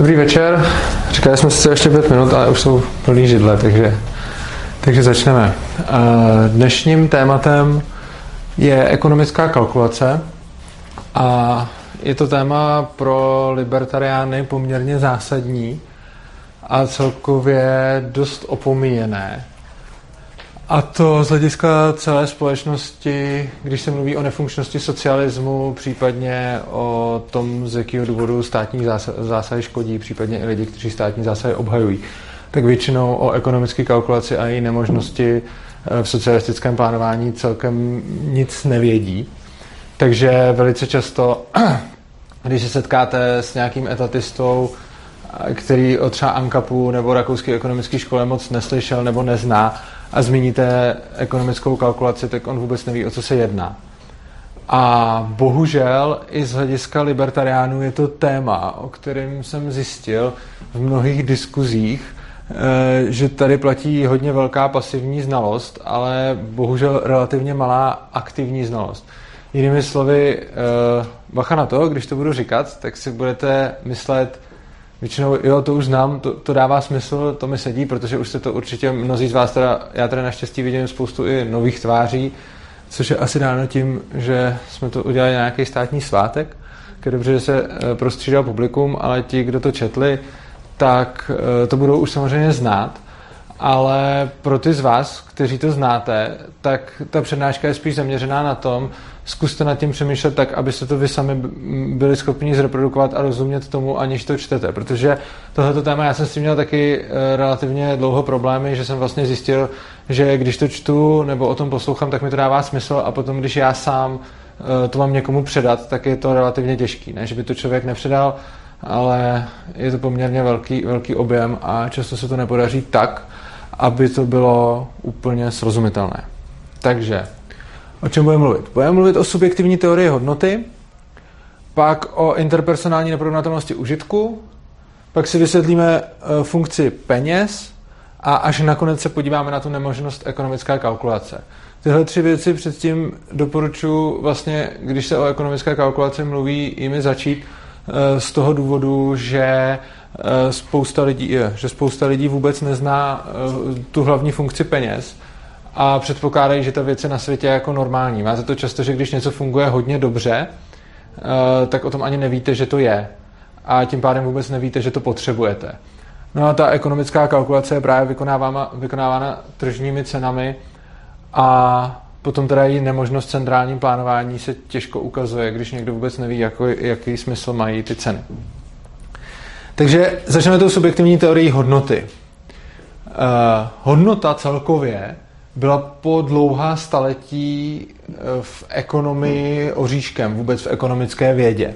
Dobrý večer. Říkali jsme si ještě 5 minut, ale už jsou plný židle, takže začneme. Dnešním tématem je ekonomická kalkulace a je to téma pro libertariány poměrně zásadní a celkově dost opomíjené. A to z hlediska celé společnosti, když se mluví o nefunkčnosti socialismu, případně o tom, z jakého důvodu státní zásahy škodí, případně i lidi, kteří státní zásahy obhajují, tak většinou o ekonomické kalkulaci a její nemožnosti v socialistickém plánování celkem nic nevědí. Takže velice často, když se setkáte s nějakým etatistou, který o třeba ANCAPu nebo rakouské ekonomické škole moc neslyšel nebo nezná, a zmíníte ekonomickou kalkulaci, tak on vůbec neví, o co se jedná. A bohužel i z hlediska libertariánů je to téma, o kterém jsem zjistil v mnohých diskuzích, že tady platí hodně velká pasivní znalost, ale bohužel relativně malá aktivní znalost. Jinými slovy, bacha na to, když to budu říkat, tak si budete myslet, většinou, jo, to už znám, to dává smysl, to mi sedí, protože už jste to určitě mnozí z vás, já teda naštěstí vidím spoustu i nových tváří, což je asi dáno tím, že jsme to udělali na nějaký státní svátek, je dobře, že se prostřídal publikum, ale ti, kdo to četli, tak to budou už samozřejmě znát, ale pro ty z vás, kteří to znáte, tak ta přednáška je spíš zaměřená na tom, zkuste nad tím přemýšlet tak, abyste to vy sami byli schopni zreprodukovat a rozumět tomu, aniž to čtete. Protože tohleto téma, já jsem s tím měl taky relativně dlouho problémy, že jsem vlastně zjistil, že když to čtu nebo o tom poslouchám, tak mi to dává smysl a potom, když já sám to mám někomu předat, tak je to relativně těžký. Ne, že by to člověk nepředal, ale je to poměrně velký objem a často se to nepodaří tak, aby to bylo úplně srozumitelné. Takže, o čem budeme mluvit? Budeme mluvit o subjektivní teorii hodnoty, pak o interpersonální neporovnatelnosti užitku, pak si vysvětlíme funkci peněz a až nakonec se podíváme na tu nemožnost ekonomické kalkulace. Tyhle 3 věci předtím doporučuji vlastně, když se o ekonomické kalkulaci mluví, jimi začít z toho důvodu, že spousta lidí vůbec nezná tu hlavní funkci peněz a předpokládají, že ta věc je na světě jako normální. Máte to často, že když něco funguje hodně dobře, tak o tom ani nevíte, že to je. A tím pádem vůbec nevíte, že to potřebujete. No a ta ekonomická kalkulace je právě vykonávána tržními cenami a potom teda její nemožnost centrálním plánování se těžko ukazuje, když někdo vůbec neví, jaký smysl mají ty ceny. Takže začneme tou subjektivní teorií hodnoty. Hodnota celkově byla po dlouhá staletí v ekonomii oříškem, vůbec v ekonomické vědě.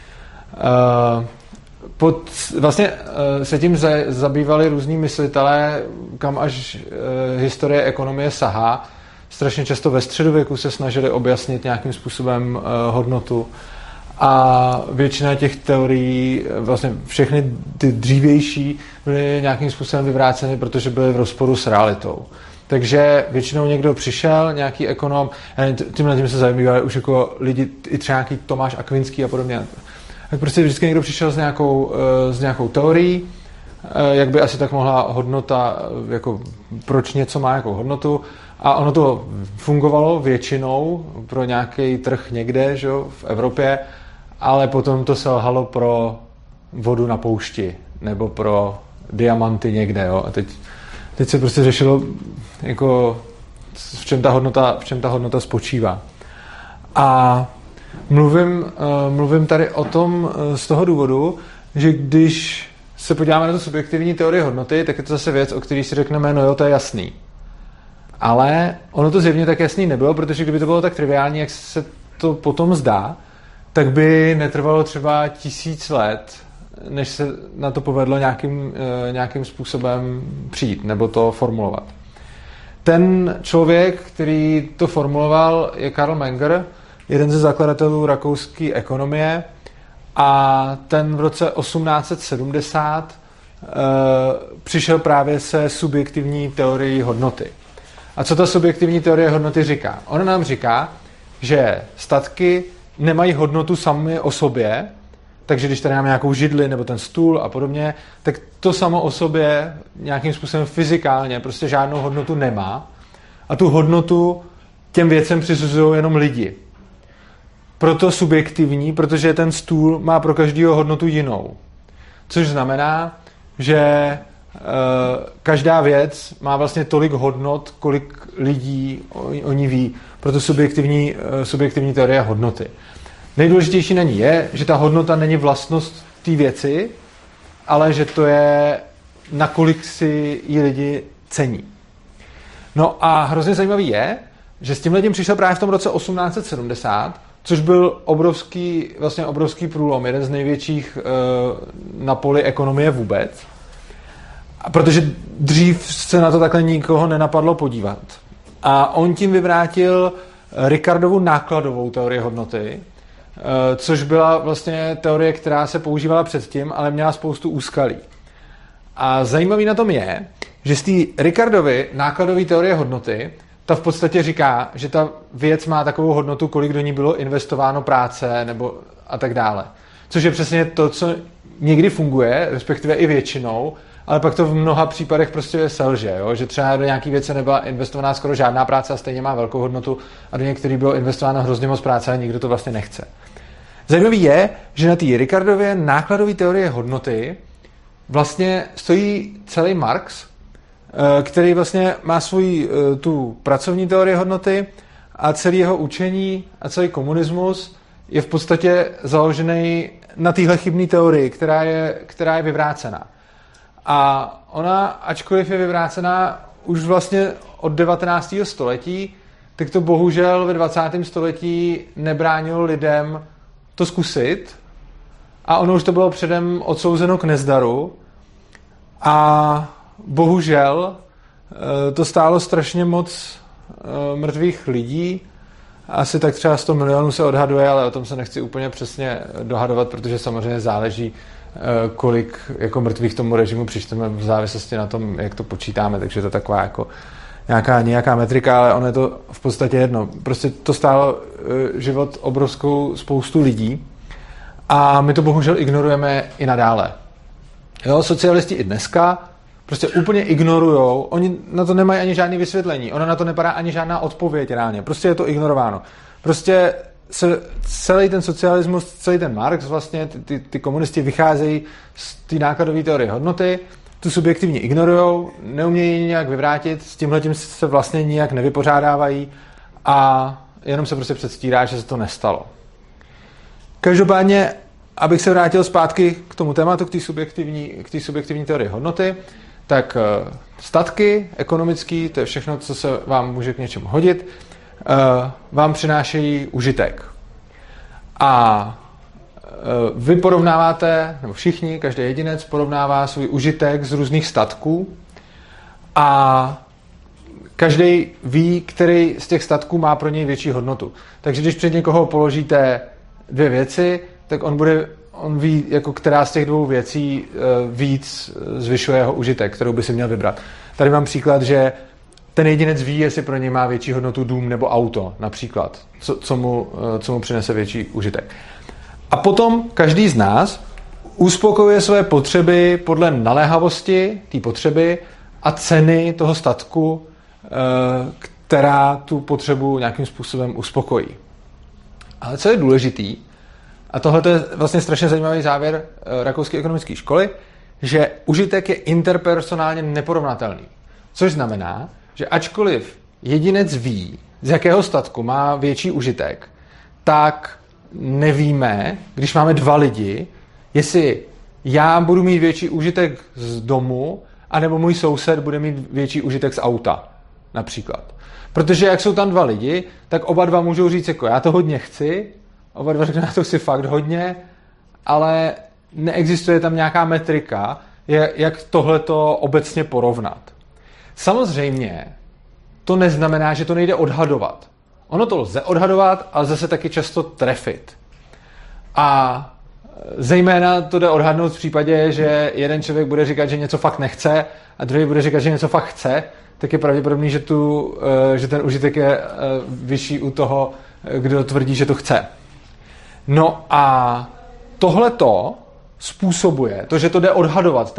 Vlastně se tím zabývali různí myslitelé, kam až historie ekonomie sahá. Strašně často ve středověku se snažili objasnit nějakým způsobem hodnotu. A většina těch teorií, vlastně všechny ty dřívější, byly nějakým způsobem vyvráceny, protože byly v rozporu s realitou. Takže většinou někdo přišel, nějaký ekonom, tím se zabývali už jako lidi, i třeba nějaký Tomáš Akvinský a podobně. Tak prostě vždycky někdo přišel s nějakou teorií, jak by asi tak mohla hodnota, jako proč něco má jakou hodnotu. A ono to fungovalo většinou pro nějaký trh někde, že, v Evropě, ale potom to selhalo pro vodu na poušti nebo pro diamanty někde. Jo. A teď se prostě řešilo, jako, v čem ta hodnota spočívá. A mluvím tady o tom z toho důvodu, že když se podíváme na tu subjektivní teorii hodnoty, tak je to zase věc, o který si řekneme, no jo, to je jasný. Ale ono to zjevně tak jasný nebylo, protože kdyby to bylo tak triviální, jak se to potom zdá, tak by netrvalo třeba 1000 let, než se na to povedlo nějakým způsobem přijít nebo to formulovat. Ten člověk, který to formuloval, je Karl Menger, jeden ze zakladatelů rakouské ekonomie a ten v roce 1870 přišel právě se subjektivní teorií hodnoty. A co ta subjektivní teorie hodnoty říká? Ona nám říká, že statky nemají hodnotu sami o sobě, takže když tady máme nějakou židli nebo ten stůl a podobně, tak to samo o sobě nějakým způsobem fyzikálně prostě žádnou hodnotu nemá a tu hodnotu těm věcem přisuzují jenom lidi. Proto subjektivní, protože ten stůl má pro každého hodnotu jinou. Což znamená, že každá věc má vlastně tolik hodnot, kolik lidí o ní ví. Proto subjektivní teorie hodnoty. Nejdůležitější na ní je, že ta hodnota není vlastnost té věci, ale že to je, nakolik si ji lidi cení. No a hrozně zajímavý je, že s tímhletím přišel právě v tom roce 1870, což byl obrovský průlom, jeden z největších na poli ekonomie vůbec. Protože dřív se na to takhle nikoho nenapadlo podívat. A on tím vyvrátil Ricardovu nákladovou teorii hodnoty, což byla vlastně teorie, která se používala předtím, ale měla spoustu úskalí. A zajímavý na tom je, že z té Ricardovy nákladové teorie hodnoty ta v podstatě říká, že ta věc má takovou hodnotu, kolik do ní bylo investováno práce nebo a tak dále. Což je přesně to, co někdy funguje, respektive i většinou, ale pak to v mnoha případech prostě selže, jo? Že třeba do nějaký věci nebyla investovaná skoro žádná práce a stejně má velkou hodnotu a do některých bylo investováno hrozně moc práce a nikdo to vlastně nechce. Zajímavý je, že na té Ricardově nákladové teorie hodnoty vlastně stojí celý Marx, který vlastně má svůj tu pracovní teorii hodnoty a celý jeho učení a celý komunismus je v podstatě založený na téhle chybné teorii, která je vyvrácená. A ona, ačkoliv je vyvrácená už vlastně od 19. století, tak to bohužel ve 20. století nebránilo lidem to zkusit a ono už to bylo předem odsouzeno k nezdaru a bohužel to stálo strašně moc mrtvých lidí. Asi tak třeba 100 milionů se odhaduje, ale o tom se nechci úplně přesně dohadovat, protože samozřejmě záleží, kolik jako mrtvých tomu režimu přičteme v závislosti na tom, jak to počítáme, takže to je taková jako nějaká metrika, ale ono je to v podstatě jedno. Prostě to stálo život obrovskou spoustu lidí a my to bohužel ignorujeme i nadále. Jo, socialisti i dneska prostě úplně ignorujou, oni na to nemají ani žádné vysvětlení, ono na to nepadá ani žádná odpověď reálně, prostě je to ignorováno. Prostě celý ten socialismus, celý ten Marx, vlastně ty komunisti vycházejí z té nákladové teorie hodnoty, tu subjektivně ignorujou, neumějí ji nějak vyvrátit, s tímhletím se vlastně nijak nevypořádávají a jenom se prostě předstírá, že se to nestalo. Každopádně, abych se vrátil zpátky k tomu tématu, k té subjektivní teorii hodnoty, tak statky ekonomický, to je všechno, co se vám může k něčemu hodit, vám přinášejí užitek. A vy porovnáváte, nebo všichni, každý jedinec porovnává svůj užitek z různých statků a každý ví, který z těch statků má pro něj větší hodnotu. Takže když před někoho položíte dvě věci, tak on ví, jako která z těch dvou věcí víc zvyšuje jeho užitek, kterou by si měl vybrat. Tady mám příklad, že ten jedinec ví, jestli pro něj má větší hodnotu dům nebo auto, například, co mu přinese větší užitek. A potom každý z nás uspokojuje své potřeby podle naléhavosti té potřeby a ceny toho statku, která tu potřebu nějakým způsobem uspokojí. Ale co je důležitý, a tohle je vlastně strašně zajímavý závěr rakouské ekonomické školy, že užitek je interpersonálně neporovnatelný. Což znamená, že ačkoliv jedinec ví, z jakého statku má větší užitek, tak nevíme, když máme dva lidi, jestli já budu mít větší užitek z domu, anebo můj soused bude mít větší užitek z auta, například. Protože jak jsou tam dva lidi, tak oba dva můžou říct, jako já to hodně chci, oba dva řeknou, já to chci fakt hodně, ale neexistuje tam nějaká metrika, jak tohleto obecně porovnat. Samozřejmě to neznamená, že to nejde odhadovat. Ono to lze odhadovat, ale lze se taky často trefit. A zejména to jde odhadnout v případě, že jeden člověk bude říkat, že něco fakt nechce a druhý bude říkat, že něco fakt chce, tak je pravděpodobný, že ten užitek je vyšší u toho, kdo tvrdí, že to chce. No a tohleto způsobuje, to, že to jde odhadovat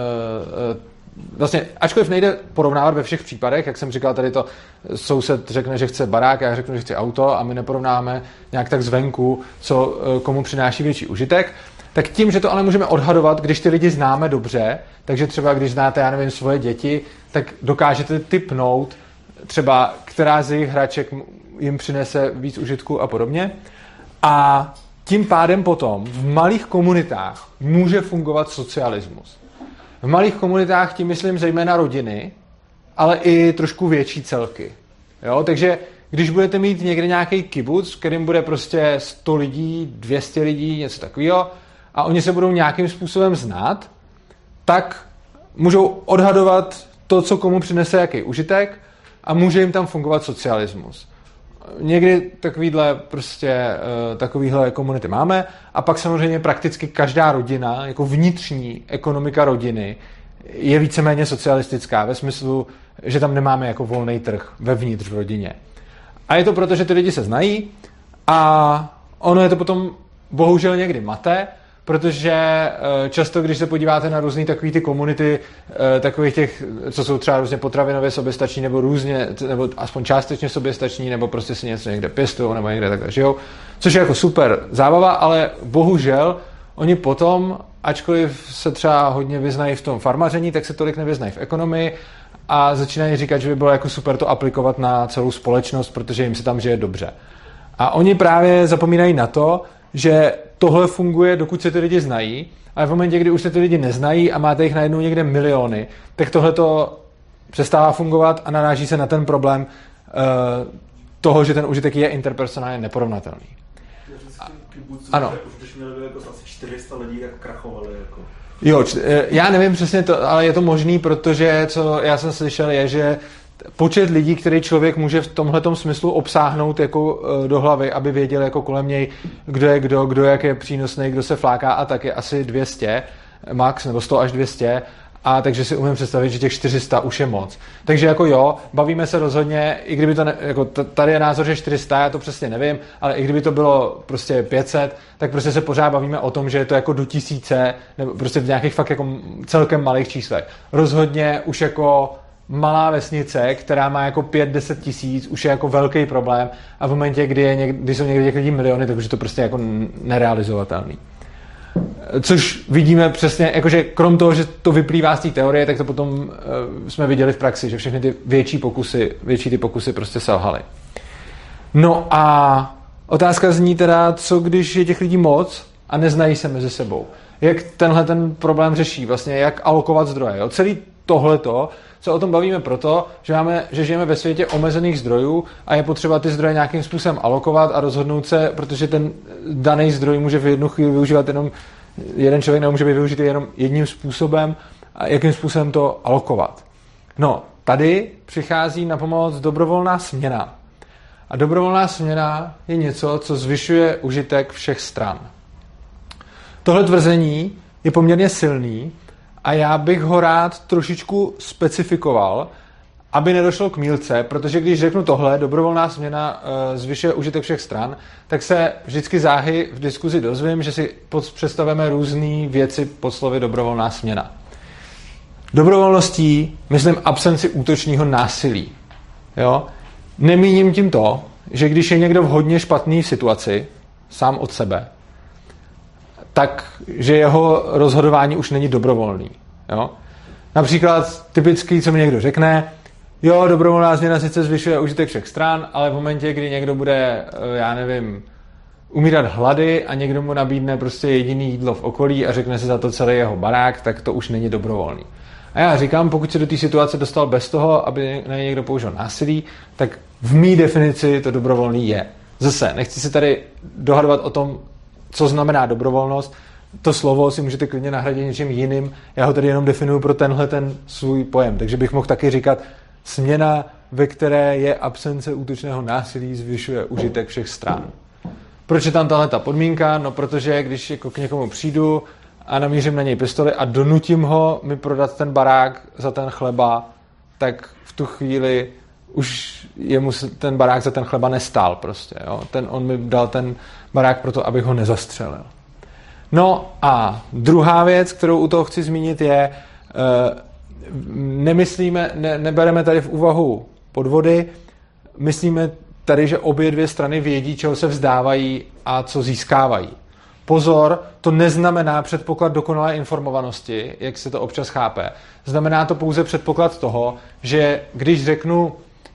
vlastně, ačkoliv nejde porovnávat ve všech případech, jak jsem říkal, tady to soused řekne, že chce barák, já řeknu, že chci auto a my neporovnáme nějak tak zvenku, co komu přináší větší užitek, tak tím, že to ale můžeme odhadovat, když ty lidi známe dobře, takže třeba když znáte, já nevím, svoje děti, tak dokážete tipnout třeba, která z jejich hraček jim přinese víc užitku a podobně. A tím pádem potom v malých komunitách může fungovat socialismus. V malých komunitách tím myslím zejména rodiny, ale i trošku větší celky. Jo? Takže když budete mít někde nějaký kibuc, v kterým bude prostě 100 lidí, 200 lidí, něco takového, a oni se budou nějakým způsobem znát, tak můžou odhadovat to, co komu přinese jaký užitek, a může jim tam fungovat socialismus. Někdy takovýhle komunity máme, a pak samozřejmě prakticky každá rodina, jako vnitřní ekonomika rodiny, je víceméně socialistická ve smyslu, že tam nemáme jako volný trh vevnitř v rodině. A je to proto, že ty lidi se znají a ono je to potom bohužel někdy mate, protože často, když se podíváte na různý takový ty komunity, takových těch, co jsou třeba různě potravinově soběstační, nebo různě, nebo aspoň částečně soběstační, nebo prostě si něco někde pěstují, nebo někde takhle žijou, což je jako super zábava, ale bohužel oni potom, ačkoliv se třeba hodně vyznají v tom farmaření, tak se tolik nevyznají v ekonomii a začínají říkat, že by bylo jako super to aplikovat na celou společnost, protože jim se tam žije dobře. A oni právě zapomínají na to, že tohle funguje, dokud se ty lidi znají, ale v momentě, kdy už se ty lidi neznají a máte jich najednou někde miliony, tak tohle to přestává fungovat a naráží se na ten problém toho, že ten užitek je interpersonálně neporovnatelný. Ano. Když měli jako asi 400 lidí, tak krachovali. Jako. Jo, já nevím přesně to, ale je to možný, protože co já jsem slyšel je, že počet lidí, který člověk může v tomhletom smyslu obsáhnout jako do hlavy, aby věděl jako kolem něj, kdo jak je přínosný, kdo se fláká, a tak je asi 200 max, nebo 100 až 200, a takže si umím představit, že těch 400 už je moc. Takže jako jo, bavíme se rozhodně, i kdyby to, jako tady je názor, že 400, já to přesně nevím, ale i kdyby to bylo prostě 500, tak prostě se pořád bavíme o tom, že je to jako do 1000, nebo prostě v nějakých fakt jako celkem malých číslech. Rozhodně už jako malá vesnice, která má jako 5-10 tisíc, už je jako velký problém, a v momentě, kdy jsou někdy těch lidí miliony, tak už je to prostě jako nerealizovatelný. Což vidíme přesně, jakože krom toho, že to vyplývá z té teorie, tak to potom jsme viděli v praxi, že všechny ty větší ty pokusy prostě selhaly. No a otázka zní teda, co když je těch lidí moc a neznají se mezi sebou. Jak tenhle ten problém řeší, vlastně jak alokovat zdroje. Jo? Celý tohleto se o tom bavíme proto, že žijeme ve světě omezených zdrojů a je potřeba ty zdroje nějakým způsobem alokovat a rozhodnout se, protože ten daný zdroj může v jednu chvíli využívat jenom jeden člověk, nebo může být využitý jenom jedním způsobem, a jakým způsobem to alokovat. No, tady přichází na pomoc dobrovolná směna. A dobrovolná směna je něco, co zvyšuje užitek všech stran. Tohle tvrzení je poměrně silný a já bych ho rád trošičku specifikoval, aby nedošlo k mýlce, protože když řeknu tohle, dobrovolná směna zvyšuje užitek všech stran, tak se vždycky záhy v diskuzi dozvím, že si představíme různé věci pod slovy dobrovolná směna. Dobrovolností myslím absenci útočného násilí. Jo? Nemíním tím to, že když je někdo v hodně špatné situaci, sám od sebe, tak, že jeho rozhodování už není dobrovolný. Jo? Například typický, co mi někdo řekne, jo, dobrovolná změna sice zvyšuje užitek všech stran, ale v momentě, kdy někdo bude, já nevím, umírat hlady a někdo mu nabídne prostě jediný jídlo v okolí a řekne si za to celý jeho barák, tak to už není dobrovolný. A já říkám, pokud se do té situace dostal bez toho, aby na něj někdo použil násilí, tak v mý definici to dobrovolný je. Zase, nechci se tady dohadovat o tom, co znamená dobrovolnost. To slovo si můžete klidně nahradit něčím jiným. Já ho tady jenom definuju pro tenhle ten svůj pojem. Takže bych mohl taky říkat, směna, ve které je absence útočného násilí, zvyšuje užitek všech stran. Proč je tam tahleta podmínka? No, protože když jako k někomu přijdu a namířím na něj pistoli a donutím ho mi prodat ten barák za ten chleba, tak v tu chvíli už jemu ten barák za ten chleba nestál prostě. Jo? On mi dal ten barák proto, abych ho nezastřelil. No a druhá věc, kterou u toho chci zmínit, je, nebereme tady v úvahu podvody, myslíme tady, že obě dvě strany vědí, čeho se vzdávají a co získávají. Pozor, to neznamená předpoklad dokonalé informovanosti, jak se to občas chápe. Znamená to pouze předpoklad toho, že když řeknu,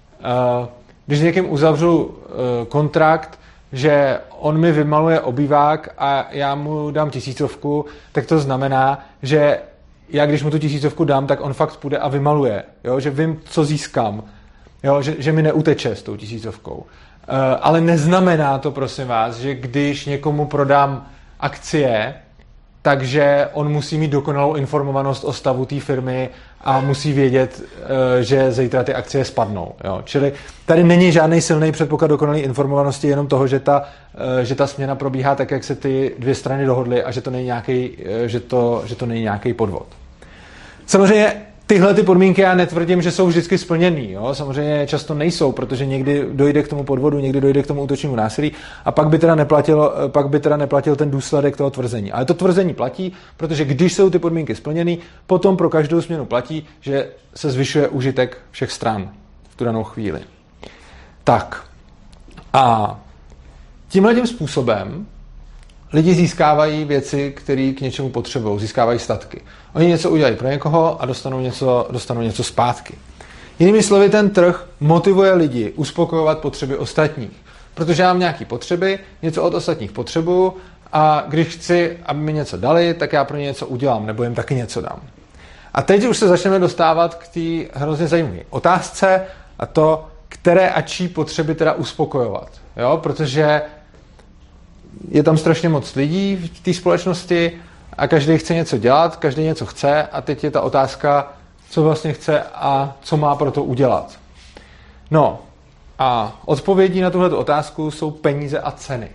když někým uzavřu kontrakt, že on mi vymaluje obývák a já mu dám 1000, tak to znamená, že já když mu tu 1000 dám, tak on fakt půjde a vymaluje. Jo? Že vím, co získám. Jo? Že mi neuteče s tou 1000. Ale neznamená to, prosím vás, že když někomu prodám akcie, takže on musí mít dokonalou informovanost o stavu té firmy a musí vědět, že zítra ty akcie spadnou. Jo? Čili tady není žádný silný předpoklad dokonalé informovanosti, jenom toho, že ta směna probíhá tak, jak se ty dvě strany dohodly a že to není nějaký podvod. Samozřejmě tyhle ty podmínky já netvrdím, že jsou vždycky splněný. Jo? Samozřejmě často nejsou, protože někdy dojde k tomu podvodu, někdy dojde k tomu útočnému násilí a pak by teda neplatil ten důsledek toho tvrzení. Ale to tvrzení platí, protože když jsou ty podmínky splněný, potom pro každou směnu platí, že se zvyšuje užitek všech stran v tu danou chvíli. Tak. A tímhletím způsobem lidi získávají věci, které k něčemu potřebují, získávají statky. Oni něco udělají pro někoho a dostanou něco zpátky. Jinými slovy, ten trh motivuje lidi uspokojovat potřeby ostatních. Protože já mám nějaké potřeby, něco od ostatních potřebuju a když chci, aby mi něco dali, tak já pro ně něco udělám, nebo jim taky něco dám. A teď už se začneme dostávat k té hrozně zajímavé otázce a to, které a čí potřeby teda uspokojovat. Jo? Protože je tam strašně moc lidí v té společnosti a každý chce něco dělat, každý něco chce a teď je ta otázka, co vlastně chce a co má pro to udělat. No a odpovědí na tuhle otázku jsou peníze a ceny.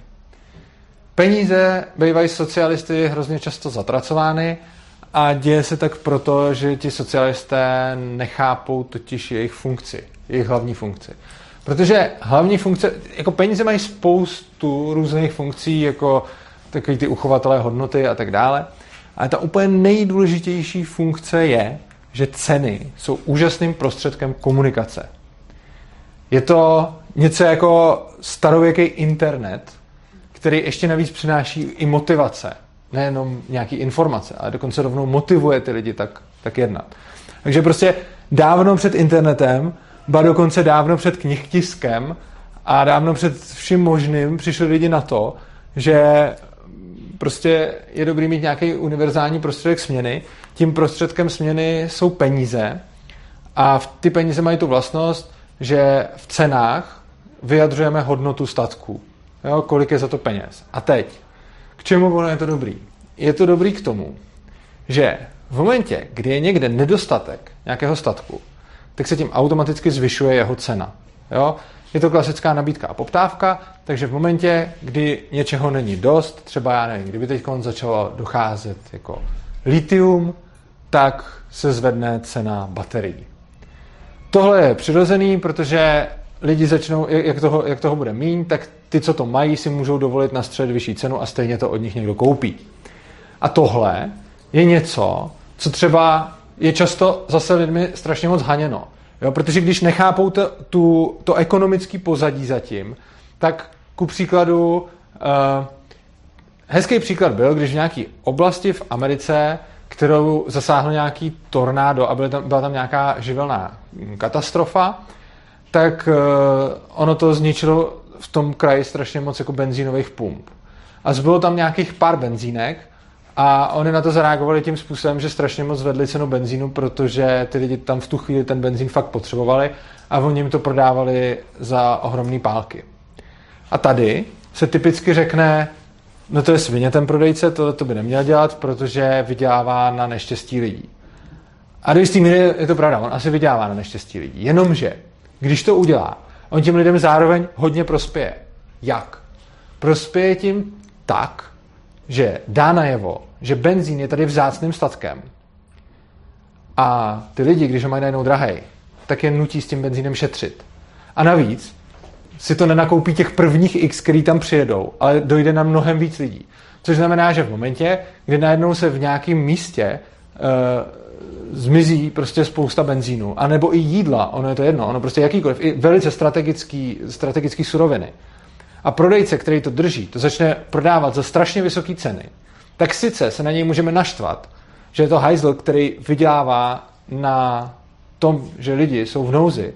Peníze bývají socialisty hrozně často zatracovány a děje se tak proto, že ti socialisté nechápou totiž jejich funkci, jejich hlavní funkci. Protože hlavní funkce, jako peníze mají spoustu různých funkcí, jako takový ty uchovatelé hodnoty a tak dále. Ale ta úplně nejdůležitější funkce je, že ceny jsou úžasným prostředkem komunikace. Je to něco jako starověký internet, který ještě navíc přináší i motivace. Nejenom nějaký informace, ale dokonce rovnou motivuje ty lidi tak jednat. Takže prostě dávno před internetem, ba dokonce dávno před knihtiskem a dávno před vším možným přišli lidi na to, že prostě je dobrý mít nějaký univerzální prostředek směny. Tím prostředkem směny jsou peníze a ty peníze mají tu vlastnost, že v cenách vyjadřujeme hodnotu statků. Jo, kolik je za to peněz. A teď, k čemu je to dobrý? Je to dobrý k tomu, že v momentě, kdy je někde nedostatek nějakého statku, tak se tím automaticky zvyšuje jeho cena. Jo? Je to klasická nabídka a poptávka, takže v momentě, kdy něčeho není dost, třeba já nevím, kdyby teď začalo docházet jako litium, tak se zvedne cena baterií. Tohle je přirozený, protože lidi začnou, jak toho bude míň, tak ty, co to mají, si můžou dovolit nastřelit vyšší cenu a stejně to od nich někdo koupí. A tohle je něco, co třeba je často zase lidmi strašně moc haněno. Jo? Protože když nechápou to ekonomické pozadí zatím, tak ku příkladu hezký příklad byl, když v nějaké oblasti v Americe, kterou zasáhlo nějaký tornádo a byla tam nějaká živelná katastrofa, tak ono to zničilo v tom kraji strašně moc jako benzínových pump. A zbylo tam nějakých pár benzínek a oni na to zareagovali tím způsobem, že strašně moc zvedli cenu benzínu, protože ty lidi tam v tu chvíli ten benzín fakt potřebovali a oni jim to prodávali za ohromný pálky. A tady se typicky řekne, no to je svině ten prodejce, to by neměl dělat, protože vydělává na neštěstí lidí. A do jistý míry je to pravda, on asi vydělává na neštěstí lidí. Jenomže, když to udělá, on těm lidem zároveň hodně prospěje. Jak? Prospěje tím tak, že dá najevo, že benzín je tady vzácným statkem a ty lidi, když ho mají najednou drahej, tak je nutí s tím benzínem šetřit. A navíc si to nenakoupí těch prvních X, který tam přijedou, ale dojde na mnohem víc lidí. Což znamená, že v momentě, kdy najednou se v nějakém místě zmizí prostě spousta benzínu, anebo i jídla, ono je to jedno, ono prostě jakýkoliv, i velice strategický suroviny. A prodejce, který to drží, to začne prodávat za strašně vysoké ceny, tak sice se na něj můžeme naštvat, že je to hajzl, který vydělává na tom, že lidi jsou v nouzi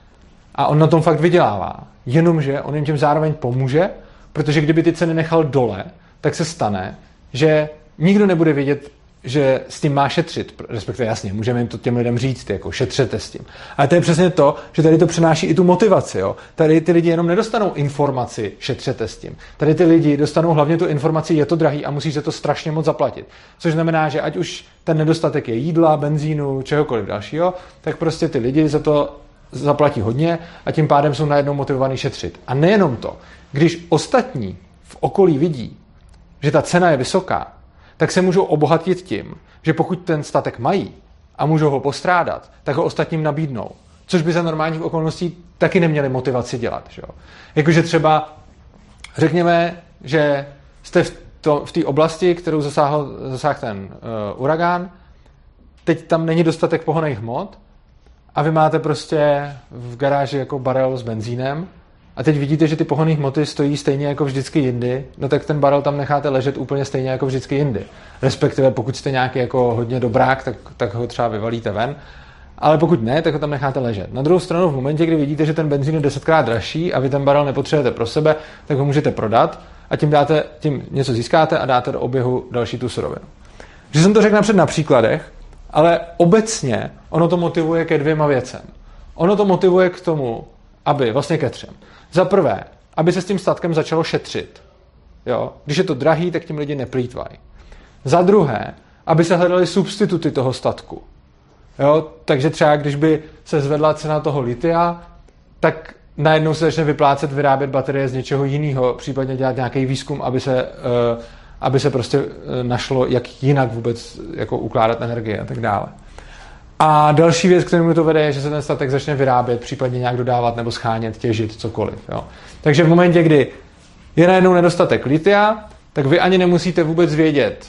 a on na tom fakt vydělává, jenomže on jim tím zároveň pomůže, protože kdyby ty ceny nechal dole, tak se stane, že nikdo nebude vědět, že s tím má šetřit, respektive jasně, můžeme jim to těm lidem říct, jako šetřete s tím. Ale to je přesně to, že tady to přináší i tu motivaci. Jo? Tady ty lidi jenom nedostanou informaci, šetřete s tím. Tady ty lidi dostanou hlavně tu informaci, je to drahý a musí se to strašně moc zaplatit. Což znamená, že ať už ten nedostatek je jídla, benzínu, čehokoliv dalšího, tak prostě ty lidi za to zaplatí hodně a tím pádem jsou najednou motivovaní šetřit. A nejenom to, když ostatní v okolí vidí, že ta cena je vysoká, tak se můžou obohatit tím, že pokud ten statek mají a můžou ho postrádat, tak ho ostatním nabídnou. Což by za normálních okolností taky neměli motivaci dělat. Že? Jakože třeba řekněme, že jste v té oblasti, kterou zasáhl ten uragán, teď tam není dostatek pohonných hmot a vy máte prostě v garáži jako barel s benzínem a teď vidíte, že ty pohonné hmoty stojí stejně jako vždycky jindy, no tak ten barel tam necháte ležet úplně stejně jako vždycky jindy. Respektive pokud jste nějaký jako hodně dobrák, tak ho třeba vyvalíte ven, ale pokud ne, tak ho tam necháte ležet. Na druhou stranu v momentě, kdy vidíte, že ten benzín je 10krát dražší a vy ten barel nepotřebujete pro sebe, tak ho můžete prodat a tím něco získáte a dáte do oběhu další tu surovinu. Že jsem to řekl napřed na příkladech, ale obecně ono to motivuje ke dvěma věcem. Ono to motivuje k tomu, aby vlastně ke třem. Za prvé, aby se s tím statkem začalo šetřit. Jo? Když je to drahý, tak tím lidi neplýtvají. Za druhé, aby se hledaly substituty toho statku. Jo? Takže třeba, když by se zvedla cena toho litia, tak najednou se začne vyplácet vyrábět baterie z něčeho jiného, případně dělat nějaký výzkum, aby se prostě našlo, jak jinak vůbec jako ukládat energii a tak dále. A další věc, kterému to vede, je, že se ten statek začne vyrábět, případně nějak dodávat nebo schánět, těžit, cokoliv. Jo. Takže v momentě, kdy je najednou nedostatek litia, tak vy ani nemusíte vůbec vědět,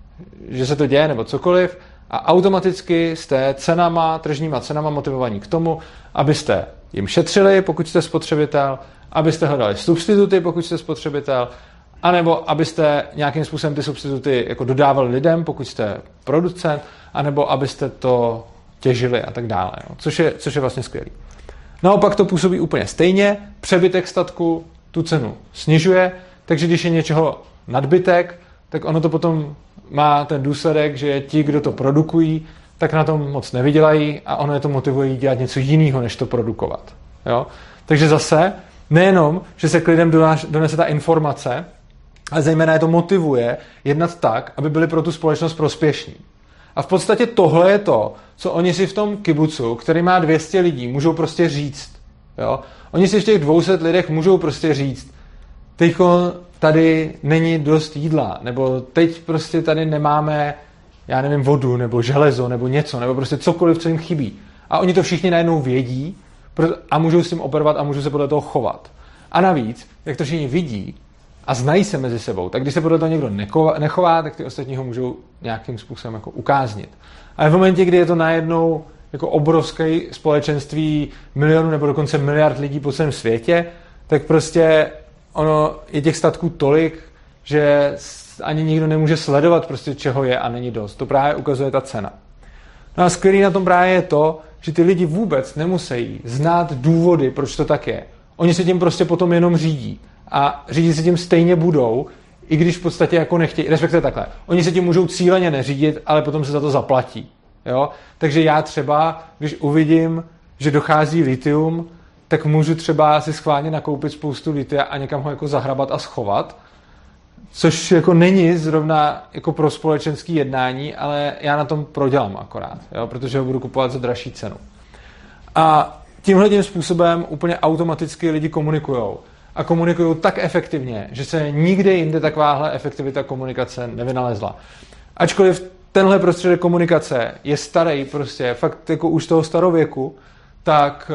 že se to děje nebo cokoliv a automaticky jste tržníma cenama motivovaní k tomu, abyste jim šetřili, pokud jste spotřebitel, abyste hledali substituty, pokud jste spotřebitel, anebo abyste nějakým způsobem ty substituty jako dodávali lidem, pokud jste producent, anebo abyste to těžili a tak dále. Jo. Což je vlastně skvělý. Naopak to působí úplně stejně. Přebytek statku tu cenu snižuje, takže když je něčeho nadbytek, tak ono to potom má ten důsledek, že ti, kdo to produkují, tak na tom moc nevydělají a ono je to motivuje dělat něco jiného, než to produkovat. Jo. Takže zase nejenom, že se k lidem donese ta informace, ale zejména je to motivuje jednat tak, aby byli pro tu společnost prospěšní. A v podstatě tohle je to, co oni si v tom kibucu, který má 200 lidí, můžou prostě říct. Jo? Oni si v těch 200 lidech můžou prostě říct, teďko tady není dost jídla, nebo teď prostě tady nemáme, já nevím, vodu, nebo železo, nebo něco, nebo prostě cokoliv, co jim chybí. A oni to všichni najednou vědí a můžou s tím operovat a můžou se podle toho chovat. A navíc, jak to všichni vidí a znají se mezi sebou, tak když se podle toho někdo nechová, tak ty ostatní ho můžou nějakým způsobem jako ukáznit. Ale v momentě, kdy je to najednou jako obrovské společenství milionů nebo dokonce miliard lidí po celém světě, tak prostě ono je těch statků tolik, že ani nikdo nemůže sledovat prostě čeho je a není dost. To právě ukazuje ta cena. No a skvělý na tom právě je to, že ty lidi vůbec nemusí znát důvody, proč to tak je. Oni se tím prostě potom jenom řídí. A řídit se tím stejně budou, i když v podstatě jako nechtějí, respektive takhle. Oni se tím můžou cíleně neřídit, ale potom se za to zaplatí. Jo? Takže já třeba, když uvidím, že dochází litium, tak můžu třeba si schválně nakoupit spoustu litia a někam ho jako zahrabat a schovat, což jako není zrovna jako pro společenský jednání, ale já na tom prodělám akorát, jo? Protože ho budu kupovat za dražší cenu. A tímhletím způsobem úplně automaticky lidi komunikujou. A komunikují tak efektivně, že se nikde jinde takováhle efektivita komunikace nevynalezla. Ačkoliv tenhle prostředek komunikace je starý prostě, fakt jako už z toho starověku, tak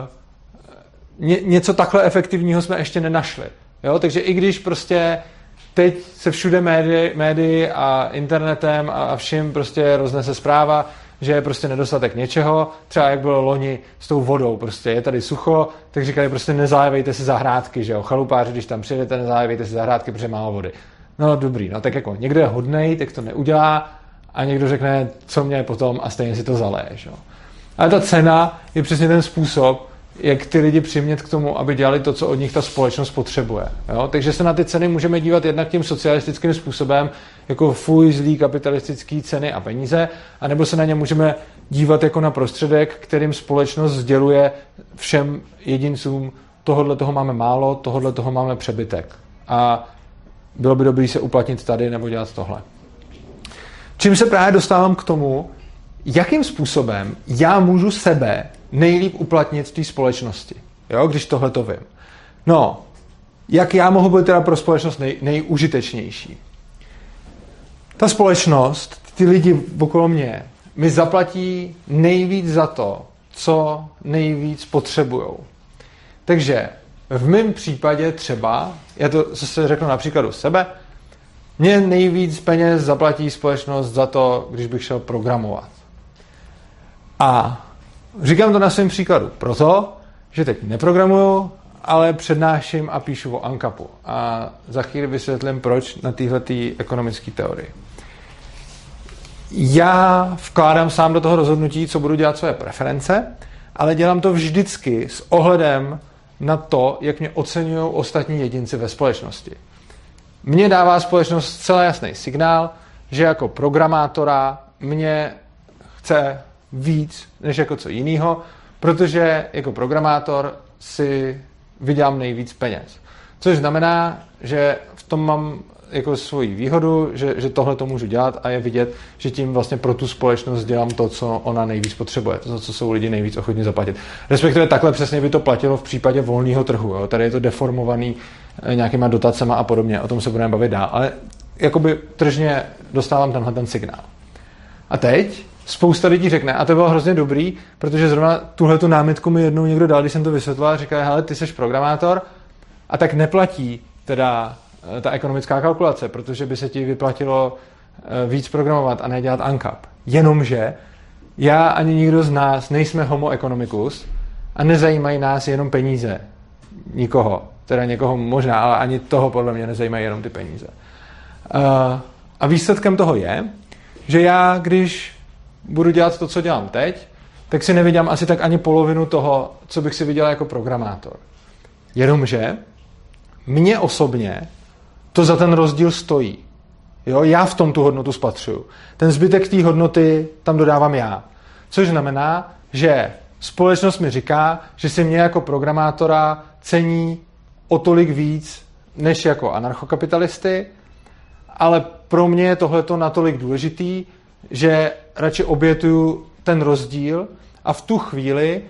něco takhle efektivního jsme ještě nenašli. Jo? Takže i když prostě teď se všude médii a internetem a vším prostě roznese zpráva, že je prostě nedostatek něčeho, třeba jak bylo loni s tou vodou, prostě je tady sucho, tak říkali prostě nezájevejte si zahrádky, že jo, chalupáři, když tam přijedete, nezájevejte si zahrádky, protože málo vody. No dobrý, no tak jako někdo je hodnej, tak to neudělá a někdo řekne, co mě potom a stejně si to zaleje, že jo. Ale ta cena je přesně ten způsob, jak ty lidi přimět k tomu, aby dělali to, co od nich ta společnost potřebuje. Jo? Takže se na ty ceny můžeme dívat jednak tím socialistickým způsobem, jako fuj, zlý kapitalistický ceny a peníze, anebo se na ně můžeme dívat jako na prostředek, kterým společnost sděluje všem jedincům, tohodle toho máme málo, tohodle toho máme přebytek. A bylo by dobré se uplatnit tady nebo dělat tohle. Čím se právě dostávám k tomu, jakým způsobem já můžu sebe nejlíp uplatnit v té společnosti, jo, když tohle to vím. No, jak já mohu být teda pro společnost nejužitečnější? Ta společnost, ty lidi okolo mě, mi zaplatí nejvíc za to, co nejvíc potřebujou. Takže v mém případě třeba, já to zase řeknu na příkladu sebe, mě nejvíc peněz zaplatí společnost za to, když bych šel programovat. A říkám to na svém příkladu proto, že teď neprogramuju, ale přednáším a píšu o ANCAPu. A za chvíli vysvětlím, proč na téhleté ekonomické teorii. Já vkládám sám do toho rozhodnutí, co budu dělat, své preference, ale dělám to vždycky s ohledem na to, jak mě oceňují ostatní jedinci ve společnosti. Mně dává společnost zcela jasný signál, že jako programátora mě chce víc než jako co jinýho, protože jako programátor si vydělám nejvíc peněz. Což znamená, že v tom mám jako svoji výhodu, že tohle to můžu dělat a je vidět, že tím vlastně pro tu společnost dělám to, co ona nejvíc potřebuje, to, za co jsou lidi nejvíc ochotní zaplatit. Respektive takhle přesně by to platilo v případě volného trhu. Jo? Tady je to deformovaný nějakýma dotacema a podobně, o tom se budeme bavit dál, ale jakoby tržně dostávám tenhle ten signál. A teď spousta lidí řekne, a to bylo hrozně dobrý, protože zrovna tuhletu námitku mi jednou někdo dal, když jsem to vysvětloval, říká, hele, ty jsi programátor, a tak neplatí teda ta ekonomická kalkulace, protože by se ti vyplatilo víc programovat a nedělat ANCAP. Jenomže já ani nikdo z nás nejsme homo economicus a nezajímají nás jenom peníze. Nikoho. Teda někoho možná, ale ani toho podle mě nezajímají jenom ty peníze. A výsledkem toho je, že já, když budu dělat to, co dělám teď, tak si nevydělám asi tak ani polovinu toho, co bych si vydělal jako programátor. Jenomže mně osobně to za ten rozdíl stojí. Jo? Já v tom tu hodnotu spatřuju. Ten zbytek té hodnoty tam dodávám já. Což znamená, že společnost mi říká, že si mě jako programátora cení o tolik víc, než jako anarchokapitalisty, ale pro mě je tohleto natolik důležitý, že radši obětuju ten rozdíl a v tu chvíli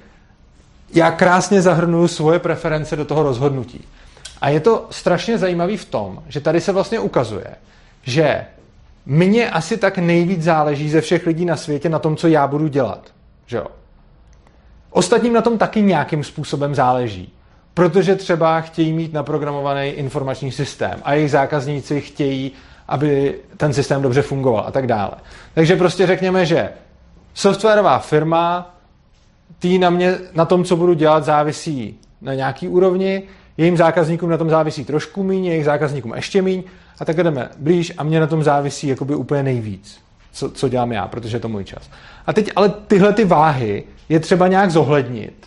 já krásně zahrnuju svoje preference do toho rozhodnutí. A je to strašně zajímavý v tom, že tady se vlastně ukazuje, že mně asi tak nejvíc záleží ze všech lidí na světě na tom, co já budu dělat. Že jo? Ostatním na tom taky nějakým způsobem záleží. Protože třeba chtějí mít naprogramovaný informační systém a jejich zákazníci chtějí, aby ten systém dobře fungoval a tak dále. Takže prostě řekněme, že softwarová firma, tý na mě, na tom, co budu dělat, závisí na nějaký úrovni, jejím zákazníkům na tom závisí trošku míň, jejich zákazníkům ještě míň a tak jdeme blíž a mě na tom závisí jakoby úplně nejvíc, co dělám já, protože je to můj čas. A teď ale tyhle ty váhy je třeba nějak zohlednit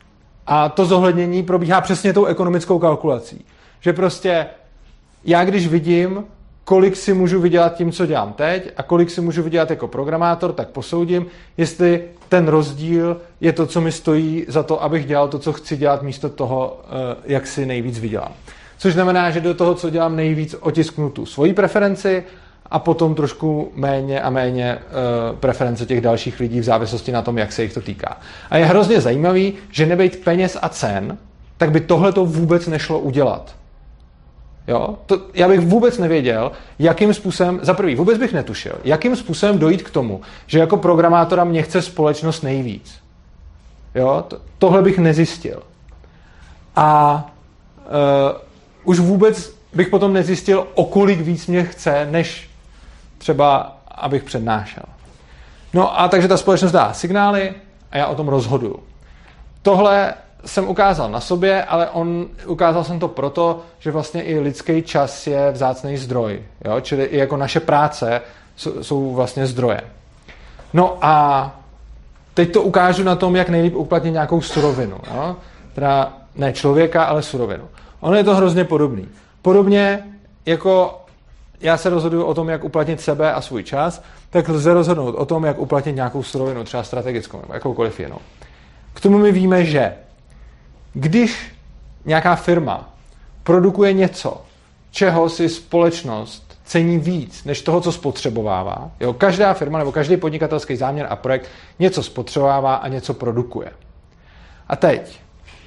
a to zohlednění probíhá přesně tou ekonomickou kalkulací. Že prostě já když vidím, kolik si můžu vydělat tím, co dělám teď a kolik si můžu vydělat jako programátor, tak posoudím, jestli ten rozdíl je to, co mi stojí za to, abych dělal to, co chci dělat místo toho, jak si nejvíc vydělám. Což znamená, že do toho, co dělám nejvíc, otisknu tu svoji preferenci a potom trošku méně a méně preference těch dalších lidí v závislosti na tom, jak se jich to týká. A je hrozně zajímavý, že nebejt peněz a cen, tak by tohleto vůbec nešlo udělat. Jo? Já bych vůbec nevěděl, jakým způsobem, za prvý, vůbec bych netušil, jakým způsobem dojít k tomu, že jako programátora mě chce společnost nejvíc. Jo? Tohle bych nezjistil. A už vůbec bych potom nezjistil, o kolik víc mě chce, než třeba, abych přednášel. No a takže ta společnost dá signály a já o tom rozhoduju. Tohle jsem ukázal na sobě, ale ukázal jsem to proto, že vlastně i lidský čas je vzácný zdroj. Jo? Čili i jako naše práce jsou vlastně zdroje. No a teď to ukážu na tom, jak nejlíp uplatnit nějakou surovinu. Jo? Teda ne člověka, ale surovinu. Ono je to hrozně podobný. Podobně jako já se rozhoduju o tom, jak uplatnit sebe a svůj čas, tak lze rozhodnout o tom, jak uplatnit nějakou surovinu, třeba strategickou nebo jakoukoliv jinou. K tomu my víme, že když nějaká firma produkuje něco, čeho si společnost cení víc, než toho, co spotřebovává, jo, každá firma nebo každý podnikatelský záměr a projekt něco spotřebovává a něco produkuje. A teď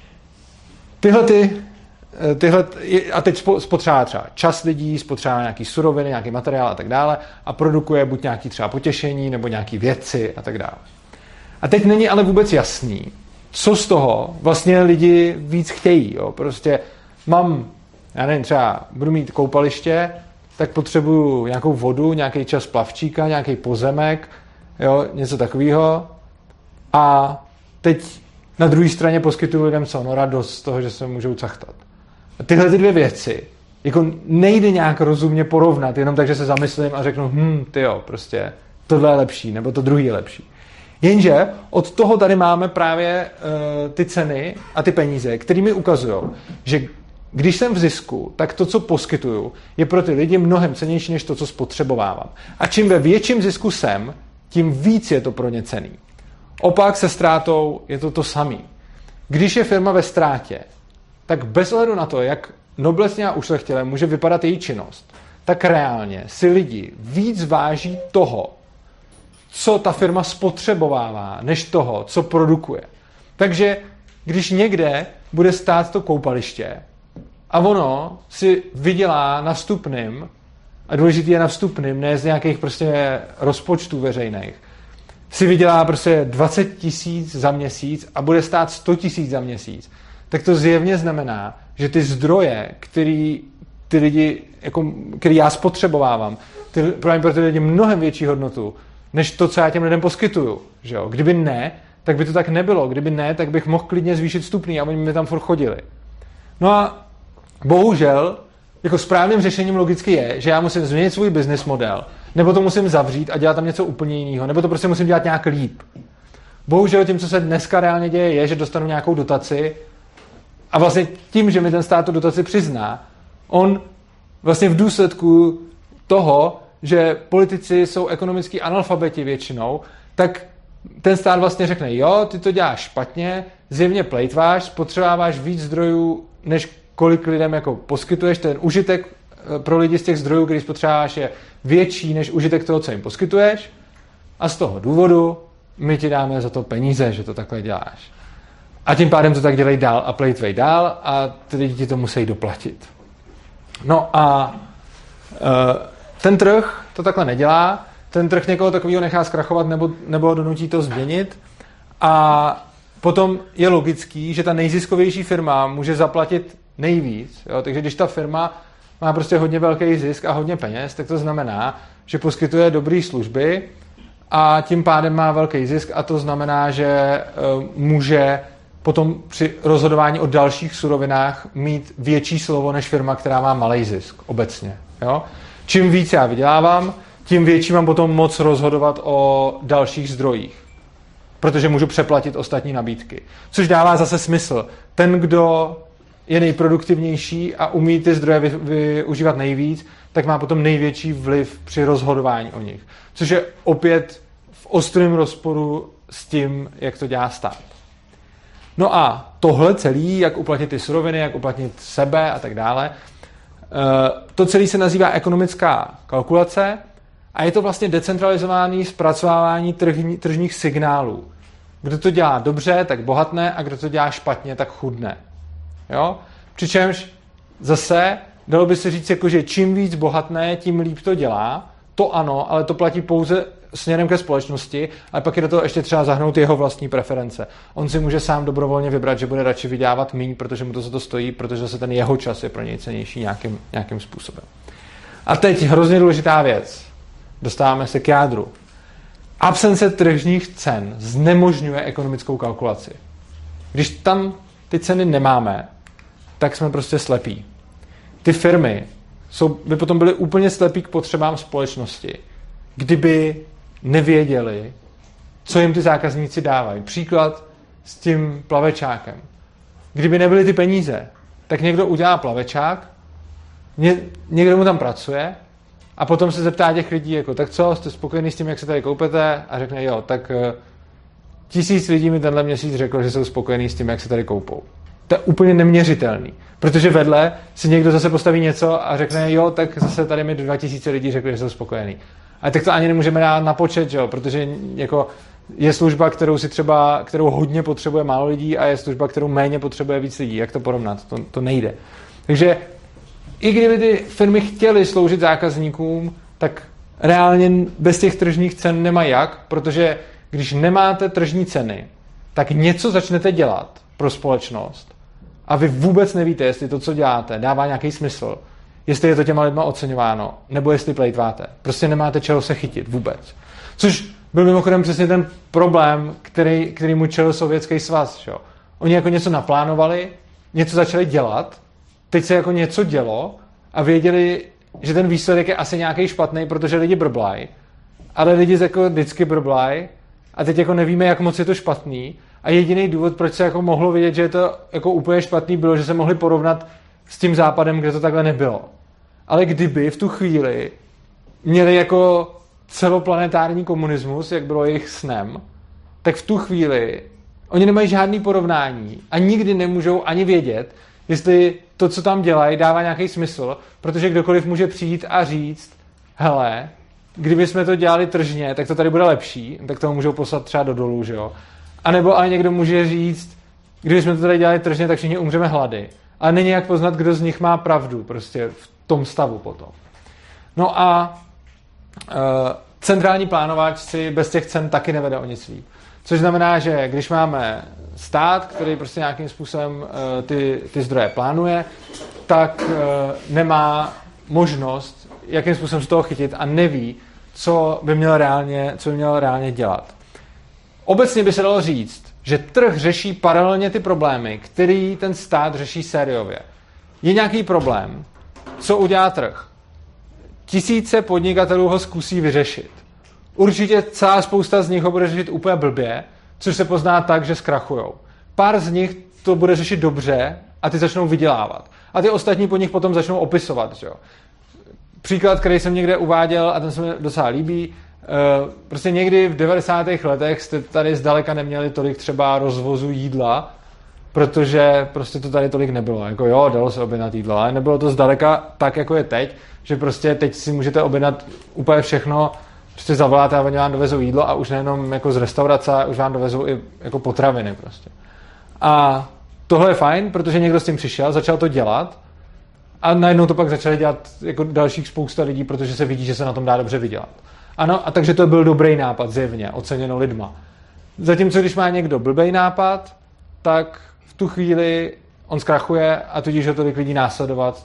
a teď spotřebává třeba čas lidí, spotřebává nějaký suroviny, nějaký materiál a tak dále a produkuje buď nějaký třeba potěšení nebo nějaký věci a tak dále. A teď není ale vůbec jasný, co z toho vlastně lidi víc chtějí. Jo? Prostě já nevím, třeba budu mít koupaliště, tak potřebuju nějakou vodu, nějaký čas plavčíka, nějaký pozemek, jo? Něco takového. A teď na druhé straně poskytuju lidem co? No radost z toho, že se můžou cachtat. A tyhle ty dvě věci jako nejde nějak rozumně porovnat, jenom tak, že se zamyslím a řeknu, prostě tohle je lepší, nebo to druhý je lepší. Jenže od toho tady máme právě ty ceny a ty peníze, které mi ukazují, že když jsem v zisku, tak to, co poskytuju, je pro ty lidi mnohem cennější, než to, co spotřebovávám. A čím ve větším zisku jsem, tím víc je to pro ně cenný. Opak se ztrátou je to samý. Když je firma ve ztrátě, tak bez ohledu na to, jak noblesně a ušlechtile může vypadat její činnost, tak reálně si lidi víc váží toho, co ta firma spotřebovává, než toho, co produkuje. Takže když někde bude stát to koupaliště a ono si vydělá na vstupným, a důležitý je na vstupným, ne z nějakých prostě rozpočtů veřejných, si vydělá prostě 20 000 za měsíc a bude stát 100 000 za měsíc, tak to zjevně znamená, že ty zdroje, který já spotřebovávám, pro ty lidi mnohem větší hodnotu, než to, co já těm lidem poskytuju. Že jo? Kdyby ne, tak by to tak nebylo. Kdyby ne, tak bych mohl klidně zvýšit vstupný a oni mi tam furt chodili. No a bohužel, jako správným řešením logicky je, že já musím změnit svůj business model, nebo to musím zavřít a dělat tam něco úplně jiného, nebo to prostě musím dělat nějak líp. Bohužel tím, co se dneska reálně děje, je, že dostanu nějakou dotaci a vlastně tím, že mi ten stát tu dotaci přizná, on vlastně v důsledku toho, že politici jsou ekonomický analfabeti většinou, tak ten stát vlastně řekne, jo, ty to děláš špatně, zjevně plejtváš, spotřebáváš víc zdrojů, než kolik lidem jako poskytuješ, ten užitek pro lidi z těch zdrojů, který spotřebáváš, je větší než užitek toho, co jim poskytuješ a z toho důvodu my ti dáme za to peníze, že to takhle děláš. A tím pádem to tak dělej dál a plejtvej dál a ty lidi ti to musí doplatit. No a ten trh to takhle nedělá, ten trh někoho takového nechá zkrachovat nebo donutí to změnit a potom je logický, že ta nejziskovější firma může zaplatit nejvíc. Jo? Takže když ta firma má prostě hodně velký zisk a hodně peněz, tak to znamená, že poskytuje dobré služby a tím pádem má velký zisk a to znamená, že může potom při rozhodování o dalších surovinách mít větší slovo než firma, která má malý zisk obecně. Jo? Čím víc já vydělávám, tím větší mám potom moc rozhodovat o dalších zdrojích. Protože můžu přeplatit ostatní nabídky. Což dává zase smysl. Ten, kdo je nejproduktivnější a umí ty zdroje využívat nejvíc, tak má potom největší vliv při rozhodování o nich. Což je opět v ostrém rozporu s tím, jak to dělá stát. No a tohle celý, jak uplatnit ty suroviny, jak uplatnit sebe a tak dále, to celé se nazývá ekonomická kalkulace a je to vlastně decentralizované zpracovávání tržních signálů. Kdo to dělá dobře, tak bohatne a kdo to dělá špatně, tak chudne. Jo? Přičemž zase dalo by se říct, jako, že čím víc bohatné, tím líp to dělá. To ano, ale to platí pouze směrem ke společnosti, ale pak je do toho ještě třeba zahrnout jeho vlastní preference. On si může sám dobrovolně vybrat, že bude radši vydělávat míň, protože mu to za to stojí, protože zase ten jeho čas je pro něj cennější nějakým způsobem. A teď hrozně důležitá věc. Dostáváme se k jádru. Absence tržních cen znemožňuje ekonomickou kalkulaci. Když tam ty ceny nemáme, tak jsme prostě slepí. Ty firmy by potom byly úplně slepí k potřebám společnosti, kdyby nevěděli, co jim ty zákazníci dávají. Příklad s tím plavečákem. Kdyby nebyly ty peníze, tak někdo udělá plavečák, někdo mu tam pracuje a potom se zeptá těch lidí, jako, tak co, jste spokojení s tím, jak se tady koupete? A řekne, jo, tak 1000 lidí mi tenhle měsíc řeklo, že jsou spokojení s tím, jak se tady koupou. To je úplně neměřitelný, protože vedle si někdo zase postaví něco a řekne, jo, tak zase tady mi 2000 lidí řekli, že jsou spokojení. A tak to ani nemůžeme dát na počet, jo, protože jako je služba, kterou hodně potřebuje málo lidí a je služba, kterou méně potřebuje víc lidí. Jak to porovnat? To nejde. Takže i kdyby ty firmy chtěly sloužit zákazníkům, tak reálně bez těch tržních cen nemají jak, protože když nemáte tržní ceny, tak něco začnete dělat pro společnost a vy vůbec nevíte, jestli to, co děláte, dává nějaký smysl, jestli je to těma lidma oceňováno, nebo jestli plejtváte. Prostě nemáte čeho se chytit vůbec. Což byl mimochodem přesně ten problém, který mu čelil Sovětský svaz. Že? Oni jako něco naplánovali, něco začali dělat, teď se jako něco dělo a věděli, že ten výsledek je asi nějaký špatný, protože lidi brblají, ale lidi jako vždycky brblají a teď jako nevíme, jak moc je to špatný a jediný důvod, proč se jako mohlo vidět, že je to jako úplně špatný, bylo, že se mohli porovnat s tím západem, kde to takhle nebylo. Ale kdyby v tu chvíli měli jako celoplanetární komunismus, jak bylo jejich snem, tak v tu chvíli oni nemají žádný porovnání a nikdy nemůžou ani vědět, jestli to, co tam dělají, dává nějaký smysl, protože kdokoliv může přijít a říct, hele, kdyby jsme to dělali tržně, tak to tady bude lepší, tak toho můžou poslat třeba do dolů, že jo. A nebo ale někdo může říct, kdyby jsme to tady dělali tržně, tak všichni umřeme hlady. Ale není jak poznat, kdo z nich má pravdu prostě v tom stavu potom. No a centrální plánovač si bez těch cen taky nevede o nic líp. Což znamená, že když máme stát, který prostě nějakým způsobem ty zdroje plánuje, tak nemá možnost, jakým způsobem z toho chytit a neví, co by měl reálně dělat. Obecně by se dalo říct, že trh řeší paralelně ty problémy, který ten stát řeší sériově. Je nějaký problém, co udělá trh? Tisíce podnikatelů ho zkusí vyřešit. Určitě celá spousta z nich ho bude řešit úplně blbě, což se pozná tak, že zkrachujou. Pár z nich to bude řešit dobře a ty začnou vydělávat. A ty ostatní po nich potom začnou opisovat. Že jo? Příklad, který jsem někde uváděl a ten se mi docela líbí, prostě někdy v 90. letech jste tady zdaleka neměli tolik třeba rozvozu jídla, protože prostě to tady tolik nebylo. Jako jo, dalo se objednat jídlo, ale nebylo to zdaleka tak, jako je teď, že prostě teď si můžete objednat úplně všechno, prostě zavoláte a oni vám dovezou jídlo a už nejenom jako z restaurace, už vám dovezou i jako potraviny prostě. A tohle je fajn, protože někdo s tím přišel, začal to dělat a najednou to pak začali dělat jako dalších spousta lidí, protože se vidí, že se na tom dá dobře vydělat. Ano, a takže to byl dobrý nápad, zjevně, oceněno lidma. Zatímco, když má někdo blbej nápad, tak v tu chvíli on zkrachuje a tudíž ho tolik lidí následovat,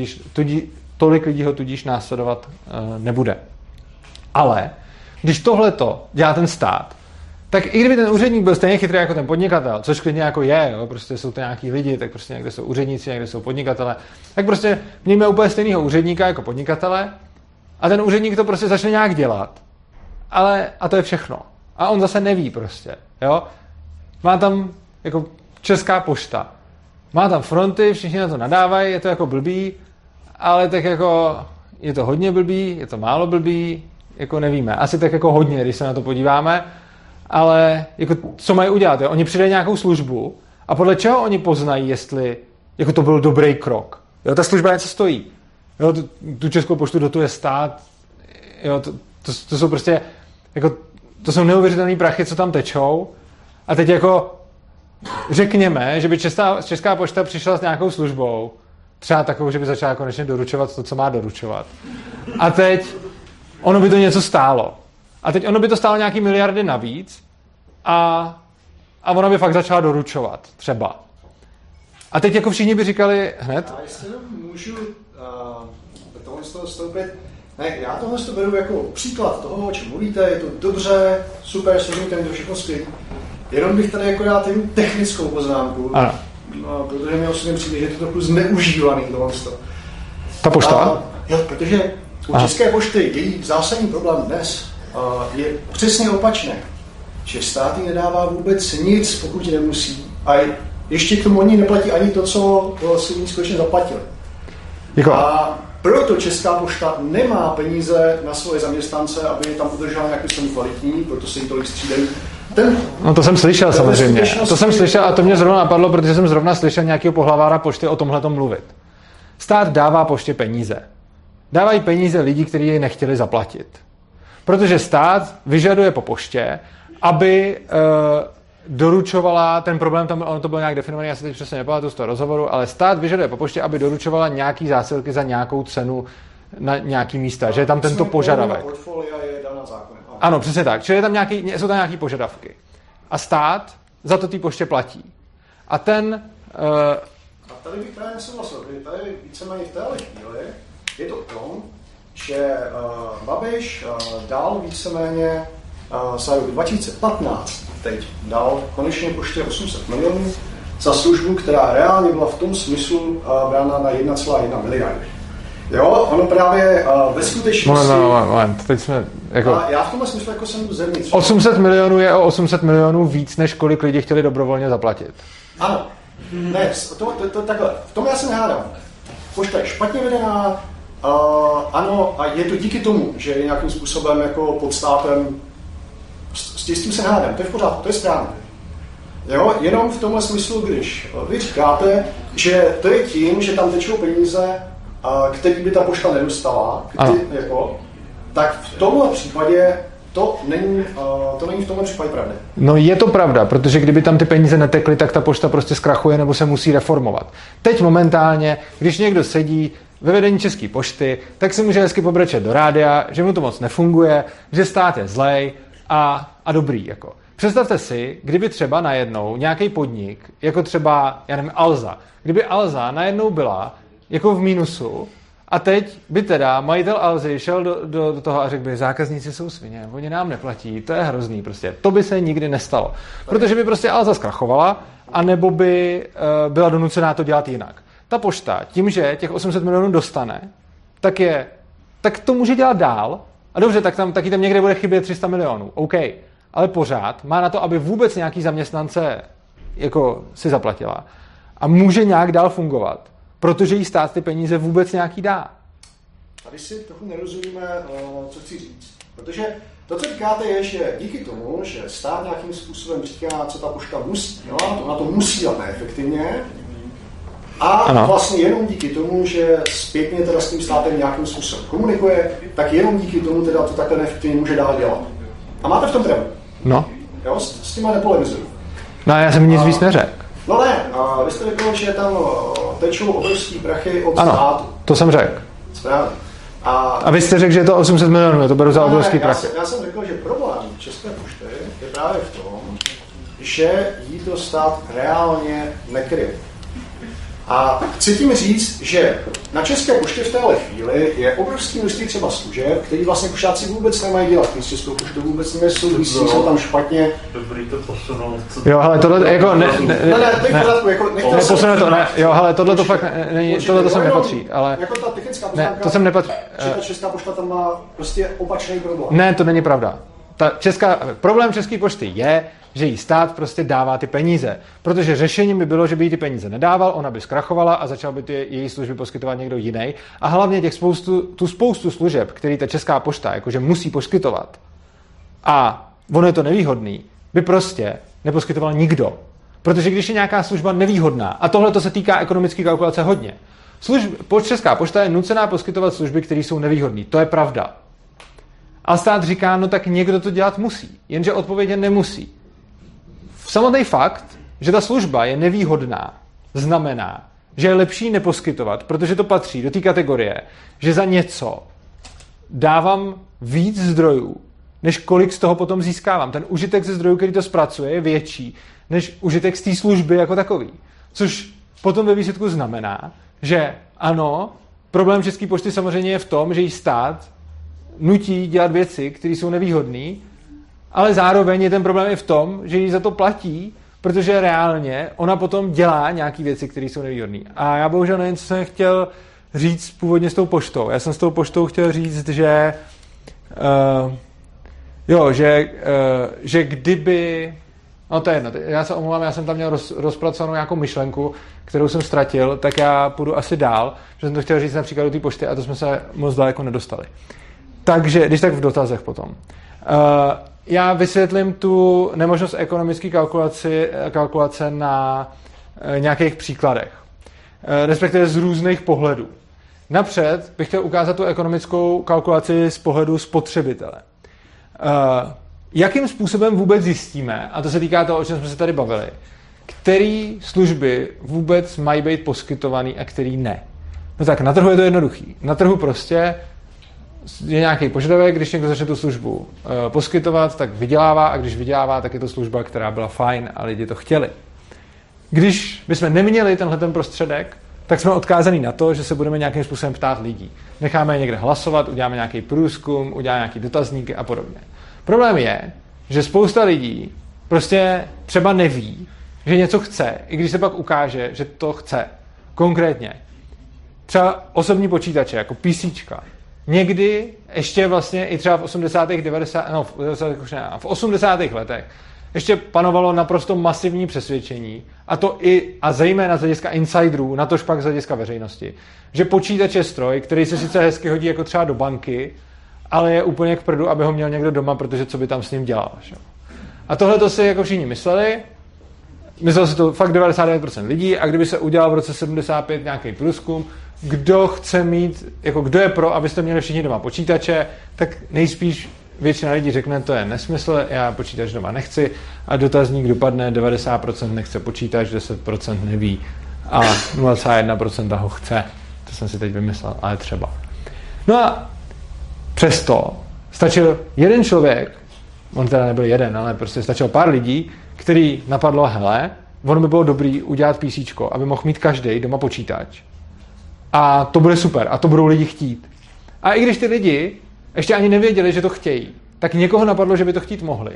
tolik lidí ho tudíž následovat nebude. Ale když tohleto dělá ten stát, tak i kdyby ten úředník byl stejně chytrý jako ten podnikatel, což klidně jako je, jo, prostě jsou to nějaký lidi, tak prostě někde jsou úředníci, někde jsou podnikatele, tak prostě mějme úplně stejného úředníka jako podnikatele a ten úředník to prostě začne nějak dělat. A to je všechno. A on zase neví prostě, jo. Má tam jako Česká pošta. Má tam fronty, všichni na to nadávají, je to jako blbý, ale tak jako je to hodně blbý, je to málo blbý, jako nevíme. Asi tak jako hodně, když se na to podíváme, ale jako co mají udělat? Jo? Oni přidají nějakou službu a podle čeho oni poznají, jestli jako to byl dobrý krok. Jo, ta služba něco stojí. Jo, tu Českou poštu dotuje stát. Jo, to jsou prostě jako, to jsou neuvěřitelné prachy, co tam tečou. A teď jako řekněme, že by Česká pošta přišla s nějakou službou, třeba takovou, že by začala konečně doručovat to, co má doručovat. A teď ono by to něco stálo. A teď ono by to stálo nějaký miliardy navíc a ona by fakt začala doručovat, třeba. A teď jako všichni by říkali hned... A jestli můžu tohle z toho vstoupit, ne, já tohle to beru jako příklad toho, o čem mluvíte, je to dobře, super, složíte mi to všechno skvělý. Jenom bych tady jako dát jednu technickou poznámku, no, protože mi osobně přijde, že je to trochu zneužívaný tohle. Ta pošta? Jo, protože u České pošty její zásadní problém dnes je přesně opačné, že stát jí nedává vůbec nic, pokud nemusí. A ještě k tomu oni neplatí ani to, co si jim skutečně zaplatili. Jako. A proto Česká pošta nemá peníze na svoje zaměstnance, aby je tam udržela nějaký jsem kvalitní, proto se jim tolik střídají. No to jsem slyšel samozřejmě. To jsem slyšel a to mě zrovna napadlo, protože jsem zrovna slyšel nějakého pohlavára pošty o tomhletom mluvit. Stát dává poště peníze. Dávají peníze lidi, kteří jej nechtěli zaplatit. Protože stát vyžaduje po poště, aby doručovala, ten problém tam, ono to bylo nějak definovaný, já se teď přesně nepamatuju z toho rozhovoru, ale stát vyžaduje po poště, aby doručovala nějaký zásilky za nějakou cenu na nějaký místa, že je tam tento požadavek. Ano, přesně tak. Čili jsou tam nějaký požadavky. A stát za to té poště platí. A ten... A tady bych právě nesouhlasil, tady víceméně v téhle chvíli je to v tom, že Babiš dal víceméně za rok 2015 teď dal konečně poště 800 milionů za službu, která reálně byla v tom smyslu brána na 1,1 miliardy. Jo, ono právě ve skutečnosti... Moment, teď jsme jako... A já v tomhle smyslu jako jsem zevnitř. 800 milionů je o 800 milionů víc, než kolik lidi chtěli dobrovolně zaplatit. Ano. Ne, to takhle. V tom já se nehádám. Pošta je špatně vedená, ano, a je to díky tomu, že je nějakým způsobem jako pod státem. S tím se nehádám, to je v pořádku, to je správně. Jo, jenom v tomhle smyslu, když vy říkáte, že to je tím, že tam tečou peníze, který by ta pošta nedostala, tak v tomhle případě to není v tomhle případě pravda. No je to pravda, protože kdyby tam ty peníze netekly, tak ta pošta prostě zkrachuje nebo se musí reformovat. Teď momentálně, když někdo sedí ve vedení České pošty, tak si může hezky pobrečet do rádia, že mu to moc nefunguje, že stát je zlej a dobrý. Jako. Představte si, kdyby třeba najednou nějaký podnik, jako třeba, já nevím, Alza, kdyby Alza najednou byla jako v mínusu a teď by teda majitel Alzy šel do toho a řekl by, zákazníci jsou svině, oni nám neplatí, to je hrozný prostě. To by se nikdy nestalo. Protože by prostě Alza zkrachovala, anebo by byla donucená to dělat jinak. Ta pošta, tím, že těch 800 milionů dostane, tak to může dělat dál. A dobře, taky tam někde bude chybět 300 milionů. OK. Ale pořád má na to, aby vůbec nějaký zaměstnance jako si zaplatila. A může nějak dál fungovat. Protože jí stát ty peníze vůbec nějaký dá. Tady si trochu nerozumíme, co chci říct. Protože to, co říkáte, je, že díky tomu, že stát nějakým způsobem říká, co ta pošta musí dělat, ona to musí dělat neefektivně. A ano. Vlastně jenom díky tomu, že zpětně teda s tím státem nějakým způsobem komunikuje, tak jenom díky tomu teda to takhle neefektivně může dál dělat. A máte v tom pravdu. No. Jo, s tím nepolemizuju. No já jsem nic víc neřekl. No ne, vy jste řekl, že tam tečou obrovský prachy od státu. Ano, to jsem řekl. Správně. A vy jste řekl, že je to 800 milionů, to beru za obrovský prachy. Já jsem řekl, že problém České pošty je právě v tom, že jí to stát reálně nekryje. A chci tím říct, že na České poště v téhle chvíli je obrovský množství třeba služeb, který vlastně poštáci vůbec nemají dělat. S Českou poštou vůbec nesouvisí, jsou tam špatně. Dobrý to posunout. Jo, ale tohle jako neposune to, ne, jo, ale tohle to fakt není, tohle to sem nepatří, ale jako ta technická ne, to sem nepatří. Že ta Česká pošta tam má prostě opačný problém. Ne, to není pravda. Problém České pošty je, že jí stát prostě dává ty peníze. Protože řešením by bylo, že by jí ty peníze nedával, ona by zkrachovala a začal by ty její služby poskytovat někdo jiný. A hlavně tu spoustu služeb, který ta Česká pošta jakože musí poskytovat, a ono je to nevýhodný, by prostě neposkytoval nikdo. Protože když je nějaká služba nevýhodná, a tohle to se týká ekonomické kalkulace hodně, Česká pošta je nucená poskytovat služby, které jsou nevýhodné. To je pravda. A stát říká, no tak někdo to dělat musí. Jenže odpověď nemusí. Samotný fakt, že ta služba je nevýhodná, znamená, že je lepší neposkytovat, protože to patří do té kategorie, že za něco dávám víc zdrojů, než kolik z toho potom získávám. Ten užitek ze zdrojů, který to zpracuje, je větší, než užitek z té služby jako takový. Což potom ve výsledku znamená, že ano, problém České pošty samozřejmě je v tom, že jí stát nutí dělat věci, které jsou nevýhodné, ale zároveň je ten problém i v tom, že jí za to platí, protože reálně ona potom dělá nějaké věci, které jsou nevýhodné. A já bohužel nevím, co jsem chtěl říct původně s tou poštou. Já jsem s tou poštou chtěl říct, že že kdyby... No to je jedno, já se omlouvám, já jsem tam měl rozpracovanou nějakou myšlenku, kterou jsem ztratil, tak já půjdu asi dál, že jsem to chtěl říct na příkladu té pošty a to jsme se moc daleko nedostali. Takže, když tak v dotazech potom. Já vysvětlím tu nemožnost ekonomické kalkulace na nějakých příkladech. Respektive z různých pohledů. Napřed bych chtěl ukázat tu ekonomickou kalkulaci z pohledu spotřebitele. Jakým způsobem vůbec zjistíme, a to se týká toho, o čem jsme se tady bavili, který služby vůbec mají být poskytovaný a který ne. No tak na trhu je to jednoduchý. Na trhu prostě je nějaký požadavek, když někdo začne tu službu poskytovat, tak vydělává a když vydělává, tak je to služba, která byla fajn a lidi to chtěli. Když bychom neměli tenhle prostředek, tak jsme odkázaní na to, že se budeme nějakým způsobem ptát lidí. Necháme je někde hlasovat, uděláme nějaký průzkum, uděláme nějaký dotazníky a podobně. Problém je, že spousta lidí prostě třeba neví, že něco chce, i když se pak ukáže, že to chce. Konkrétně. Třeba osobní počítače, jako PCčka. Někdy ještě vlastně i třeba v 80. 90. No, v 80. letech ještě panovalo naprosto masivní přesvědčení, a to a zejména z hlediska insiderů, natož pak z hlediska veřejnosti, že počítač je stroj, který se sice hezky hodí jako třeba do banky, ale je úplně k prdu, aby ho měl někdo doma, protože co by tam s ním dělal. Že? A tohle to si jako všichni mysleli, myslelo si to fakt 99% lidí, a kdyby se udělal v roce 75 nějaký průzkum, kdo chce mít, jako kdo je pro, abyste měli všichni doma počítače, tak nejspíš většina lidí řekne, to je nesmysl, já počítač doma nechci, a dotazník dopadne 90% nechce počítač, 10% neví a 0,1% ho chce. To jsem si teď vymyslel, ale třeba. No a přesto stačil jeden člověk, on teda nebyl jeden, ale prostě stačilo pár lidí, který napadlo, hele, ono by bylo dobrý udělat PCčko, aby mohl mít každý doma počítač. A to bude super, a to budou lidi chtít. A i když ty lidi ještě ani nevěděli, že to chtějí, tak někoho napadlo, že by to chtít mohli.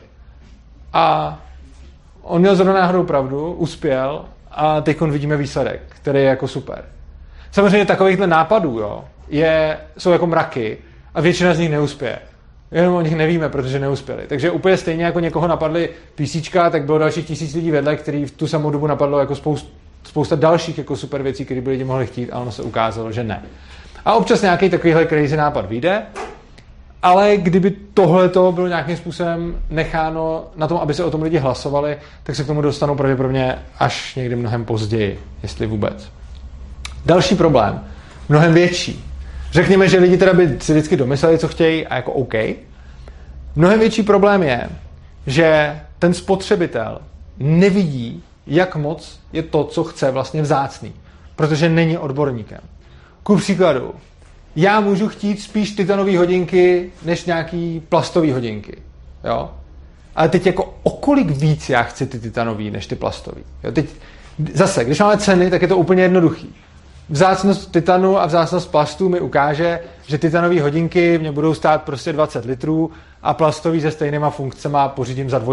A on měl zrovna náhodou pravdu, uspěl a teď vidíme výsledek, který je jako super. Samozřejmě takovýchhle nápadů jsou jako mraky a většina z nich neuspěje. Jenom o nich nevíme, protože neuspěli. Takže úplně stejně jako někoho napadly PCčka, tak bylo dalších 1000 lidí vedle, který v tu samou dobu napadlo jako spousta dalších jako super věcí, které by lidi mohli chtít, a ono se ukázalo, že ne. A občas nějaký takovýhle crazy nápad vyjde, ale kdyby tohleto bylo nějakým způsobem necháno na tom, aby se o tom lidi hlasovali, tak se k tomu dostanou pravděpodobně až někdy mnohem později, jestli vůbec. Další problém, mnohem větší. Řekněme, že lidi teda by si vždycky domysleli, co chtějí, a jako OK. Mnohem větší problém je, že ten spotřebitel nevidí, jak moc je to, co chce, vlastně vzácný, protože není odborníkem. Ku příkladu, já můžu chtít spíš titanové hodinky, než nějaký plastové hodinky. Jo? Ale teď jako o kolik víc já chci ty titanové, než ty plastové. Teď zase, když máme ceny, tak je to úplně jednoduchý. Vzácnost titanu a vzácnost plastu mi ukáže, že titanové hodinky mě budou stát prostě 20 litrů a plastový se stejnýma funkcema pořídím za 2.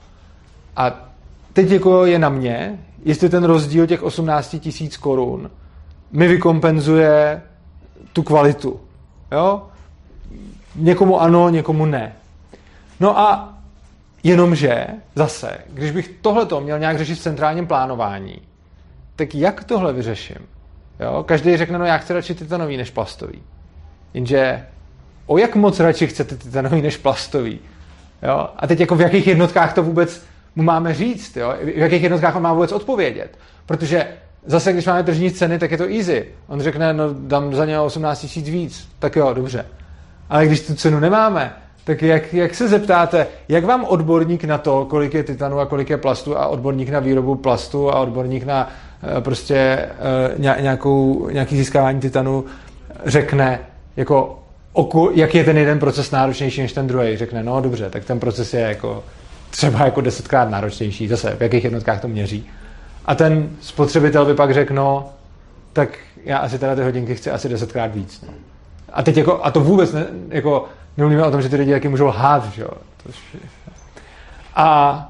A teď jako je na mě, jestli ten rozdíl těch 18 000 korun mi vykompenzuje tu kvalitu. Jo? Někomu ano, někomu ne. No a jenomže zase, když bych tohleto měl nějak řešit v centrálním plánování, tak jak tohle vyřeším? Jo? Každý řekne, no já chci radši titanový než plastový. Jenže o jak moc radši chcete titanový než plastový? Jo? A teď jako v jakých jednotkách to vůbec mu máme říct? Jo? V jakých jednotkách on má vůbec odpovědět? Protože zase, když máme tržní ceny, tak je to easy. On řekne, no dám za ně 18 000 víc. Tak jo, dobře. Ale když tu cenu nemáme, tak jak se zeptáte, jak vám odborník na to, kolik je titanu a kolik je plastu, a odborník na výrobu plastu a odborník na prostě nějaký získávání titanu řekne, jako jak je ten jeden proces náročnější než ten druhý. Řekne, no dobře, tak ten proces je jako třeba jako 10krát náročnější. Zase, v jakých jednotkách to měří. A ten spotřebitel by pak řekl, no, tak já asi teda ty hodinky chci asi 10krát víc. No. A teď jako, a to vůbec ne, jako, nemluvíme o tom, že ty lidi taky můžou lhát, že jo. A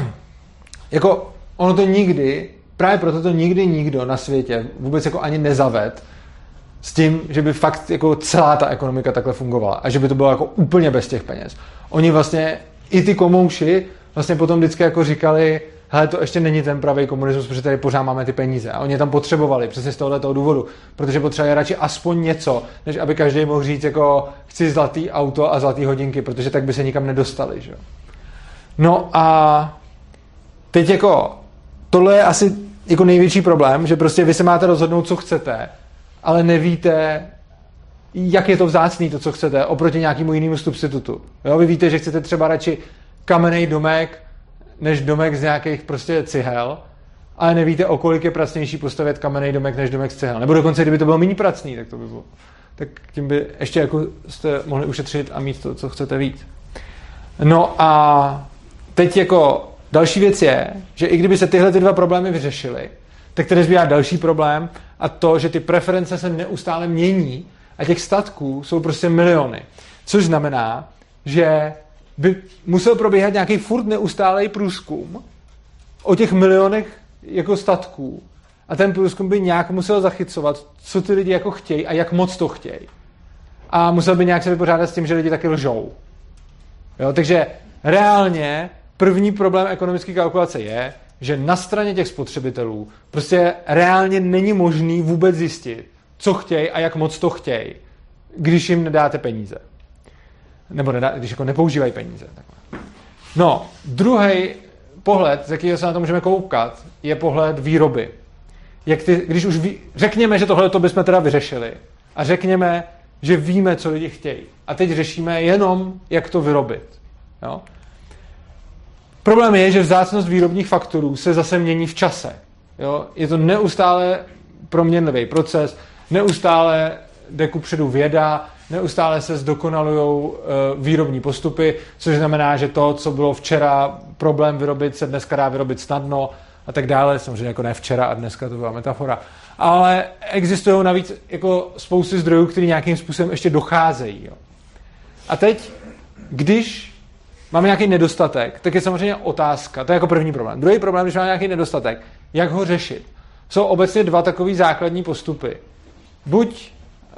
jako ono to nikdy, právě proto to nikdy nikdo na světě vůbec jako ani nezaved s tím, že by fakt jako celá ta ekonomika takhle fungovala a že by to bylo jako úplně bez těch peněz. Oni vlastně, i ty komouši vlastně potom vždycky jako říkali, hele, to ještě není ten pravý komunismus, protože tady pořád máme ty peníze. A oni je tam potřebovali přesně z tohoto důvodu, protože potřebovali radši aspoň něco, než aby každý mohl říct jako chci zlatý auto a zlatý hodinky, protože tak by se nikam nedostali, že? No a teď jako tohle je asi jako největší problém, že prostě vy se máte rozhodnout, co chcete, ale nevíte, jak je to vzácný, to, co chcete, oproti nějakému jinému substitutu. Jo? Vy víte, že chcete třeba radši kamenný domek, než domek z nějakých prostě cihel, ale nevíte, o kolik je pracnější postavit kamenný domek, než domek z cihel. Nebo dokonce, kdyby to bylo méně pracný, tak to by bylo. Tak tím by ještě jako jste mohli ušetřit a mít to, co chcete víc. No a teď jako další věc je, že i kdyby se tyhle ty dva problémy vyřešily, tak tady zbývá další problém a to, že ty preference se neustále mění a těch statků jsou prostě miliony. Což znamená, že by musel probíhat nějaký furt neustálej průzkum o těch milionech jako statků a ten průzkum by nějak musel zachycovat, co ty lidi jako chtějí a jak moc to chtějí. A musel by nějak se vypořádat s tím, že lidi taky lžou. Jo, takže reálně první problém ekonomické kalkulace je, že na straně těch spotřebitelů prostě reálně není možný vůbec zjistit, co chtějí a jak moc to chtějí, když jim nedáte peníze. Nebo když jako nepoužívají peníze. Takhle. No, druhý pohled, z jakého se na to můžeme koukat, je pohled výroby. Když už řekněme, že tohle to bychom teda vyřešili a řekněme, že víme, co lidi chtějí. A teď řešíme jenom, jak to vyrobit. Jo? Problém je, že vzácnost výrobních faktorů se zase mění v čase. Jo? Je to neustále proměnlivý proces, neustále jde kupředu věda, neustále se zdokonalujou výrobní postupy, což znamená, že to, co bylo včera problém vyrobit, se dneska dá vyrobit snadno a tak dále. Samozřejmě jako ne včera a dneska, to byla metafora. Ale existují navíc jako spousty zdrojů, které nějakým způsobem ještě docházejí. Jo? A teď, když máme nějaký nedostatek, tak je samozřejmě otázka, to je jako první problém. Druhý problém, když máme nějaký nedostatek, jak ho řešit? Jsou obecně dva takový základní postupy. Buď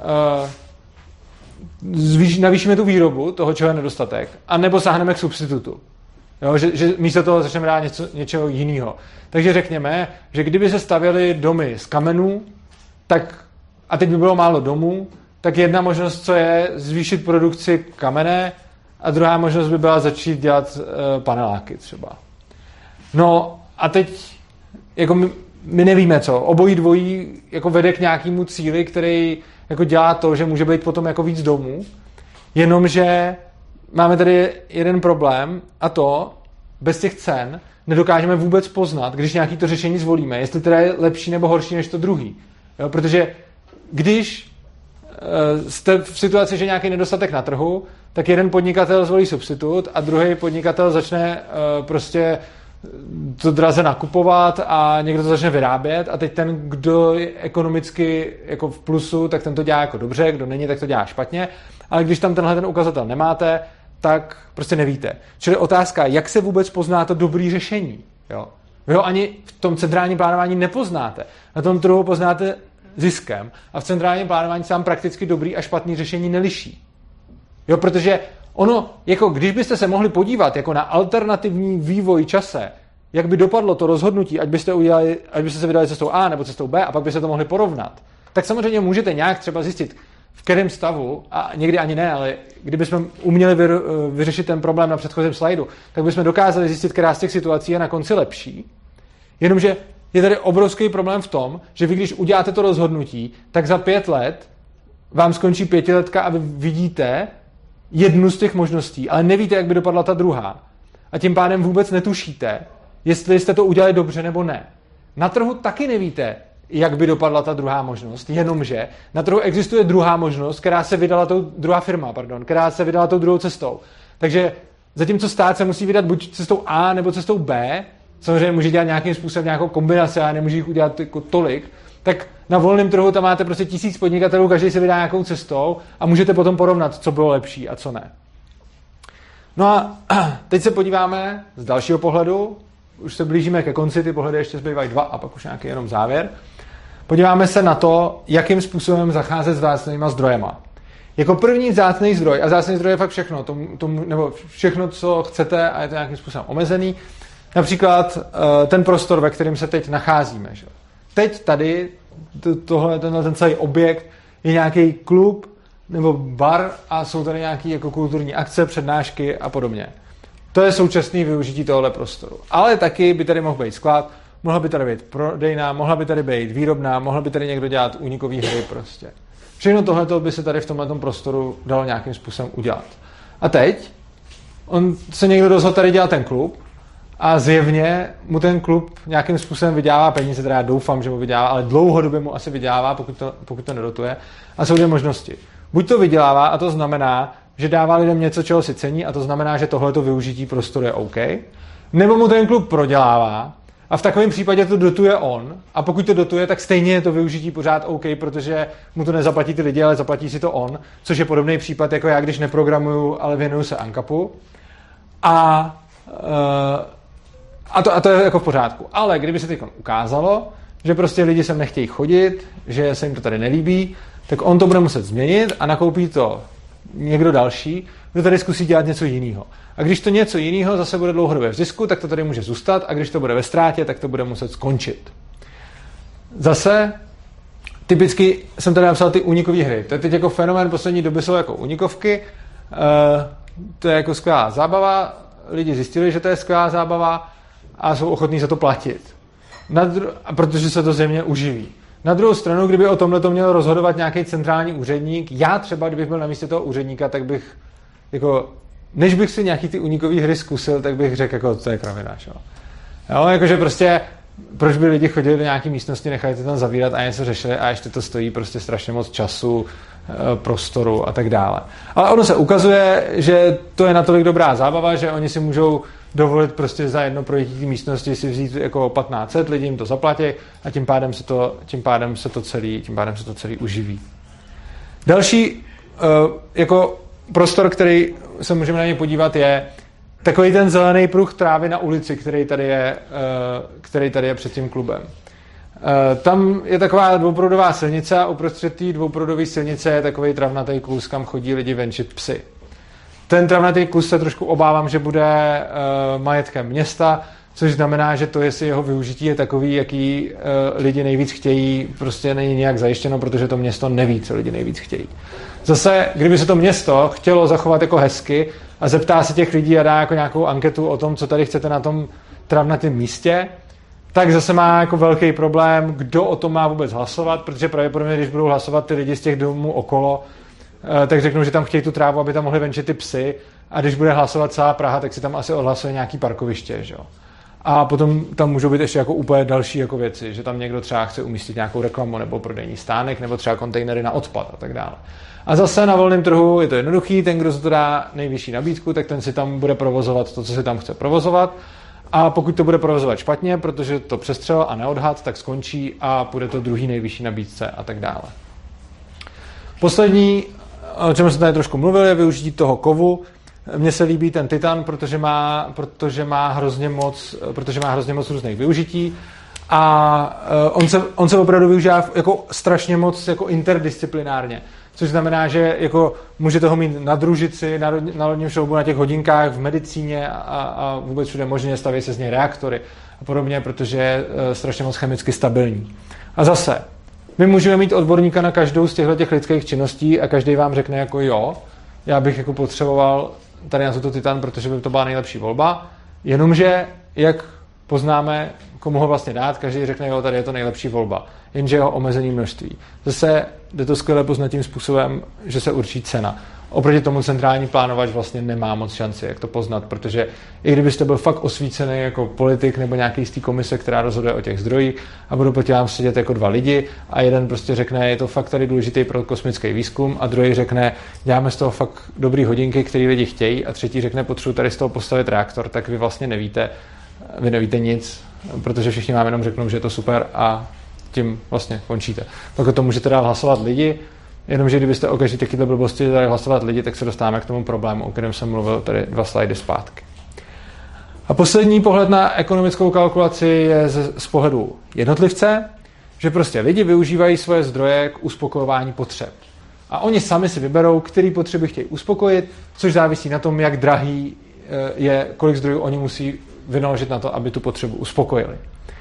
navýšíme tu výrobu toho, čeho je nedostatek, anebo sáhneme k substitutu. Jo, že místo toho začneme dát něčeho jiného. Takže řekněme, že kdyby se stavěly domy z kamenů, tak, a teď by bylo málo domů, tak jedna možnost, co je zvýšit produkci kamene, a druhá možnost by byla začít dělat paneláky třeba. No a teď jako my nevíme co. Obojí dvojí jako vede k nějakému cíli, který jako dělá to, že může být potom jako víc domů, jenomže máme tady jeden problém a to, bez těch cen nedokážeme vůbec poznat, když nějaký to řešení zvolíme, jestli teda je lepší nebo horší než to druhý. Jo, protože když jste v situaci, že nějaký nedostatek na trhu, tak jeden podnikatel zvolí substitut a druhý podnikatel začne prostě to draze nakupovat a někdo to začne vyrábět a teď ten, kdo je ekonomicky jako v plusu, tak ten to dělá jako dobře, kdo není, tak to dělá špatně, ale když tam tenhle ten ukazatel nemáte, tak prostě nevíte. Čili otázka, jak se vůbec pozná to dobrý řešení. Jo? Vy ho ani v tom centrálním plánování nepoznáte. Na tom trhu poznáte ziskem a v centrálním plánování se vám prakticky dobrý a špatný řešení neliší. Jo, protože ono, jako když byste se mohli podívat jako na alternativní vývoj čase, jak by dopadlo to rozhodnutí, ať byste se vydali cestou A nebo cestou B a pak byste to mohli porovnat, tak samozřejmě můžete nějak třeba zjistit, v kterém stavu, a někdy ani ne, ale kdybychom uměli vyřešit ten problém na předchozím slajdu, tak bychom dokázali zjistit, která z těch situací je na konci lepší. Jenomže je tady obrovský problém v tom, že vy, když uděláte to rozhodnutí, tak za 5 let vám skončí 5letka a vy vidíte jednu z těch možností, ale nevíte, jak by dopadla ta druhá. A tím pádem vůbec netušíte, jestli jste to udělali dobře nebo ne. Na trhu taky nevíte, jak by dopadla ta druhá možnost, jenomže na trhu existuje druhá možnost, která se vydala která se vydala tou druhou cestou. Takže zatímco stát se musí vydat buď cestou A nebo cestou B, samozřejmě může dělat nějakým způsobem nějakou kombinaci, a nemůže jich udělat jako tolik, tak na volném trhu tam máte prostě 1000 podnikatelů, každý se vydá nějakou cestou a můžete potom porovnat, co bylo lepší a co ne. No a teď se podíváme z dalšího pohledu, už se blížíme ke konci, ty pohledy ještě zbývají 2 a pak už nějaký jenom závěr. Podíváme se na to, jakým způsobem zacházet s vzácnýma zdrojema. Jako první vzácný zdroj, a vzácný zdroj je fakt všechno, nebo všechno, co chcete a je to nějakým způsobem omezený, například ten prostor, ve kterém se teď nacházíme. Že? Teď tady, ten celý objekt je nějaký klub nebo bar a jsou tady nějaké jako kulturní akce, přednášky a podobně. To je současné využití tohohle prostoru. Ale taky by tady mohl být sklad, mohla by tady být prodejna, mohla by tady být výrobná, mohl by tady někdo dělat únikové hry prostě. Všechno tohleto by se tady v tomhletom prostoru dalo nějakým způsobem udělat. A teď on se někdo rozhodl tady dělat ten klub a zjevně mu ten klub nějakým způsobem vydělává peníze, teda já doufám, že mu vydělává, ale dlouhodobě mu asi vydělává, pokud to nedotuje. A jsou dvě možnosti. Buď to vydělává a to znamená, že dává lidem něco, čeho si cení a to znamená, že tohleto využití prostoru je OK. Nebo mu ten klub prodělává a v takovém případě to dotuje on a pokud to dotuje, tak stejně je to využití pořád OK, protože mu to nezaplatí ty lidi, ale zaplatí si to on, což je podobný případ jako já, když neprogramuju, ale věnuju se ANCAPu. A to je jako v pořádku. Ale kdyby se teď ukázalo, že prostě lidi sem nechtějí chodit, že se jim to tady nelíbí, tak on to bude muset změnit a nakoupí to někdo další, kdo tady zkusí dělat něco jiného. A když to něco jiného zase bude dlouhodobě v zisku, tak to tady může zůstat a když to bude ve ztrátě, tak to bude muset skončit. Zase typicky jsem tady napsal ty únikové hry. To je teď jako fenomén poslední doby, jsou jako únikovky. To je jako skvělá zábava. Lidi zjistili, že to je skvělá zábava a jsou ochotní za to platit. Protože se to země uživí. Na druhou stranu, kdyby o tomhle to měl rozhodovat nějaký centrální úředník, já třeba, kdybych byl na místě toho úředníka, tak bych, jako, než bych si nějaký ty únikové hry zkusil, tak bych řekl, jako, to je kravina, jo, jakože prostě, proč by lidi chodili do nějaké místnosti, nechali to tam zavírat a něco řešili a ještě to stojí prostě strašně moc času, prostoru a tak dále. Ale ono se ukazuje, že to je natolik dobrá zábava, že oni si můžou dovolit prostě za jedno projití té místnosti si vzít jako 1500, lidi jim to zaplatí a tím pádem se to celý uživí. Další jako prostor, který se můžeme na něj podívat, je takový ten zelený pruh trávy na ulici, který tady je před tím klubem. Tam je taková dvouproudová silnice a uprostřed té dvouproudové silnice je takový travnatý klus, kam chodí lidi venčit psy. Ten travnatý klus se trošku obávám, že bude majetkem města, což znamená, že to, jestli jeho využití je takový, jaký lidi nejvíc chtějí, prostě není nějak zajištěno, protože to město neví, co lidi nejvíc chtějí. Zase, kdyby se to město chtělo zachovat jako hezky a zeptá se těch lidí a dá jako nějakou anketu o tom, co tady chcete na tom travnatém místě, tak zase má jako velký problém, kdo o tom má vůbec hlasovat, protože pravděpodobně, když budou hlasovat ty lidi z těch domů okolo, tak řeknou, že tam chtějí tu trávu, aby tam mohli venčit ty psy a když bude hlasovat celá Praha, tak si tam asi odhlasuje nějaký parkoviště, že? A potom tam můžou být ještě jako úplně další jako věci, že tam někdo třeba chce umístit nějakou reklamu nebo prodejní stánek nebo třeba kontejnery na odpad a tak dále. A zase na volném trhu je to jednoduchý, ten, kdo to dá nejvyšší nabídku, tak ten si tam bude provozovat to, co si tam chce provozovat. A pokud to bude provozovat špatně, protože to přestřel a neodhad, tak skončí a půjde to druhý nejvyšší nabídce a tak dále. Poslední, o čem jsme tady trošku mluvili, je využití toho kovu. Mně se líbí ten titan, protože má hrozně moc různých využití a on se opravdu využívá jako strašně moc jako interdisciplinárně. Což znamená, že jako můžete ho mít na družici, na lodním šroubu, na těch hodinkách, v medicíně a vůbec všude možně, staví se z něj reaktory a podobně, protože je strašně moc chemicky stabilní. A zase, my můžeme mít odborníka na každou z těchto lidských činností a každý vám řekne jako jo, já bych jako potřeboval tady na toto titan, protože by to byla nejlepší volba, jenomže jak poznáme, komu ho vlastně dát, každý řekne, jo, tady je to nejlepší volba, jenže jeho omezený množství. Zase jde to skvěle poznat tím způsobem, že se určí cena. Oproti tomu centrální plánovač vlastně nemá moc šanci, jak to poznat, protože i kdybyste byl fakt osvícený jako politik nebo nějaký z té komise, která rozhoduje o těch zdrojích a budou proti vám sedět jako dva lidi a jeden prostě řekne, je to fakt tady důležitý pro kosmický výzkum a druhý řekne, děláme z toho fakt dobrý hodinky, který lidi chtějí a třetí řekne, potřebuji tady z toho postavit reaktor, tak vy vlastně nevíte nic, protože všichni vám jenom řeknou, že je to super a tím vlastně končíte. Pak o tom můžete dát hlasovat lidi, jenomže kdybyste o každý takovéhle blbosti dali hlasovat lidi, tak se dostáváme k tomu problému, o kterém jsem mluvil tady 2 slajdy zpátky. A poslední pohled na ekonomickou kalkulaci je z pohledu jednotlivce, že prostě lidi využívají svoje zdroje k uspokojování potřeb. A oni sami si vyberou, který potřeby chtějí uspokojit, což závisí na tom, jak drahý je, kolik zdrojů oni musí vynaložit na to, aby tu potřebu uspokojili.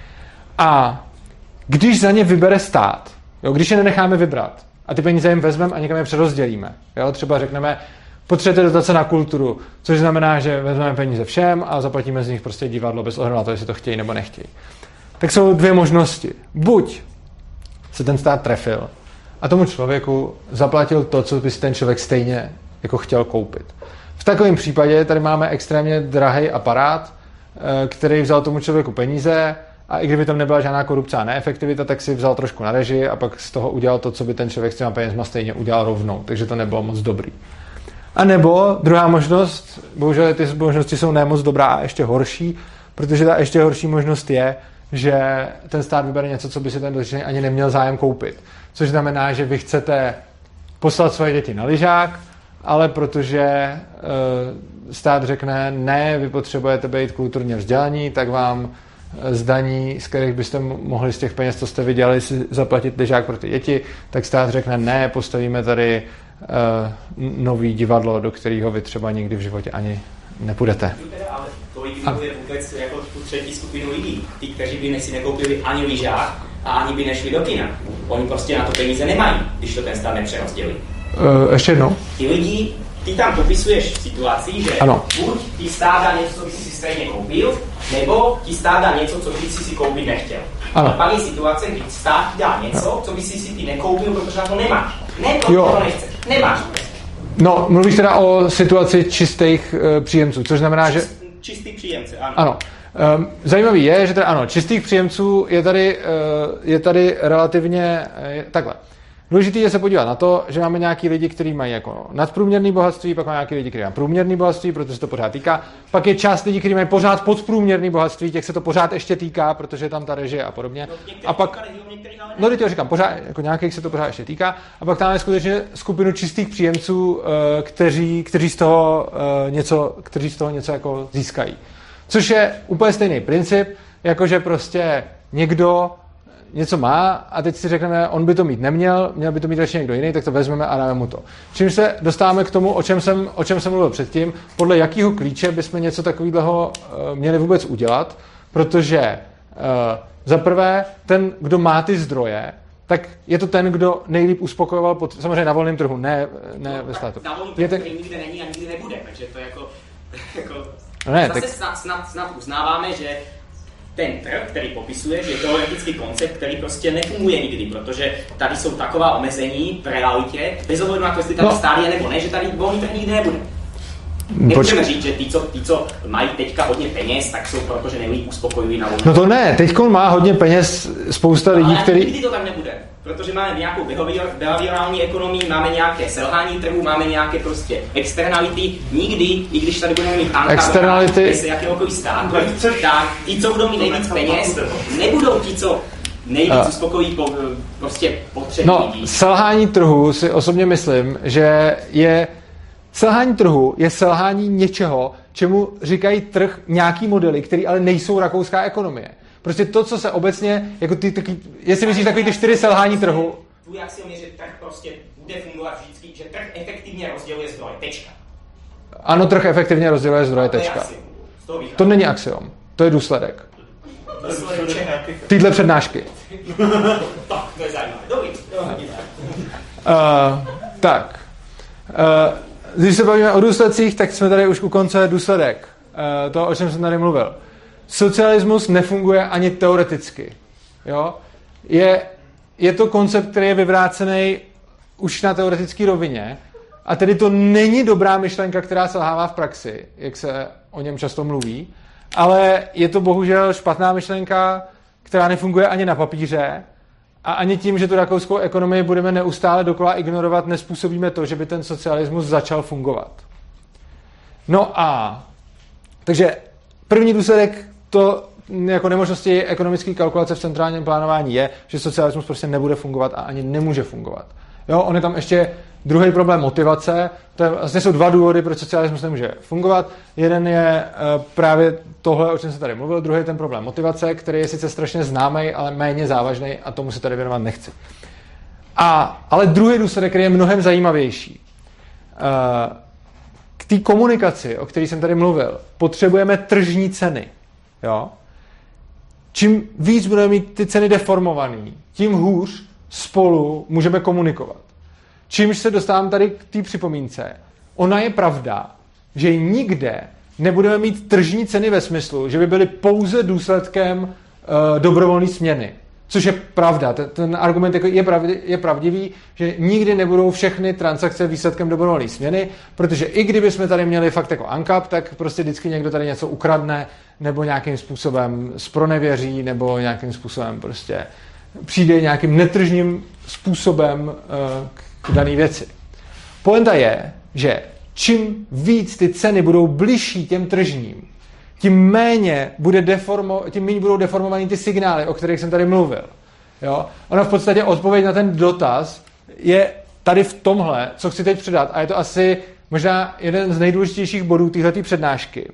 A když za ně vybere stát, jo, když je nenecháme vybrat a ty peníze jim vezmeme a někam je přerozdělíme, jo, třeba řekneme, potřebujete dotace na kulturu, což znamená, že vezmeme peníze všem a zaplatíme z nich prostě divadlo bez ohledu na to, jestli to chtějí nebo nechtějí. Tak jsou 2 možnosti. Buď se ten stát trefil a tomu člověku zaplatil to, co by si ten člověk stejně jako chtěl koupit. V takovém případě tady máme extrémně drahý aparát, který vzal tomu člověku peníze a i kdyby tam nebyla žádná korupce a neefektivita, tak si vzal trošku na režii a pak z toho udělal to, co by ten člověk s těma penězma stejně udělal rovnou. Takže to nebylo moc dobrý. A nebo druhá možnost, bohužel ty možnosti jsou nemoc dobrá a ještě horší, protože ta ještě horší možnost je, že ten stát vybere něco, co by si ten dotyčný ani neměl zájem koupit. Což znamená, že vy chcete poslat svoje děti na lyžák, ale protože stát řekne, ne, vy potřebujete být kulturně vzdělaní, tak vám z daní, z kterých byste mohli z těch peněz, co jste vydělali, si zaplatit lyžák pro ty děti, tak stát řekne, ne, postavíme tady nový divadlo, do kterého vy třeba nikdy v životě ani nepůjdete. Ale to ignoruje vůbec jako tu třetí skupinu lidí. Ty, kteří by si nekoupili ani lyžák a ani by nešli do kina. Oni prostě na to peníze nemají, když to ten stát nepřerozdělí. Ještě jednou. Ty lidi, ty tam popisuješ situaci, že ano. Buď ti stát dá něco, co by si stejně koupil, nebo ti stát dá něco, co by si koupit nechtěl. Ano. A pak je situace, kdy stát ti dá něco, co by si ty nekoupil, protože na to nemáš. Ne, to nechce. Nemáš. No, mluvíš teda o situaci čistých příjemců, což znamená, že... Čistý příjemce, ano. Ano. Zajímavý je, že teda ano, čistých příjemců je tady relativně takhle. Důležitý je se podívat na to, že máme nějaký lidi, kteří mají jako nadprůměrný bohatství, pak máme nějaký lidi, kteří mají průměrný bohatství, protože se to pořád týká. Pak je část lidí, kteří mají pořád podprůměrný bohatství, těch se to pořád ještě týká, protože je tam ta režie a podobně. A pak no, teď říkám, pořád jako nějakých se to pořád ještě týká. A pak tam máme skutečně skupinu čistých příjemců, kteří z toho něco jako získají. Což je úplně stejný princip, jakože prostě někdo něco má a teď si řekneme, on by to mít neměl, měl by to mít radši někdo jiný, tak to vezmeme a dáme mu to. Čím se dostáváme k tomu, o čem jsem mluvil předtím, podle jakého klíče bychom něco takového měli vůbec udělat, protože za prvé ten, kdo má ty zdroje, tak je to ten, kdo nejlíp uspokojoval, samozřejmě na volném trhu, ne ve státu. Na volném trhu, který nikde není a nikdy nebude, takže to jako ne, zase snad uznáváme, že ten trh, který popisuješ, je teoretický koncept, který prostě nefunguje nikdy, protože tady jsou taková omezení v realitě, bez ohledu na to, jestli tady stát je nebo ne, že tady volný trh nikdy nebude. Nemůžeme říct, že ty, co mají teďka hodně peněz, tak jsou protože nejlíp uspokojují na volný. No to ne, teďko má hodně peněz spousta lidí, kteří... Ale nikdy to tak nebude, protože máme nějakou behaviorální ekonomii, máme nějaké selhání trhu, máme nějaké prostě externality. Nikdy, i když tady budeme mít externality se jakéhokoliv státu, tak ti, co budou mít nejvíc peněz, nebudou ti, co nejvíc uspokojí prostě potřeby lidí. No, selhání trhu si osobně myslím, že je... Selhání trhu je selhání něčeho, čemu říkají trh nějaký modely, které ale nejsou rakouská ekonomie. Prostě to, co se obecně, jako jestli myslíš takový ty 4 selhání trhu... Tvůj axiom je, že trh prostě bude fungovat vždycky, že trh efektivně rozděluje zdroje, tečka. Ano, trh efektivně rozděluje zdroje, tečka. To není axiom, to je důsledek. Týhle přednášky. Tak, to je zajímavé. Dobrý. Tak. Když se bavíme o důsledcích, tak jsme tady už u konce důsledek. To, o čem jsem tady mluvil. socialismus nefunguje ani teoreticky. Jo? Je to koncept, který je vyvrácený už na teoretické rovině a tedy to není dobrá myšlenka, která selhává v praxi, jak se o něm často mluví, ale je to bohužel špatná myšlenka, která nefunguje ani na papíře a ani tím, že tu rakouskou ekonomii budeme neustále dokola ignorovat, nespůsobíme to, že by ten socialismus začal fungovat. No a takže první důsledek to jako nemožnosti ekonomické kalkulace v centrálním plánování je, že socialismus prostě nebude fungovat a ani nemůže fungovat. Jo, on je tam ještě druhý problém motivace. To je, vlastně jsou dva důvody, proč socialismus nemůže fungovat. Jeden je právě tohle, o čem jsem tady mluvil, druhý je ten problém motivace, který je sice strašně známý, ale méně závažný a tomu se tady věnovat nechci. Ale druhý důsledek, který je mnohem zajímavější. K té komunikaci, o které jsem tady mluvil, potřebujeme tržní ceny. Jo? Čím víc budeme mít ty ceny deformovaný, tím hůř spolu můžeme komunikovat. Čímž se dostávám tady k té připomínce. Ona je pravda, že nikde nebudeme mít tržní ceny ve smyslu, že by byly pouze důsledkem dobrovolné směny. Což je pravda. Ten argument je pravdivý, že nikdy nebudou všechny transakce výsledkem dobrovolné směny, protože i kdyby jsme tady měli fakt jako ANCAP, tak prostě vždycky někdo tady něco ukradne, nebo nějakým způsobem zpronevěří, nebo nějakým způsobem prostě přijde nějakým netržním způsobem k dané věci. Pointa je, že čím víc ty ceny budou bližší těm tržním, tím méně budou deformovaný ty signály, o kterých jsem tady mluvil. Jo? Ona v podstatě odpověď na ten dotaz je tady v tomhle, co chci teď předat. A je to asi možná jeden z nejdůležitějších bodů téhleté přednášky.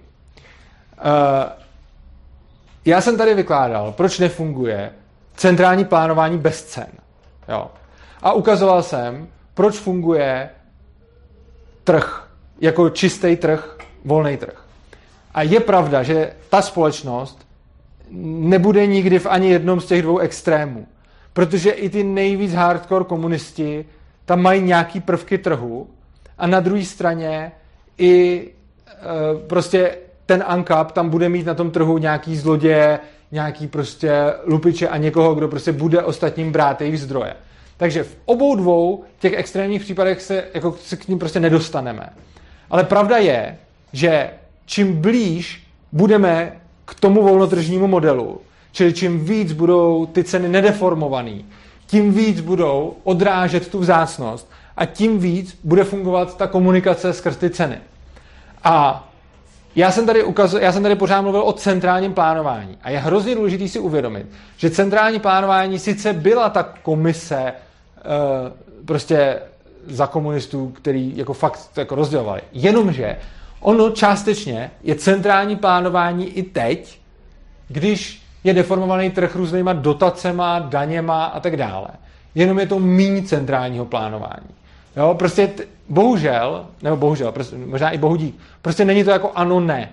Já jsem tady vykládal, proč nefunguje centrální plánování bez cen. Jo? A ukazoval jsem, proč funguje trh, jako čistý trh, volný trh. A je pravda, že ta společnost nebude nikdy v ani jednom z těch dvou extrémů. Protože i ty nejvíc hardcore komunisti tam mají nějaký prvky trhu a na druhé straně i prostě ten ANCAP tam bude mít na tom trhu nějaký zloděje, nějaký prostě lupiče a někoho, kdo prostě bude ostatním brát jejich zdroje. Takže v obou dvou těch extrémních případech se k ním prostě nedostaneme. Ale pravda je, že čím blíž budeme k tomu volnotržnímu modelu, čili čím víc budou ty ceny nedeformovaný, tím víc budou odrážet tu vzácnost a tím víc bude fungovat ta komunikace skrz ty ceny. A já jsem tady pořád mluvil o centrálním plánování a je hrozně důležité si uvědomit, že centrální plánování sice byla ta komise prostě za komunistů, který jako fakt jako rozdělovali, jenomže ono částečně je centrální plánování i teď, když je deformovaný trh různýma dotacema, daněma a tak dále. Jenom je to míň centrálního plánování. Jo, prostě bohužel, prostě, možná i bohudík, prostě není to jako ano, ne.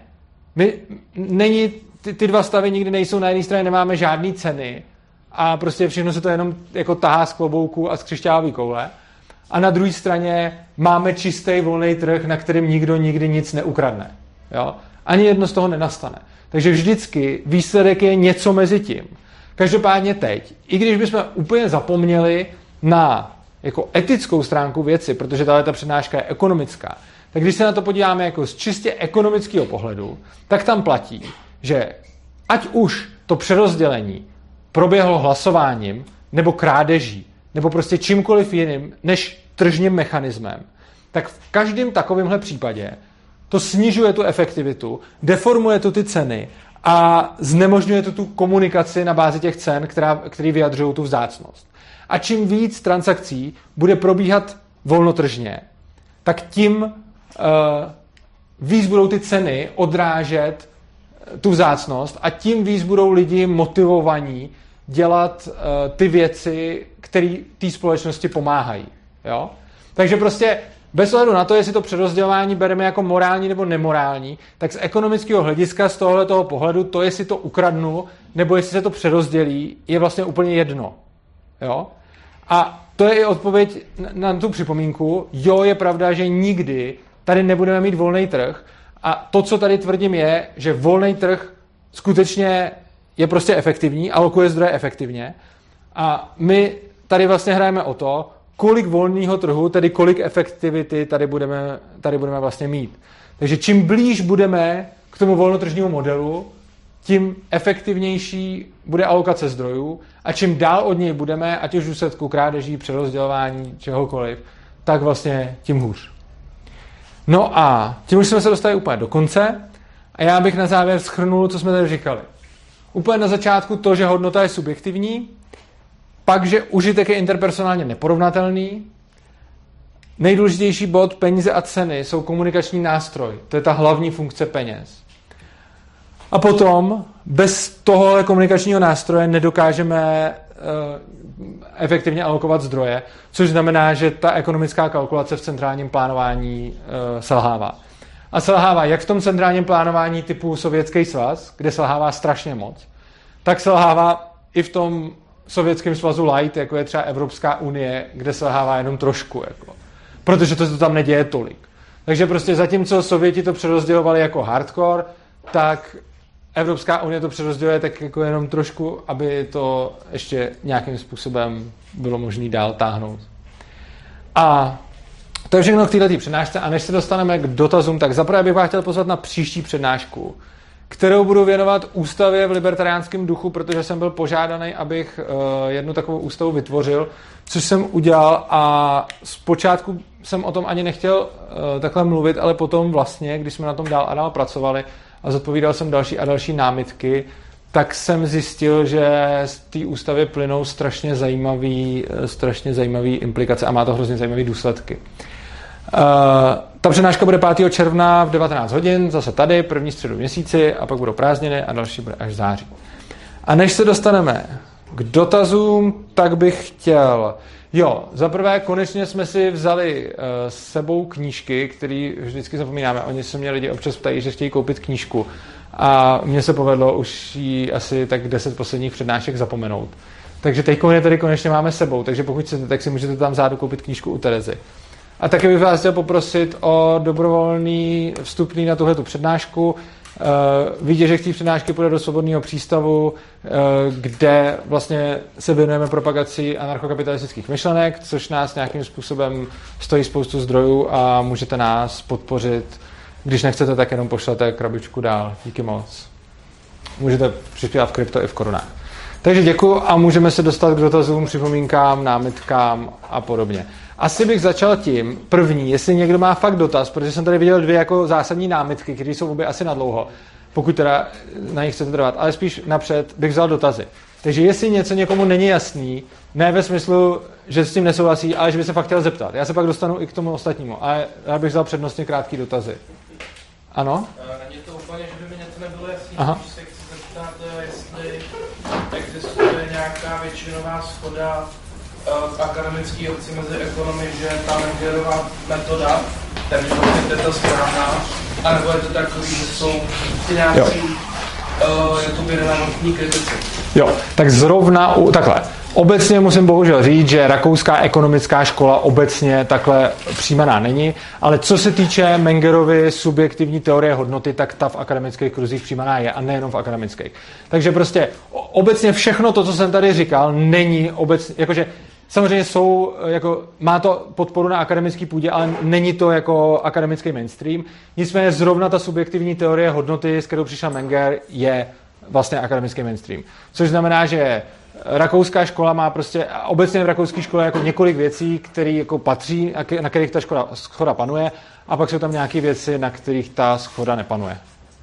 Ty dva stavy nikdy nejsou, na jedné straně nemáme žádný ceny a prostě všechno se to jenom jako tahá z klobouku a z křišťálové koule. A na druhé straně máme čistý volný trh, na kterém nikdo nikdy nic neukradne. Jo? Ani jedno z toho nenastane. Takže vždycky výsledek je něco mezi tím. Každopádně teď, i když bychom úplně zapomněli na jako etickou stránku věci, protože ta přednáška je ekonomická, tak když se na to podíváme jako z čistě ekonomického pohledu, tak tam platí, že ať už to přerozdělení proběhlo hlasováním nebo krádeží, nebo prostě čímkoliv jiným než tržním mechanismem, tak v každém takovémhle případě to snižuje tu efektivitu, deformuje to ty ceny a znemožňuje to tu komunikaci na bázi těch cen, které vyjadřují tu vzácnost. A čím víc transakcí bude probíhat volnotržně, tak tím víc budou ty ceny odrážet tu vzácnost a tím víc budou lidi motivovaní dělat ty věci, které té společnosti pomáhají. Jo? Takže prostě bez ohledu na to, jestli to přerozdělování bereme jako morální nebo nemorální, tak z ekonomického hlediska, z tohoto pohledu, to, jestli to ukradnu, nebo jestli se to přerozdělí, je vlastně úplně jedno. Jo? A to je i odpověď na tu připomínku. Jo, je pravda, že nikdy tady nebudeme mít volný trh a to, co tady tvrdím, je, že volný trh skutečně je prostě efektivní, alokuje zdroje efektivně a my tady vlastně hrajeme o to, kolik volného trhu, tedy kolik efektivity tady budeme vlastně mít. Takže čím blíž budeme k tomu volnotržnímu modelu, tím efektivnější bude alokace zdrojů a čím dál od něj budeme, ať už v důsledku krádeží, přerozdělování, čehokoliv, tak vlastně tím hůř. No a tím už jsme se dostali úplně do konce a já bych na závěr shrnul, co jsme tady říkali. Úplně na začátku to, že hodnota je subjektivní, pak, že užitek je interpersonálně neporovnatelný. Nejdůležitější bod, peníze a ceny jsou komunikační nástroj. To je ta hlavní funkce peněz. A potom bez tohohle komunikačního nástroje nedokážeme efektivně alokovat zdroje, což znamená, že ta ekonomická kalkulace v centrálním plánování selhává. A selhává jak v tom centrálním plánování typu Sovětský svaz, kde selhává strašně moc, tak selhává i v tom Sovětském svazu light, jako je třeba Evropská unie, kde selhává jenom trošku. Protože to tam neděje tolik. Takže prostě zatímco Sověti to přerozdělovali jako hardcore, tak Evropská unie to přerozděluje tak jako jenom trošku, aby to ještě nějakým způsobem bylo možné dál táhnout. A to je všechno k této přednášce a než se dostaneme k dotazům, tak zaprvé bych vás chtěl pozvat na příští přednášku, kterou budu věnovat ústavě v libertariánském duchu, protože jsem byl požádaný, abych jednu takovou ústavu vytvořil, což jsem udělal a zpočátku jsem o tom ani nechtěl takhle mluvit, ale potom vlastně, když jsme na tom dál a dál pracovali a zodpovídal jsem další a další námitky, tak jsem zjistil, že z té ústavy plynou strašně zajímavý implikace a má to hrozně zajímavé důsledky. Ta přednáška bude 5. června v 19 hodin, zase tady, první středu v měsíci a pak budou prázdniny a další bude až v září. A než se dostaneme k dotazům, tak bych chtěl... za prvé konečně jsme si vzali s sebou knížky, které vždycky zapomínáme. Oni se mě lidi občas ptají, že chtějí koupit knížku. A mně se povedlo už jí asi tak 10 posledních přednášek zapomenout. Takže teď je tady konečně máme s sebou, takže pokud chcete, tak si můžete tam zádu koupit knížku u Terezy. A taky bych vás chtěl poprosit o dobrovolný vstupný na tuhletu přednášku. Víte, že k té přednášky půjde do Svobodného přístavu, kde vlastně se věnujeme propagaci anarchokapitalistických myšlenek, což nás nějakým způsobem stojí spoustu zdrojů a můžete nás podpořit. Když nechcete, tak jenom pošlete krabičku dál. Díky moc. Můžete přispívat v krypto i v korunách. Takže děkuji a můžeme se dostat k dotazům, připomínkám, námitkám a podobně. Asi bych začal tím, první, jestli někdo má fakt dotaz, protože jsem tady viděl 2 jako zásadní námitky, které jsou obě asi na dlouho, pokud teda na nich chcete trvat, ale spíš napřed bych vzal dotazy. Takže jestli něco někomu není jasný, ne ve smyslu, že s tím nesouhlasí, ale že by se fakt chtěl zeptat. Já se pak dostanu i k tomu ostatnímu, ale já bych vzal přednostně krátký dotazy. Ano? Není to úplně, že by mi něco nebylo jasný, když se chci zeptat, jestli existuje nějaká většinová shoda v akademické obci mezi ekonomy, že ta Mengerová metoda, takže vlastně je to správná, anebo je to takový, že jsou ty nějaký jakoby relevantní kritici. Jo, tak zrovna takhle. Obecně musím bohužel říct, že rakouská ekonomická škola obecně takhle přijímaná není, ale co se týče Mengerovy subjektivní teorie hodnoty, tak ta v akademických kruzích přijímaná je a nejenom v akademických. Takže prostě obecně všechno to, co jsem tady říkal, není obecně, jakože samozřejmě jsou, jako, má to podporu na akademické půdě, ale není to jako akademický mainstream. Nicméně zrovna ta subjektivní teorie hodnoty, s kterou přišel Menger, je vlastně akademický mainstream. Což znamená, že rakouská škola má prostě, obecně v rakouské škole jako několik věcí, které jako patří, na kterých ta shoda panuje, a pak jsou tam nějaké věci, na kterých ta shoda nepanuje.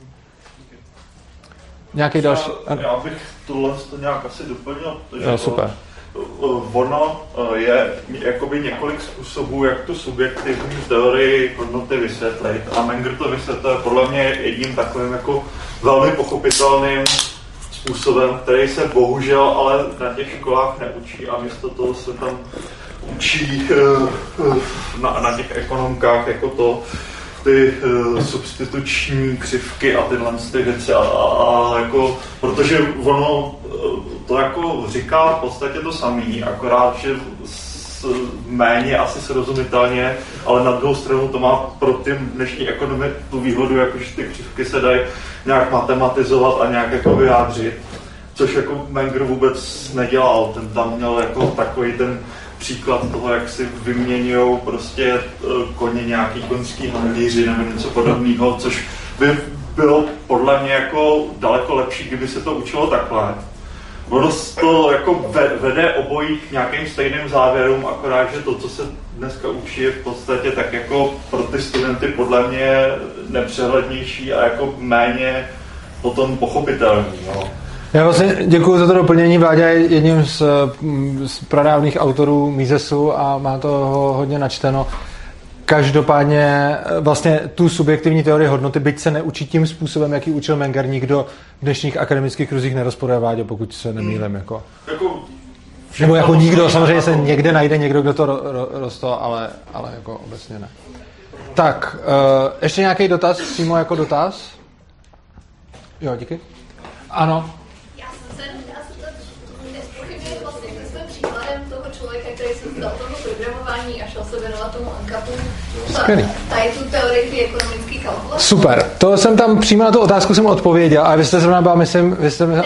Nějaký další? Já bych tohle nějak asi doplnil, protože super. Ono je jakoby několik způsobů, jak tu subjektivní teorii hodnoty vysvětlit, a Menger to vysvětluje podle mě jedním takovým jako velmi pochopitelným způsobem, který se bohužel ale na těch školách neučí a místo toho se tam učí na těch ekonomkách jako to, ty substituční křivky a tyhle ty věci a jako, protože ono to jako říká v podstatě to samý, akorát, že méně asi srozumitelně, ale na druhou stranu to má pro ty dnešní ekonomy tu výhodu, jakože ty křivky se dají nějak matematizovat a nějak jako vyjádřit, což jako Menger vůbec nedělal. Ten tam měl jako takový ten příklad toho, jak si vyměňují prostě koně nějaký koňský handlíři nebo něco podobného, což by bylo podle mě jako daleko lepší, kdyby se to učilo takhle. Ono to jako vede obojí k nějakým stejným závěrům, akorát, že to, co se dneska učí, je v podstatě tak jako pro ty studenty podle mě nepřehlednější a jako méně potom pochopitelný. No. Já vlastně děkuji za to doplnění. Vláďa je jedním z pradávných autorů Misesu a má to hodně načteno. Každopádně vlastně tu subjektivní teorii hodnoty, byť se neučí tím způsobem, jaký učil Menger, nikdo v dnešních akademických kruzích nerozporuje, Vláďo, pokud se nemýlím. Nebo jako nikdo, samozřejmě se někde najde někdo, kdo to rosto, ale jako obecně ne. Tak, ještě nějaký dotaz, přímo jako dotaz? Jo, díky. Ano. Já jsem se nezpochybnil vlastně svým příkladem toho člověka, který se vzdal toho programování a šel se věnovat tomu ANCAPu. Tady tu teorii ty ekonomické kalkulace. Super, to jsem tam přímo na tu otázku jsem odpověděl, ale vy jste zrovna byla, myslím,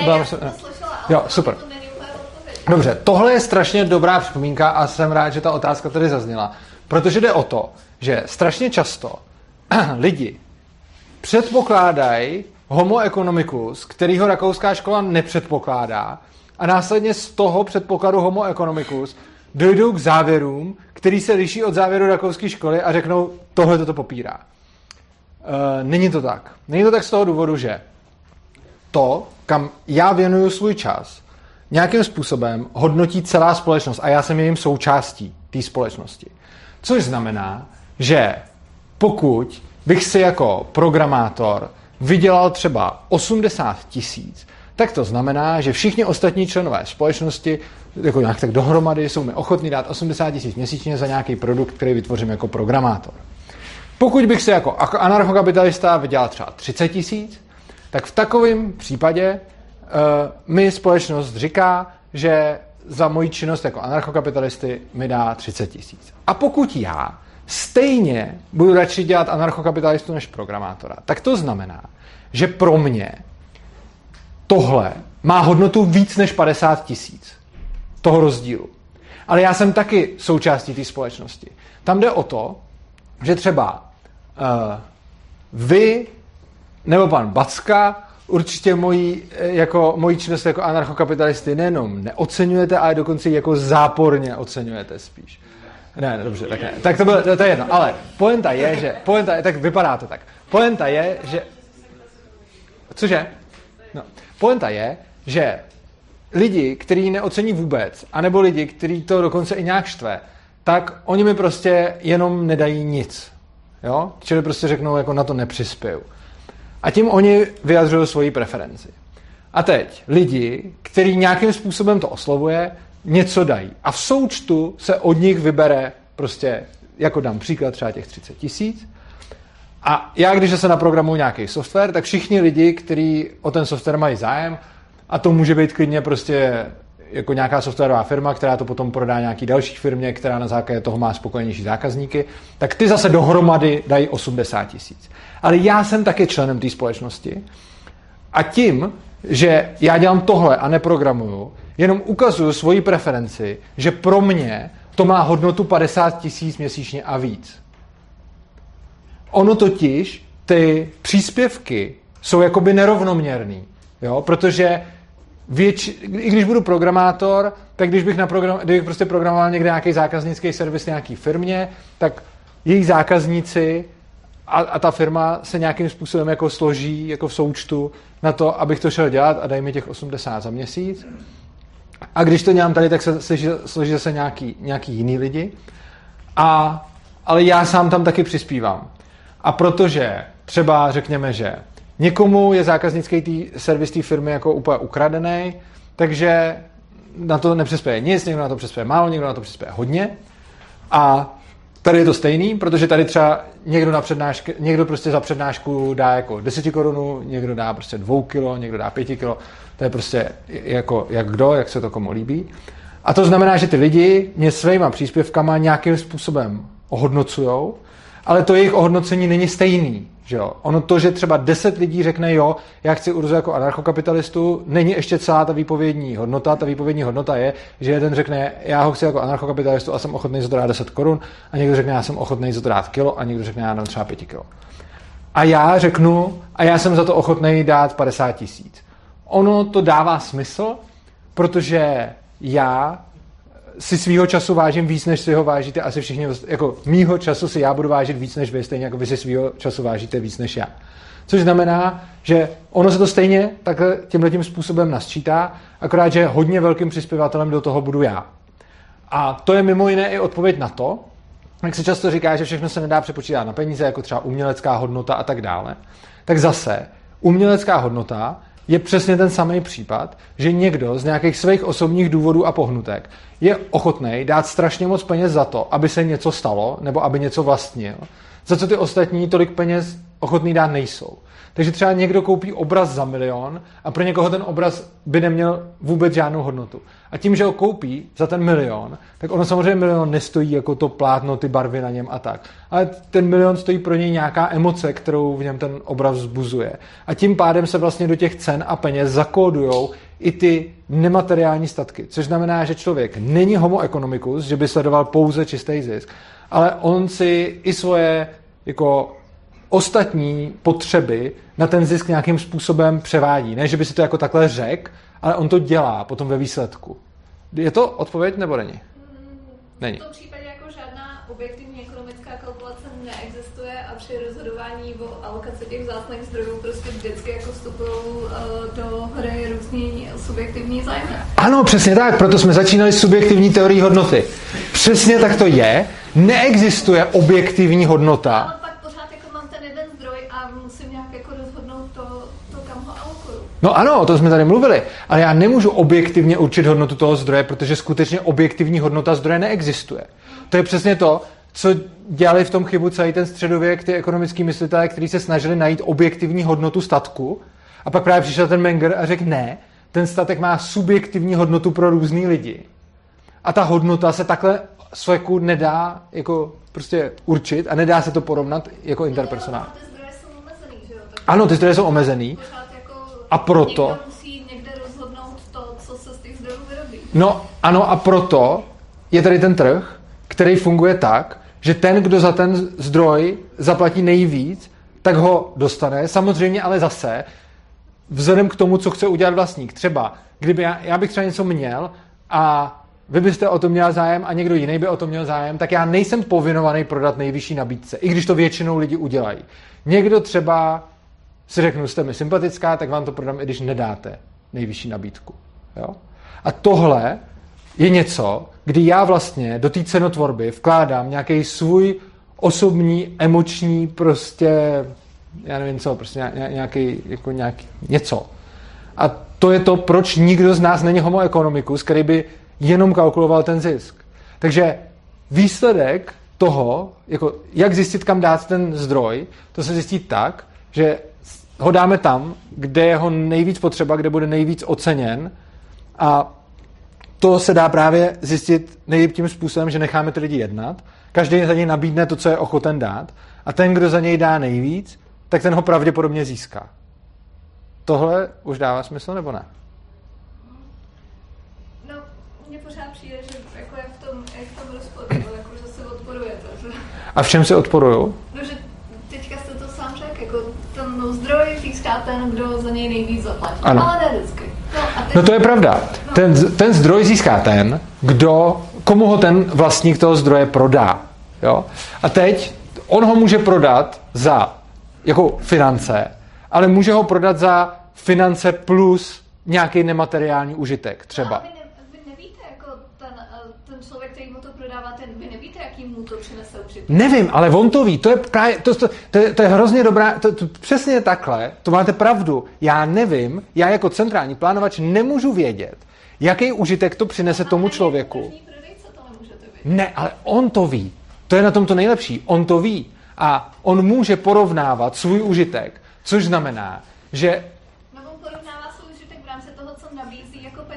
jo, super. Dobře, tohle je strašně dobrá připomínka a jsem rád, že ta otázka tady zazněla, protože jde o to, že strašně často lidi předpokládají homo economicus, kterýho rakouská škola nepředpokládá, a následně z toho předpokladu homo economicus dojdou k závěrům, který se liší od závěru rakouské školy a řeknou, tohle toto popírá. Není to tak. Není to tak z toho důvodu, že to, kam já věnuju svůj čas, nějakým způsobem hodnotí celá společnost a já jsem jejím součástí té společnosti. Což znamená, že pokud bych si jako programátor vydělal třeba 80 000, tak to znamená, že všichni ostatní členové společnosti jako nějak tak dohromady jsou mi ochotní dát 80 000 měsíčně za nějaký produkt, který vytvořím jako programátor. Pokud bych si jako anarchokapitalista vydělal třeba 30 000, tak v takovém případě mi společnost říká, že za moji činnost jako anarchokapitalisty mi dá 30 000. A pokud já stejně budu radši dělat anarchokapitalistu než programátora, tak to znamená, že pro mě tohle má hodnotu víc než 50 000 toho rozdílu. Ale já jsem taky součástí té společnosti. Tam jde o to, že třeba vy nebo pan Backa určitě moji činnost jako anarchokapitalisty nejenom neoceňujete, ale dokonce ji jako záporně oceňujete spíš. Ne, dobře, tak ne. Tak to je jedno. Ale pointa je, tak vypadá to tak. Pointa je, že... Cože? No. Pointa je, že lidi, kteří neocení vůbec, anebo lidi, kteří to dokonce i nějak štve, tak oni mi prostě jenom nedají nic. Jo? Čili prostě řeknou, jako na to nepřispěju. A tím oni vyjadřují svoji preferenci. A teď lidi, který nějakým způsobem to oslovuje, něco dají. A v součtu se od nich vybere prostě, jako dám příklad, třeba těch 30 000. A já, když se naprogramuju nějaký software, tak všichni lidi, kteří o ten software mají zájem, a to může být klidně prostě jako nějaká softwarová firma, která to potom prodá nějaký další firmě, která na základě toho má spokojenější zákazníky, tak ty zase dohromady dají 80 000. Ale já jsem taky členem té společnosti a tím, že já dělám tohle a neprogramuju, jenom ukazuju svoji preferenci, že pro mě to má hodnotu 50 000 měsíčně a víc. Ono totiž, ty příspěvky jsou jakoby nerovnoměrný, jo? Protože i když budu programátor, tak když bych prostě programoval někde nějaký zákaznický servis nějaký firmě, tak její zákazníci a ta firma se nějakým způsobem jako složí jako v součtu na to, abych to šel dělat a dají mi těch 80 za měsíc. A když to dělám tady, tak se složí zase nějaký jiný lidi. Ale já sám tam taky přispívám. A protože třeba řekněme, že někomu je zákaznický servis té firmy jako úplně ukradený, takže na to nepřispěje nic, někdo na to přispěje málo, někdo na to přispěje hodně. A tady je to stejný, protože tady třeba někdo prostě za přednášku dá jako 10 korun, někdo dá prostě 2 kilo, někdo dá 5 kilo. To je prostě jako jak kdo, jak se to komu líbí. A to znamená, že ty lidi mě svýma příspěvkama nějakým způsobem ohodnocujou, ale to jejich ohodnocení není stejný. Že jo? Ono to, že třeba 10 lidí řekne jo, já chci Urzu jako anarchokapitalistu, není ještě celá ta výpovědní hodnota. Ta výpovědní hodnota je, že jeden řekne, já ho chci jako anarchokapitalistu a jsem ochotný za to dát 10 korun, a někdo řekne, já jsem ochotný za to dát kilo, a někdo řekne, já dám třeba 5 kilo. A já řeknu, a já jsem za to ochotný dát 50 000. Ono to dává smysl, protože já si svýho času vážím víc, než si ho vážíte asi všichni, jako mýho času si já budu vážit víc, než vy, stejně jako vy si svýho času vážíte víc, než já. Což znamená, že ono se to stejně takhle tímhletím způsobem nasčítá, akorát, že hodně velkým přispěvatelem do toho budu já. A to je mimo jiné i odpověď na to, jak se často říká, že všechno se nedá přepočítat na peníze, jako třeba umělecká hodnota a tak dále. Tak zase, umělecká hodnota je přesně ten samý případ, že někdo z nějakých svých osobních důvodů a pohnutek je ochotný dát strašně moc peněz za to, aby se něco stalo, nebo aby něco vlastnil, za co ty ostatní tolik peněz ochotný dát nejsou. Takže třeba někdo koupí obraz za 1 000 000 a pro někoho ten obraz by neměl vůbec žádnou hodnotu. A tím, že ho koupí za ten 1 000 000, tak ono samozřejmě 1 000 000 nestojí jako to plátno, ty barvy na něm a tak. Ale ten 1 000 000 stojí pro něj nějaká emoce, kterou v něm ten obraz vzbuzuje. A tím pádem se vlastně do těch cen a peněz zakódujou i ty nemateriální statky. Což znamená, že člověk není homo economicus, že by sledoval pouze čistý zisk, ale on si i svoje jako ostatní potřeby na ten zisk nějakým způsobem převádí. Ne, že by si to jako takhle řekl, ale on to dělá potom ve výsledku. Je to odpověď nebo není? Není. V tom případě jako žádná objektivní ekonomická kalkulace neexistuje a při rozhodování o alokaci těch vzácných zdrojů prostě vždycky jako vstupují do hry různý subjektivní zájmy. Ano, přesně tak, proto jsme začínali s subjektivní teorií hodnoty. Přesně tak to je. Neexistuje objektivní hodnota. Ale pak pořád jako mám ten jeden zdroj a musím nějak jako rozhodnout to kam ho alokuju. No ano, o tom jsme tady mluvili, ale já nemůžu objektivně určit hodnotu toho zdroje, protože skutečně objektivní hodnota zdroje neexistuje. To je přesně to, co dělali v tom chybu celý ten středověk, ty ekonomický myslitelé, kteří se snažili najít objektivní hodnotu statku, a pak právě přišel ten Menger a řekl ne, ten statek má subjektivní hodnotu pro různý lidi. A ta hodnota se takhle sveku nedá jako prostě určit a nedá se to porovnat jako interpersonál. Ty zdroje jsou omezený, že jo? Ano, ty zdroje jsou omezený. A proto... Někdo musí někde rozhodnout to, co se z těch zdrojů vyrobí. No, ano, a proto je tady ten trh, který funguje tak, že ten, kdo za ten zdroj zaplatí nejvíc, tak ho dostane. Samozřejmě ale zase vzhledem k tomu, co chce udělat vlastník. Třeba, kdyby já bych třeba něco měl a vy byste o to měl zájem a někdo jiný by o to měl zájem, tak já nejsem povinovaný prodat nejvyšší nabídce, i když to většinou lidi udělají. Někdo třeba si řeknu, jste mi sympatická, tak vám to prodám, i když nedáte nejvyšší nabídku. Jo? A tohle je něco, kdy já vlastně do té cenotvorby vkládám nějaký svůj osobní, emoční prostě, já nevím co, prostě nějaký něco. A to je to, proč nikdo z nás není homo economicus, který by jenom kalkuloval ten zisk. Takže výsledek toho, jako jak zjistit, kam dát ten zdroj, to se zjistí tak, že ho dáme tam, kde je ho nejvíc potřeba, kde bude nejvíc oceněn, a to se dá právě zjistit nejlíp tím způsobem, že necháme ty lidi jednat, každý za něj nabídne to, co je ochoten dát, a ten, kdo za něj dá nejvíc, tak ten ho pravděpodobně získá. Tohle už dává smysl, nebo ne? No, mně pořád přijde, že jako je v tom rozporu, jako že se odporujete. A v čem se odporuju? No, že teďka jste to sám řekl, jako ten zdroj získá ten, kdo za něj nejvíc zaplatí. Ano. Ale ne vždycky. No to je pravda. Ten zdroj získá ten, komu ho ten vlastník toho zdroje prodá. Jo? A teď on ho může prodat za jako finance, ale může ho prodat za finance plus nějaký nemateriální užitek třeba. Ale vy nevíte, jako ten člověk, který mu to prodává, vy nevíte, jaký mu to přinese užitek. Nevím, ale on to ví. To je hrozně dobrá, přesně takhle, to máte pravdu. Já nevím, já jako centrální plánovač nemůžu vědět, jaký užitek to přinese tomu člověku. Ne, ale on to ví. To je na tom to nejlepší. On to ví. A on může porovnávat svůj užitek, což znamená, že... No on porovnává svůj užitek v rámci toho, co nabízí jako peněz.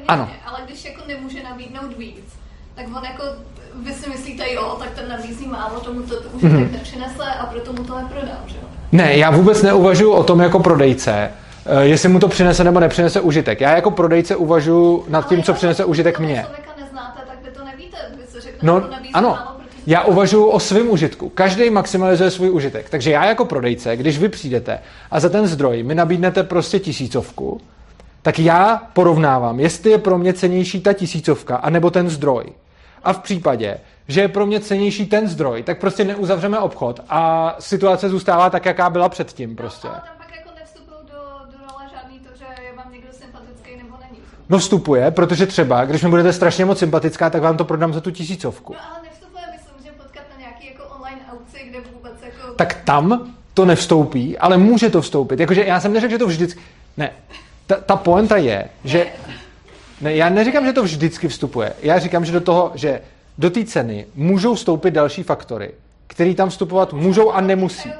Ano. Ale když jako nemůže nabídnout víc, tak on jako, vy si myslíte, jo, tak ten nabízí málo, tomu to užitek nepřinese a proto mu to neprodám, že jo? Ne, já vůbec neuvažuji o tom jako prodejce, jestli mu to přinese nebo nepřinese užitek. Já jako prodejce uvažuji nad tím, co přinese užitek mně. Neznáte, tak vy to nevíte, vy se řeknete, no, ano, málo, já uvažuji o svém užitku. Každý maximalizuje svůj užitek. Takže já jako prodejce, když vy přijdete a za ten zdroj mi nabídnete prostě 1000, tak já porovnávám, jestli je pro mě cennější ta 1000 anebo ten zdroj. A v případě, že je pro mě cennější ten zdroj, tak prostě neuzavřeme obchod a situace zůstává tak, jaká byla předtím prostě. No, ale tam pak jako nevstupují do role žádný to, že je vám někdo sympatický nebo není. No vstupuje, protože třeba, když mi budete strašně moc sympatická, tak vám to prodám za tu 1000. No ale nevstupuje, my se můžeme potkat na nějaký jako online aukci, kde vůbec jako... Tak tam to nevstoupí, ale může to vstoupit. Jakože já jsem neřekl, že to vždycky... Ne, ta pointa je, že... Ne, já neříkám, že to vždycky vstupuje. Já říkám, že že do té ceny můžou vstoupit další faktory, které tam vstupovat můžou a nemusí.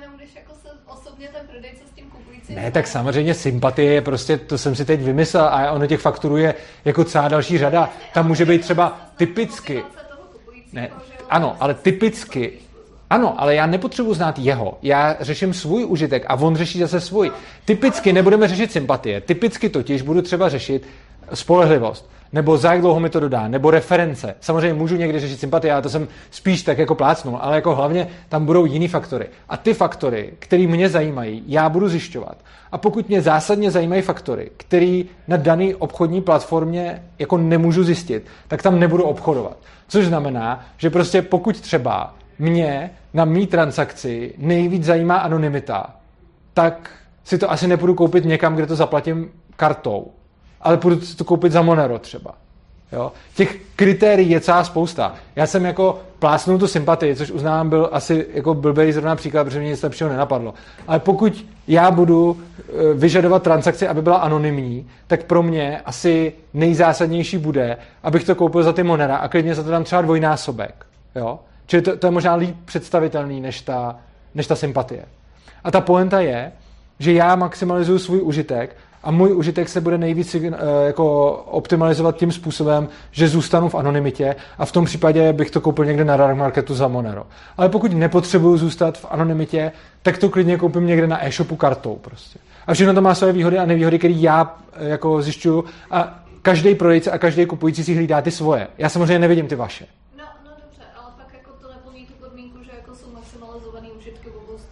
Ne, tak samozřejmě sympatie je prostě, to jsem si teď vymyslel a ono těch faktorů je jako celá další řada. Tam může být třeba typicky. Ne, ano, ale typicky. Ano, ale já nepotřebuji znát jeho. Já řeším svůj užitek a on řeší zase svůj. Typicky nebudeme řešit sympatie. Typicky totiž budu třeba řešit spolehlivost. Nebo za jak dlouho mi to dodá, nebo reference. Samozřejmě můžu někdy řešit sympatie, ale to jsem spíš tak jako plácnul, ale jako hlavně tam budou jiný faktory. A ty faktory, které mě zajímají, já budu zjišťovat. A pokud mě zásadně zajímají faktory, které na dané obchodní platformě jako nemůžu zjistit, tak tam nebudu obchodovat. Což znamená, že prostě pokud třeba mě na mý transakci nejvíc zajímá anonymita, tak si to asi nepůjdu koupit někam, kde to zaplatím kartou. Ale půjdu to koupit za Monero třeba. Jo? Těch kritérií je celá spousta. Já jsem jako plásnul tu sympatii, což uznávám byl asi jako blbej zrovna příklad, protože mě nic lepšího nenapadlo. Ale pokud já budu vyžadovat transakci, aby byla anonymní, tak pro mě asi nejzásadnější bude, abych to koupil za ty Monera a klidně za to dám třeba dvojnásobek. Jo? Čili to je možná líp představitelný než ta sympatie. A ta pointa je, že já maximalizuju svůj užitek a můj užitek se bude nejvíc jako optimalizovat tím způsobem, že zůstanu v anonymitě a v tom případě bych to koupil někde na dark marketu za Monero. Ale pokud nepotřebuju zůstat v anonymitě, tak to klidně koupím někde na e-shopu kartou prostě. A všechno to má své výhody a nevýhody, které já jako zjišťuju a každý prodejce a každý kupující si hlídá ty svoje. Já samozřejmě nevidím ty vaše. No dobře, ale pak jako to neplní tu podmínku, že jako jsou maximalizovaný užitky v obou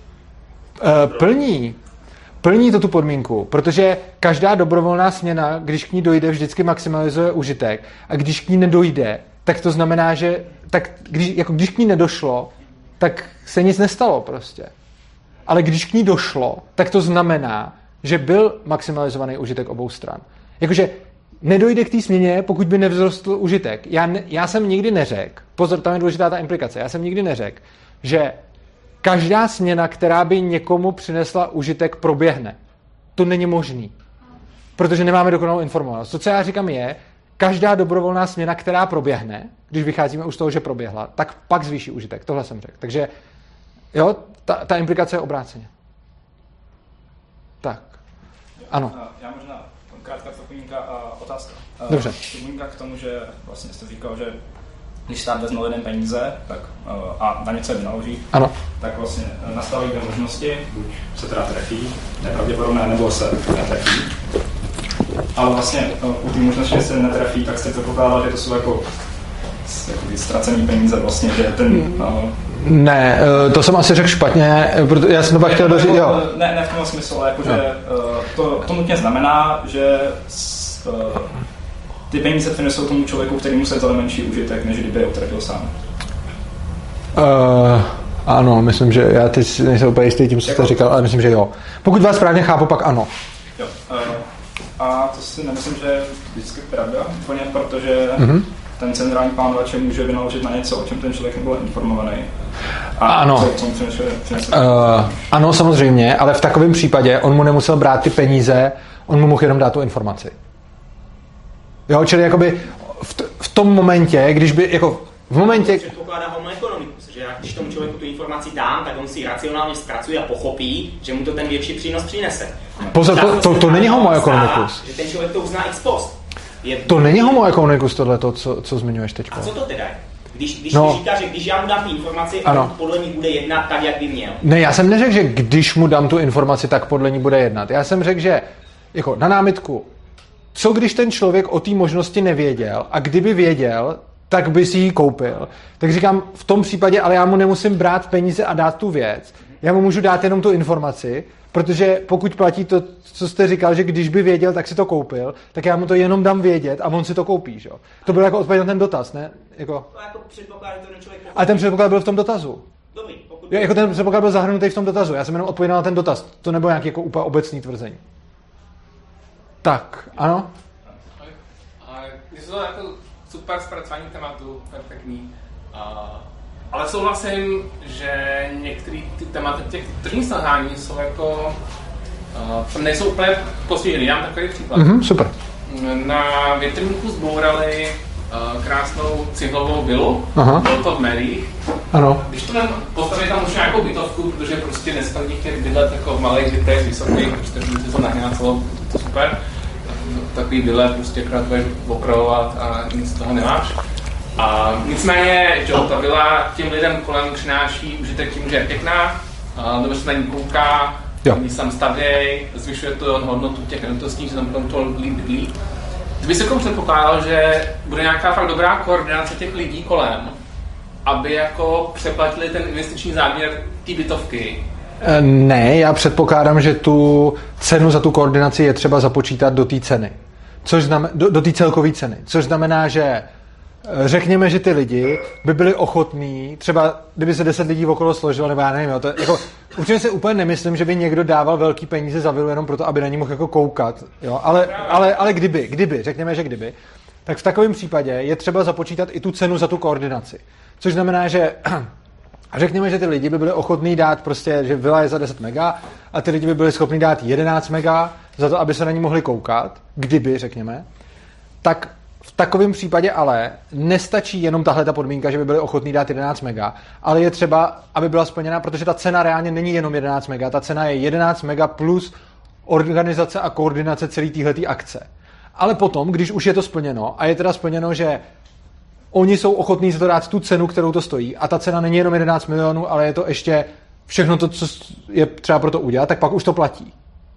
stran. Plní to tu podmínku, protože každá dobrovolná směna, když k ní dojde, vždycky maximalizuje užitek a když k ní nedojde, tak to znamená, že když k ní nedošlo, tak se nic nestalo prostě. Ale když k ní došlo, tak to znamená, že byl maximalizovaný užitek obou stran. Jakože nedojde k té směně, pokud by nevzrostl užitek. Já jsem nikdy neřekl, pozor, tam je důležitá ta implikace, já jsem nikdy neřekl, že každá směna, která by někomu přinesla užitek, proběhne. To není možný. Protože nemáme dokonalou informovanost. To, co já říkám, je, každá dobrovolná směna, která proběhne, když vycházíme už z toho, že proběhla, tak pak zvýší užitek. Tohle jsem řekl. Takže jo, ta implikace je obráceně. Tak. Ano. Já možná krátká otázka. Dobře. Připomínka k tomu, že vlastně jste říkal, že když stát vezme lidem peníze tak, a na něco je vynaloží, ano, tak vlastně nastaví dvě možnosti, buď se teda trefí, nepravděpodobné, nebo se netrefí. Ale vlastně u té možnosti, že se netrefí, tak jste předpokládal, že to jsou jako ztracený peníze vlastně, že ten... Ne, to jsem asi řekl špatně, protože já jsem to pak chtěl doříct, jo. Ne v tom smyslu, ale jakože to nutně znamená, že ty peníze přinesou tomu člověku, který musí za menší užitek, než kdyby je utratil sám. Ano, myslím, že já teď nejsem úplně jistý tím, co jste říkal, ale myslím, že jo. Pokud vás správně chápu, pak ano. Jo. A to si nemyslím, že je vždycky pravda, úplně protože ten centrální plánovač může vynaložit na něco, o čem ten člověk nebyl informovaný. Ano. Ano, samozřejmě, ale v takovém případě on mu nemusel brát ty peníze, on mu mohl jenom dát tu informaci. Jo, čili jakoby v tom momentě, když by, jako v momentě... Předpokládá homo economicus, že když tomu člověku tu informaci dám, tak on si racionálně zpracuje a pochopí, že mu to ten větší přínos přinese. Pozor, to není homo economicus. Že ten člověk to uzná ex post. To není homo economicus tohleto, co zmiňuješ teď. A co to teda je? Když říká, že když já mu dám tu informaci, a podle ní bude jednat tak, jak by měl. Ne, já jsem neřekl, že když mu dám tu informaci, tak podle ní bude jednat. Já jsem řekl, že jako na námitku, co když ten člověk o té možnosti nevěděl a kdyby věděl, tak by si ji koupil. Tak říkám, v tom případě, ale já mu nemusím brát peníze a dát tu věc. Já mu můžu dát jenom tu informaci, protože pokud platí to, co jste říkal, že když by věděl, tak si to koupil, tak já mu to jenom dám vědět a on si to koupí, že? To bylo jako odpověď na ten dotaz, ne? Jako předpoklad, že ten člověk... Ale ten předpoklad byl v tom dotazu. Dobrý, jako ten předpoklad byl zahrnutý v tom dotazu. Já jsem jenom odpověděl na ten dotaz. To nebylo nějaký jako úplně obecný tvrzení. Tak, ano? Je to jako super zpracování tématu, perfektní. Ale souhlasím, že některé ty tématy těch tržních selhání jsou jako... nejsou úplně postižený. Dám takový příklad. Super. Na větrníku zbourali krásnou cihlovou vilu. Bylo to v médiích. Ano. Když to postaví tam už nějakou bytovku, protože prostě dneska lidi chtěli bydlet jako v malých bytech, vysokých, prostě si to nahňácelo, to super. Takový vile, prostě akorát budeš opravovat a nic z toho nemáš. A nicméně, že ta vila těm lidem kolem přináší užitek tím, že je pěkná, nebo se na ní kouká, oni se tam stavějí, zvyšuje to hodnotu těch nemovitostí, že tam kolem toho líp bydlí. Ty bys jako předpokládal, že bude nějaká fakt dobrá koordinace těch lidí kolem, aby jako přeplatili ten investiční záměr té bytovky? Ne, já předpokládám, že tu cenu za tu koordinaci je třeba započítat do té ceny. Což znamená, do té celkové ceny. Což znamená, že řekněme, že ty lidi by byli ochotní, třeba kdyby se 10 lidí okolo složilo, nebo já nevím, jo, to jako, určitě si úplně nemyslím, že by někdo dával velký peníze za vilu jenom proto, aby na ní mohl jako koukat, jo, ale kdyby, řekněme, že kdyby, tak v takovém případě je třeba započítat i tu cenu za tu koordinaci. Což znamená, že řekněme, že ty lidi by byli ochotní dát prostě, že vila je za 10 mega a ty lidi by byli schopní dát 11 mega za to, aby se na ní mohli koukat, kdyby, řekněme, tak v takovém případě ale nestačí jenom tahle ta podmínka, že by byli ochotní dát 11 mega, ale je třeba, aby byla splněna, protože ta cena reálně není jenom 11 mega, ta cena je 11 mega plus organizace a koordinace celé téhletý akce. Ale potom, když už je to splněno a je teda splněno, že oni jsou ochotní za to dát tu cenu, kterou to stojí a ta cena není jenom 11 milionů, ale je to ještě všechno to, co je třeba pro to udělat, tak pak už to platí.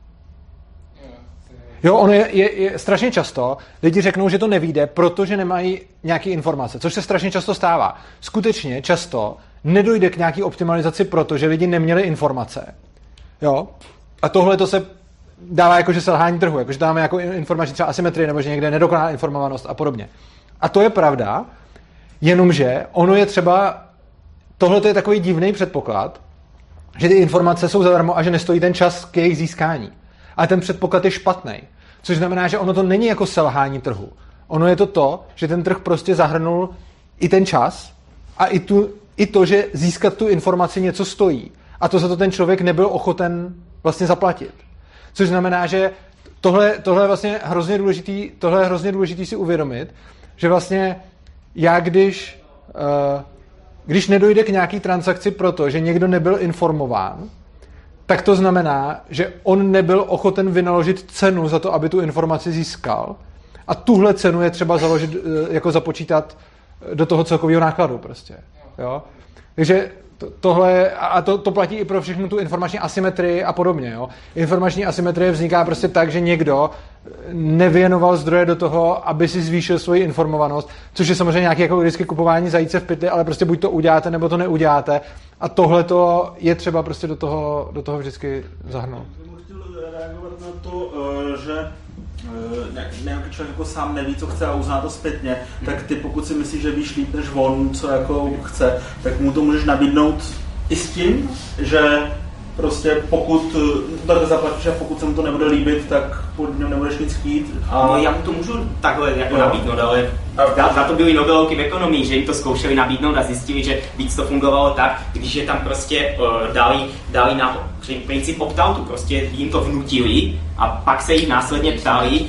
Jo, ono je strašně často, lidi řeknou, že to nevyjde, protože nemají nějaké informace, což se strašně často stává. Skutečně často nedojde k nějaký optimalizaci, protože lidi neměli informace. Jo? A tohle to se dává jako, že selhání trhu, jako, že dáme jako informační třeba asymetrii, nebo že někde je nedokonalá informovanost a podobně. A to je pravda, jenomže ono je třeba, tohle je takový divný předpoklad, že ty informace jsou zadarmo a že nestojí ten čas k jejich získání. Ale ten předpoklad je špatný. Což znamená, že ono to není jako selhání trhu. Ono je to, že ten trh prostě zahrnul i ten čas a i to, že získat tu informaci něco stojí. A to za to ten člověk nebyl ochoten vlastně zaplatit. Což znamená, že tohle je vlastně hrozně důležitý si uvědomit, že vlastně já když nedojde k nějaký transakci proto, že někdo nebyl informován, tak to znamená, že on nebyl ochoten vynaložit cenu za to, aby tu informaci získal. A tuhle cenu je třeba započítat do toho celkového nákladu prostě. Jo? Takže to platí i pro všechnu tu informační asymetrii a podobně. Jo? Informační asymetrie vzniká prostě tak, že někdo nevěnoval zdroje do toho, aby si zvýšil svoji informovanost, což je samozřejmě nějaké jako vždycky kupování zajíce v pytli, ale prostě buď to uděláte, nebo to neuděláte. A tohle to je třeba prostě do toho vždycky zahrnout. Já bych chtěl reagovat na to, že nějaký člověk jako sám neví, co chce a uzná to zpětně, tak ty pokud si myslíš, že víš líp než on, co jako chce, tak mu to můžeš nabídnout i s tím, že prostě pokud to zaplatíš a pokud se mu to nebude líbit, tak pod něm nebudeš nic chtít. A... No, já mu to můžu takhle jako nabídnout, ale za to byly Nobelovky v ekonomii, že jim to zkoušeli nabídnout a zjistili, že víc to fungovalo tak, když je tam prostě dali na princip opt-outu, prostě jim to vnutili a pak se jich následně ptali,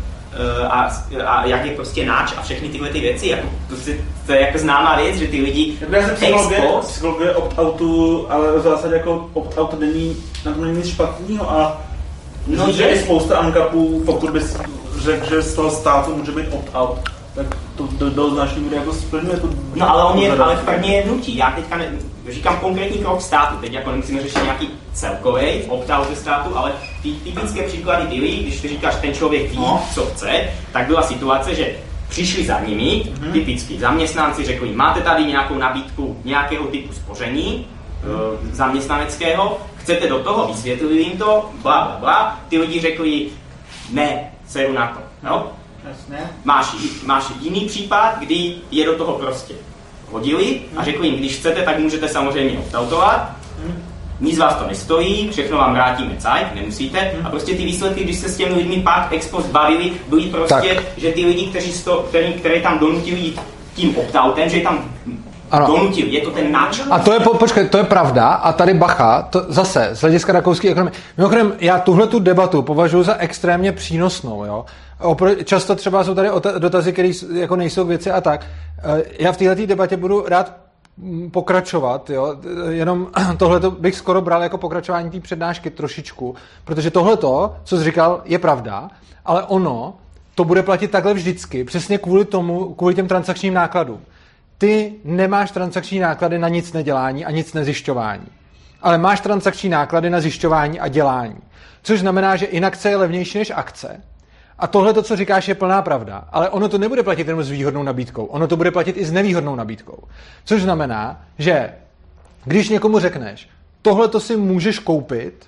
a jak je prostě náč a všechny tyhle ty věci, jako, to je jako známá věc, že ty lidi psychologie opt-outu, ale v zásadě jako opt-out není, na tom není nic špatného a myslím, že je spousta uncapů, pokud bys řekl, že z toho státu může být opt-out, tak to do značné míry jako splňuje tu... No ale v první je nutí. Já teďka říkám konkrétní krok státu, teď jako nemusíme řešit nějaký celkový opt-out ze státu, ale ty typické příklady byly, když ty říkáš, ten člověk ví, co chce, tak byla situace, že přišli za nimi, typicky zaměstnanci řekli, máte tady nějakou nabídku nějakého typu spoření zaměstnaneckého, chcete do toho, vysvětlili jim to, bla, bla, bla, ty lidi řekli, ne, seru na to, no? Máš jiný případ, kdy je do toho prostě hodili a řekli jim, když chcete, tak můžete samozřejmě opt-outovat, nic vás to nestojí, všechno vám vrátíme cajk, nemusíte. A prostě ty výsledky, když se s těmi lidmi pak ex post bavili, byly prostě, že ty lidi, kteří tam donutili tím opt-outem, že tam donutili, je to ten náč. A to je, počkej, to je pravda a tady bacha, to zase z hlediska rakouské ekonomie. Mimochodem, já tuhletu debatu považuji za extrémně přínosnou, jo. Často třeba jsou tady dotazy, které jako nejsou k věci a tak. Já v této debatě budu rád pokračovat, jo? Jenom tohleto bych skoro bral jako pokračování té přednášky trošičku, protože tohleto, co jsi říkal, je pravda, ale ono to bude platit takhle vždycky, přesně kvůli těm transakčním nákladům. Ty nemáš transakční náklady na nic nedělání a nic nezjišťování, ale máš transakční náklady na zjišťování a dělání, což znamená, že inakce je levnější než akce. A tohle, co říkáš, je plná pravda, ale ono to nebude platit jenom s výhodnou nabídkou, ono to bude platit i s nevýhodnou nabídkou. Což znamená, že když někomu řekneš, tohle to si můžeš koupit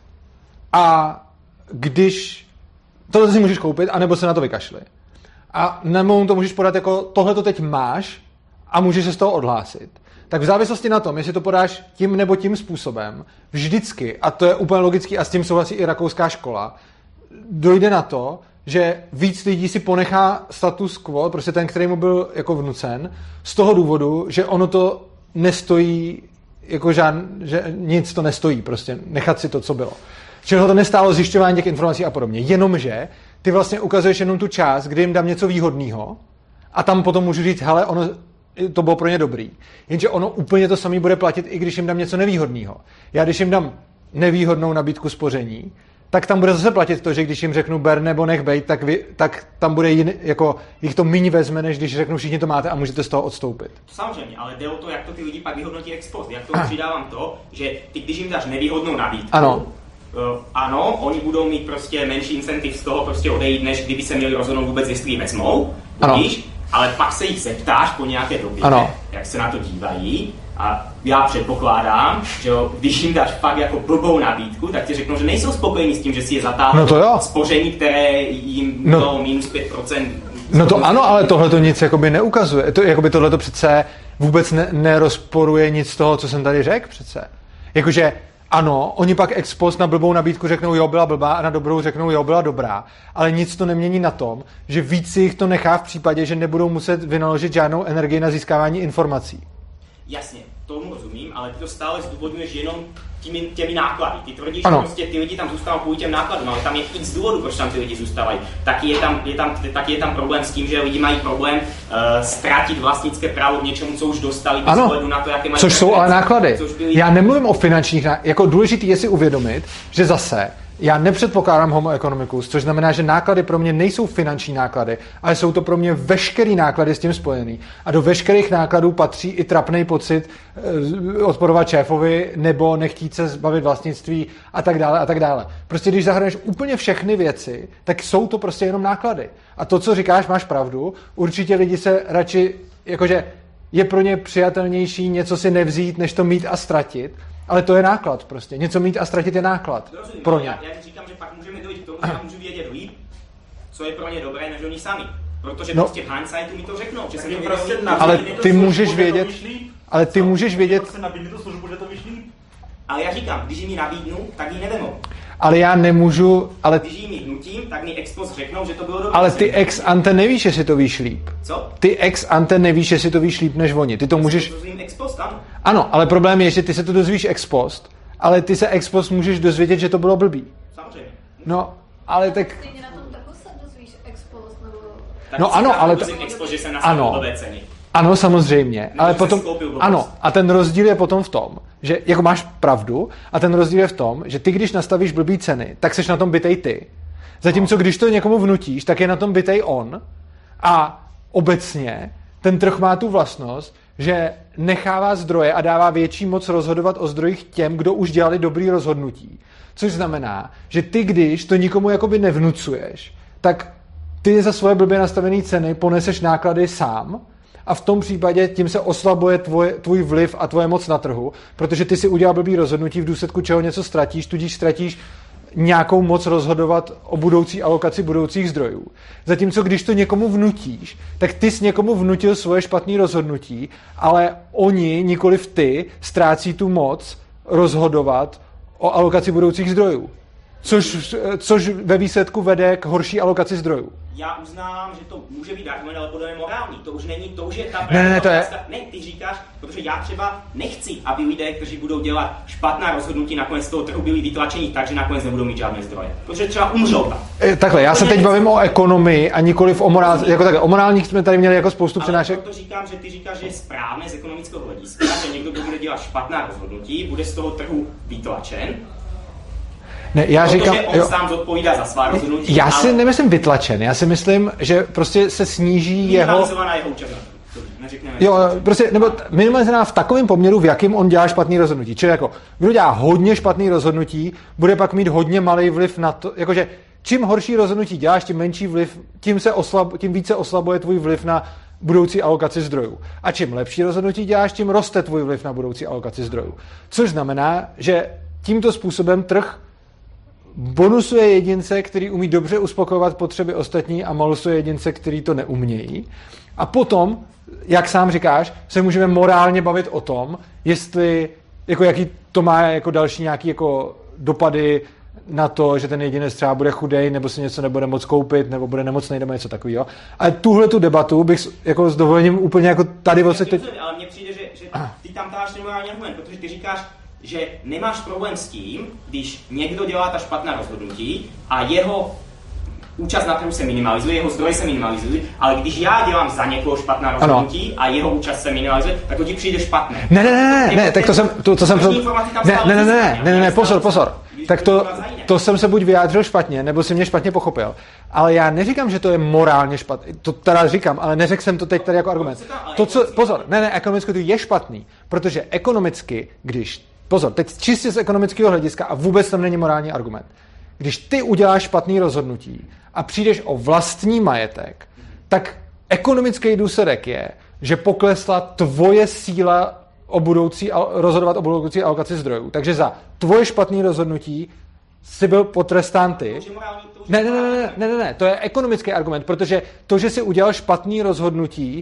a když tohle si můžeš koupit, anebo se na to vykašli. A nebo to můžeš podat jako tohle to teď máš a můžeš se z toho odhlásit. Tak v závislosti na tom, jestli to podáš tím nebo tím způsobem, vždycky, a to je úplně logický a s tím souhlasí i rakouská škola, dojde na to, že víc lidí si ponechá status quo, prostě ten, který mu byl jako vnucen, z toho důvodu, že ono to nestojí, jako že nic to nestojí, prostě nechat si to, co bylo. Čili to nestálo zjišťování těch informací a podobně. Jenomže ty vlastně ukazuješ jenom tu část, kdy jim dám něco výhodného a tam potom můžu říct, hele, ono to bylo pro ně dobrý. Jenže ono úplně to samé bude platit, i když jim dám něco nevýhodného. Já když jim dám nevýhodnou nabídku spoření, tak tam bude zase platit to, že když jim řeknu ber nebo nech bejt, tak tam bude jako jich to míň vezme, než když řeknu všichni to máte a můžete z toho odstoupit. Samozřejmě, ale jde o to, jak to ty lidi pak vyhodnotí ex post. Jak to přidávám to, že ty, když jim dáš nevýhodnou nabídku, ano, oni budou mít prostě menší incentiv z toho prostě odejít, než kdyby se měli rozhodnout vůbec, jestli ji vezmou, víš? Ale pak se jich zeptáš po nějaké době, jak se na to dívají. A já předpokládám, že když jim dáš fakt jako blbou nabídku, tak ti řeknou, že nejsou spokojení s tím, že si je zatáhl spoření, které jim bylo minus 5%. No to ano, ale tohle to nic jakoby neukazuje. Tohle to přece vůbec nerozporuje nic z toho, co jsem tady řekl přece. Jakože ano, oni pak ex post na blbou nabídku řeknou, jo, byla blbá, a na dobrou řeknou, jo, byla dobrá. Ale nic to nemění na tom, že víc si jich to nechá v případě, že nebudou muset vynaložit žádnou energii na získávání informací. Jasně, tomu rozumím, ale ty to stále zdůvodňuješ jenom těmi náklady. Ty tvrdíš, že prostě ty lidi tam zůstávají kvůli těm nákladům, ale tam je x důvodů, proč tam ty lidi zůstávají. Taky je tam problém s tím, že lidi mají problém ztratit vlastnické právo v něčemu, co už dostali, bez ohledu na to, jaké mají. Což jsou ale náklady. Já nemluvím o finančních nákladech. Jako důležitý je si uvědomit, že zase já nepředpokládám homo economicus, což znamená, že náklady pro mě nejsou finanční náklady, ale jsou to pro mě veškerý náklady s tím spojený. A do veškerých nákladů patří i trapný pocit odporovat šéfovi nebo nechtít se zbavit vlastnictví a tak dále a tak dále. Prostě když zahrneš úplně všechny věci, tak jsou to prostě jenom náklady. A to, co říkáš, máš pravdu. Určitě lidi se radši, jakože je pro ně přijatelnější něco si nevzít, než to mít a ztratit. Ale to je náklad prostě. Něco mít a ztratit je náklad. Rozumím, pro ně. Já říkám, že pak můžeme dojít k tomu, že já můžu vědět líp, co je pro ně dobré, než oni sami. Protože prostě v hindsightu mi to řeknou. Že jsem prostě ale ty můžeš vědět, ale ty můžeš vědět. Ale já říkám, když jim ji nabídnu, tak ji nevemou. Ale já nemůžu, ale... Když jim ji nutím, tak mi ex post řeknou, že to bylo dobré. Ale ty ex ante nevíš, jestli to víš líp. Co? Ty ex ante nevíš, jestli to víš líp než oni. Ty to můžeš... Ex post, ano. Ano, ale problém je, že ty se to dozvíš ex post, ale ty se ex post můžeš dozvědět, že to bylo blbý. Samozřejmě. No, ale tak... Stejně na tom taku se dozvíš ex post, nebo... No ano, ale... Ex post, že jsem nastavil blbé ceny. Ano, samozřejmě, ale potom, ano, a ten rozdíl je potom v tom, že jako máš pravdu, a ten rozdíl je v tom, že ty, když nastavíš blbý ceny, tak seš na tom bitej ty, Zatímco když to někomu vnutíš, tak je na tom bitej on a obecně ten trh má tu vlastnost, že nechává zdroje a dává větší moc rozhodovat o zdrojích těm, kdo už dělali dobrý rozhodnutí. Což znamená, že ty, když to nikomu jakoby nevnucuješ, tak ty za svoje blbě nastavené ceny poneseš náklady sám a v tom případě tím se oslabuje tvůj vliv a tvoje moc na trhu, protože ty si udělal blbý rozhodnutí, v důsledku čeho něco ztratíš, tudíž ztratíš nějakou moc rozhodovat o budoucí alokaci budoucích zdrojů. Zatímco když to někomu vnutíš, tak ty jsi někomu vnutil svoje špatné rozhodnutí, ale oni, nikoliv ty, ztrácí tu moc rozhodovat o alokaci budoucích zdrojů. Což ve výsledku vede k horší alokaci zdrojů. Já uznávám, že to může být argument, ale podle mě morální. To už není to, že ta Ne, ty říkáš, protože já třeba nechci, aby lidé, kteří budou dělat špatná rozhodnutí nakonec toho trhu, byli vytlačeni tak, že nakonec nebudou mít žádné zdroje. Protože třeba umřou tam. Takhle, já se teď bavím o ekonomii a nikoliv o morálních. Jako takhle, o morálních jsme tady měli jako spoustu přenášek. Ale to říkám, že ty říkáš, že je správné z ekonomického hlediska, že někdo, kdo bude dělat špatná rozhodnutí, bude z toho trhu vytlačen. Ne, já říkám, on sám zodpovídá za svá rozhodnutí. Já si nemyslím vytlačen, já si myslím, že prostě se sníží jeho účast. Jo, prostě, nebo minimalizovaná v takovém poměru, v jakým on dělá špatný rozhodnutí. Čili jako, kdo dělá hodně špatný rozhodnutí, bude pak mít hodně malý vliv na to, jakože čím horší rozhodnutí děláš, tím menší vliv, tím více oslabuje tvůj vliv na budoucí alokaci zdrojů. A čím lepší rozhodnutí děláš, tím roste tvůj vliv na budoucí alokaci zdrojů. Což znamená, že tímto způsobem trh bonusuje jedince, který umí dobře uspokojovat potřeby ostatní a malusuje jedince, který to neumějí. A potom, jak sám říkáš, se můžeme morálně bavit o tom, jestli, jako jaký to má jako další nějaký jako dopady na to, že ten jedinec třeba bude chudej, nebo si něco nebude moc koupit, nebo bude nemocnej, nebo něco takového. Ale tuhle tu debatu bych jako s dovolením úplně jako tady teď... Ale mně přijde, že ty tam dáš ten morální argument, protože ty říkáš, že nemáš problém s tím, když někdo dělá ta špatná rozhodnutí a jeho účast na trhu se minimalizuje, jeho zdroje se minimalizují, ale když já dělám za někoho špatná rozhodnutí a jeho účast se minimalizuje, tak to ti přijde špatné. Ne, tak to jsem... Ne, pozor. Tak to jsem se buď vyjádřil špatně, nebo si mě špatně pochopil. Ale já neříkám, že to je morálně špatný. To teda říkám, ale neřekl jsem to teď tady jako argument. Ekonomicky to je špatný, protože ekonomicky, pozor, teď čistě z ekonomického hlediska a vůbec tam není morální argument. Když ty uděláš špatný rozhodnutí a přijdeš o vlastní majetek, tak ekonomický důsledek je, že poklesla tvoje síla rozhodovat o budoucí alokaci zdrojů. Takže za tvoje špatný rozhodnutí jsi byl potrestán ty. Ne, to je ekonomický argument, protože to, že jsi udělal špatný rozhodnutí,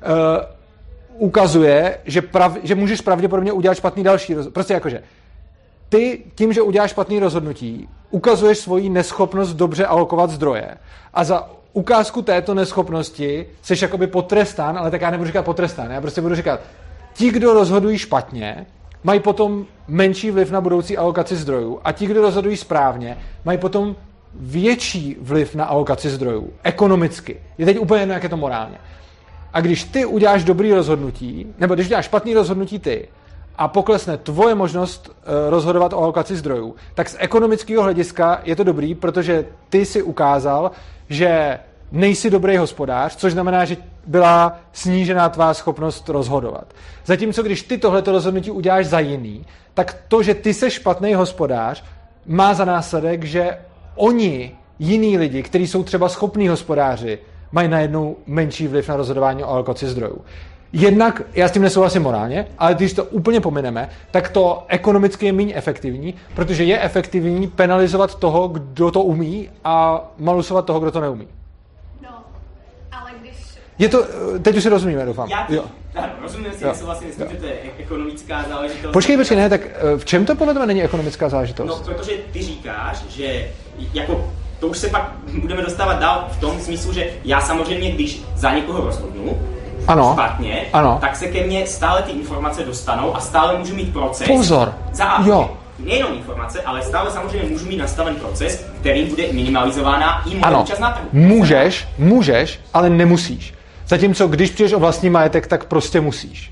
ukazuje, že můžeš pravděpodobně udělat špatný další rozhodnutí. Prostě jakože ty tím, že uděláš špatný rozhodnutí, ukazuješ svoji neschopnost dobře alokovat zdroje a za ukázku této neschopnosti jsi jakoby potrestán, ale tak já nebudu říkat potrestán, já prostě budu říkat, ti, kdo rozhodují špatně, mají potom menší vliv na budoucí alokaci zdrojů a ti, kdo rozhodují správně, mají potom větší vliv na alokaci zdrojů, ekonomicky. Je teď úplně jedno, jak je to morálně. A když ty uděláš dobrý rozhodnutí, nebo když uděláš špatný rozhodnutí ty a poklesne tvoje možnost rozhodovat o alokaci zdrojů, tak z ekonomického hlediska je to dobrý, protože ty si ukázal, že nejsi dobrý hospodář, což znamená, že byla snížená tvá schopnost rozhodovat. Zatímco když ty tohleto rozhodnutí uděláš za jiný, tak to, že ty jsi špatný hospodář, má za následek, že oni, jiní lidi, kteří jsou třeba schopní hospodáři, mají najednou menší vliv na rozhodování o alokaci zdrojů. Jednak, já s tím nesouhlasím morálně, ale když to úplně pomineme, tak to ekonomicky je méně efektivní, protože je efektivní penalizovat toho, kdo to umí a malusovat toho, kdo to neumí. No, ale když... Je to, teď už si rozumíme, doufám. Rozumím si, nesouhlasím, myslím, že to je ekonomická záležitost. Počkej, ne, tak v čem to podle tebe není ekonomická záležitost? No, protože ty říkáš, že jako to už se pak budeme dostávat dál v tom smyslu, že já samozřejmě, když za někoho rozhodnu, špatně, tak se ke mně stále ty informace dostanou a stále můžu mít proces. Pozor, Nejenom informace, ale stále samozřejmě můžu mít nastaven proces, který bude minimalizována i moje účast na trhu. Můžeš, ale nemusíš. Zatímco když přijdeš o vlastní majetek, tak prostě musíš.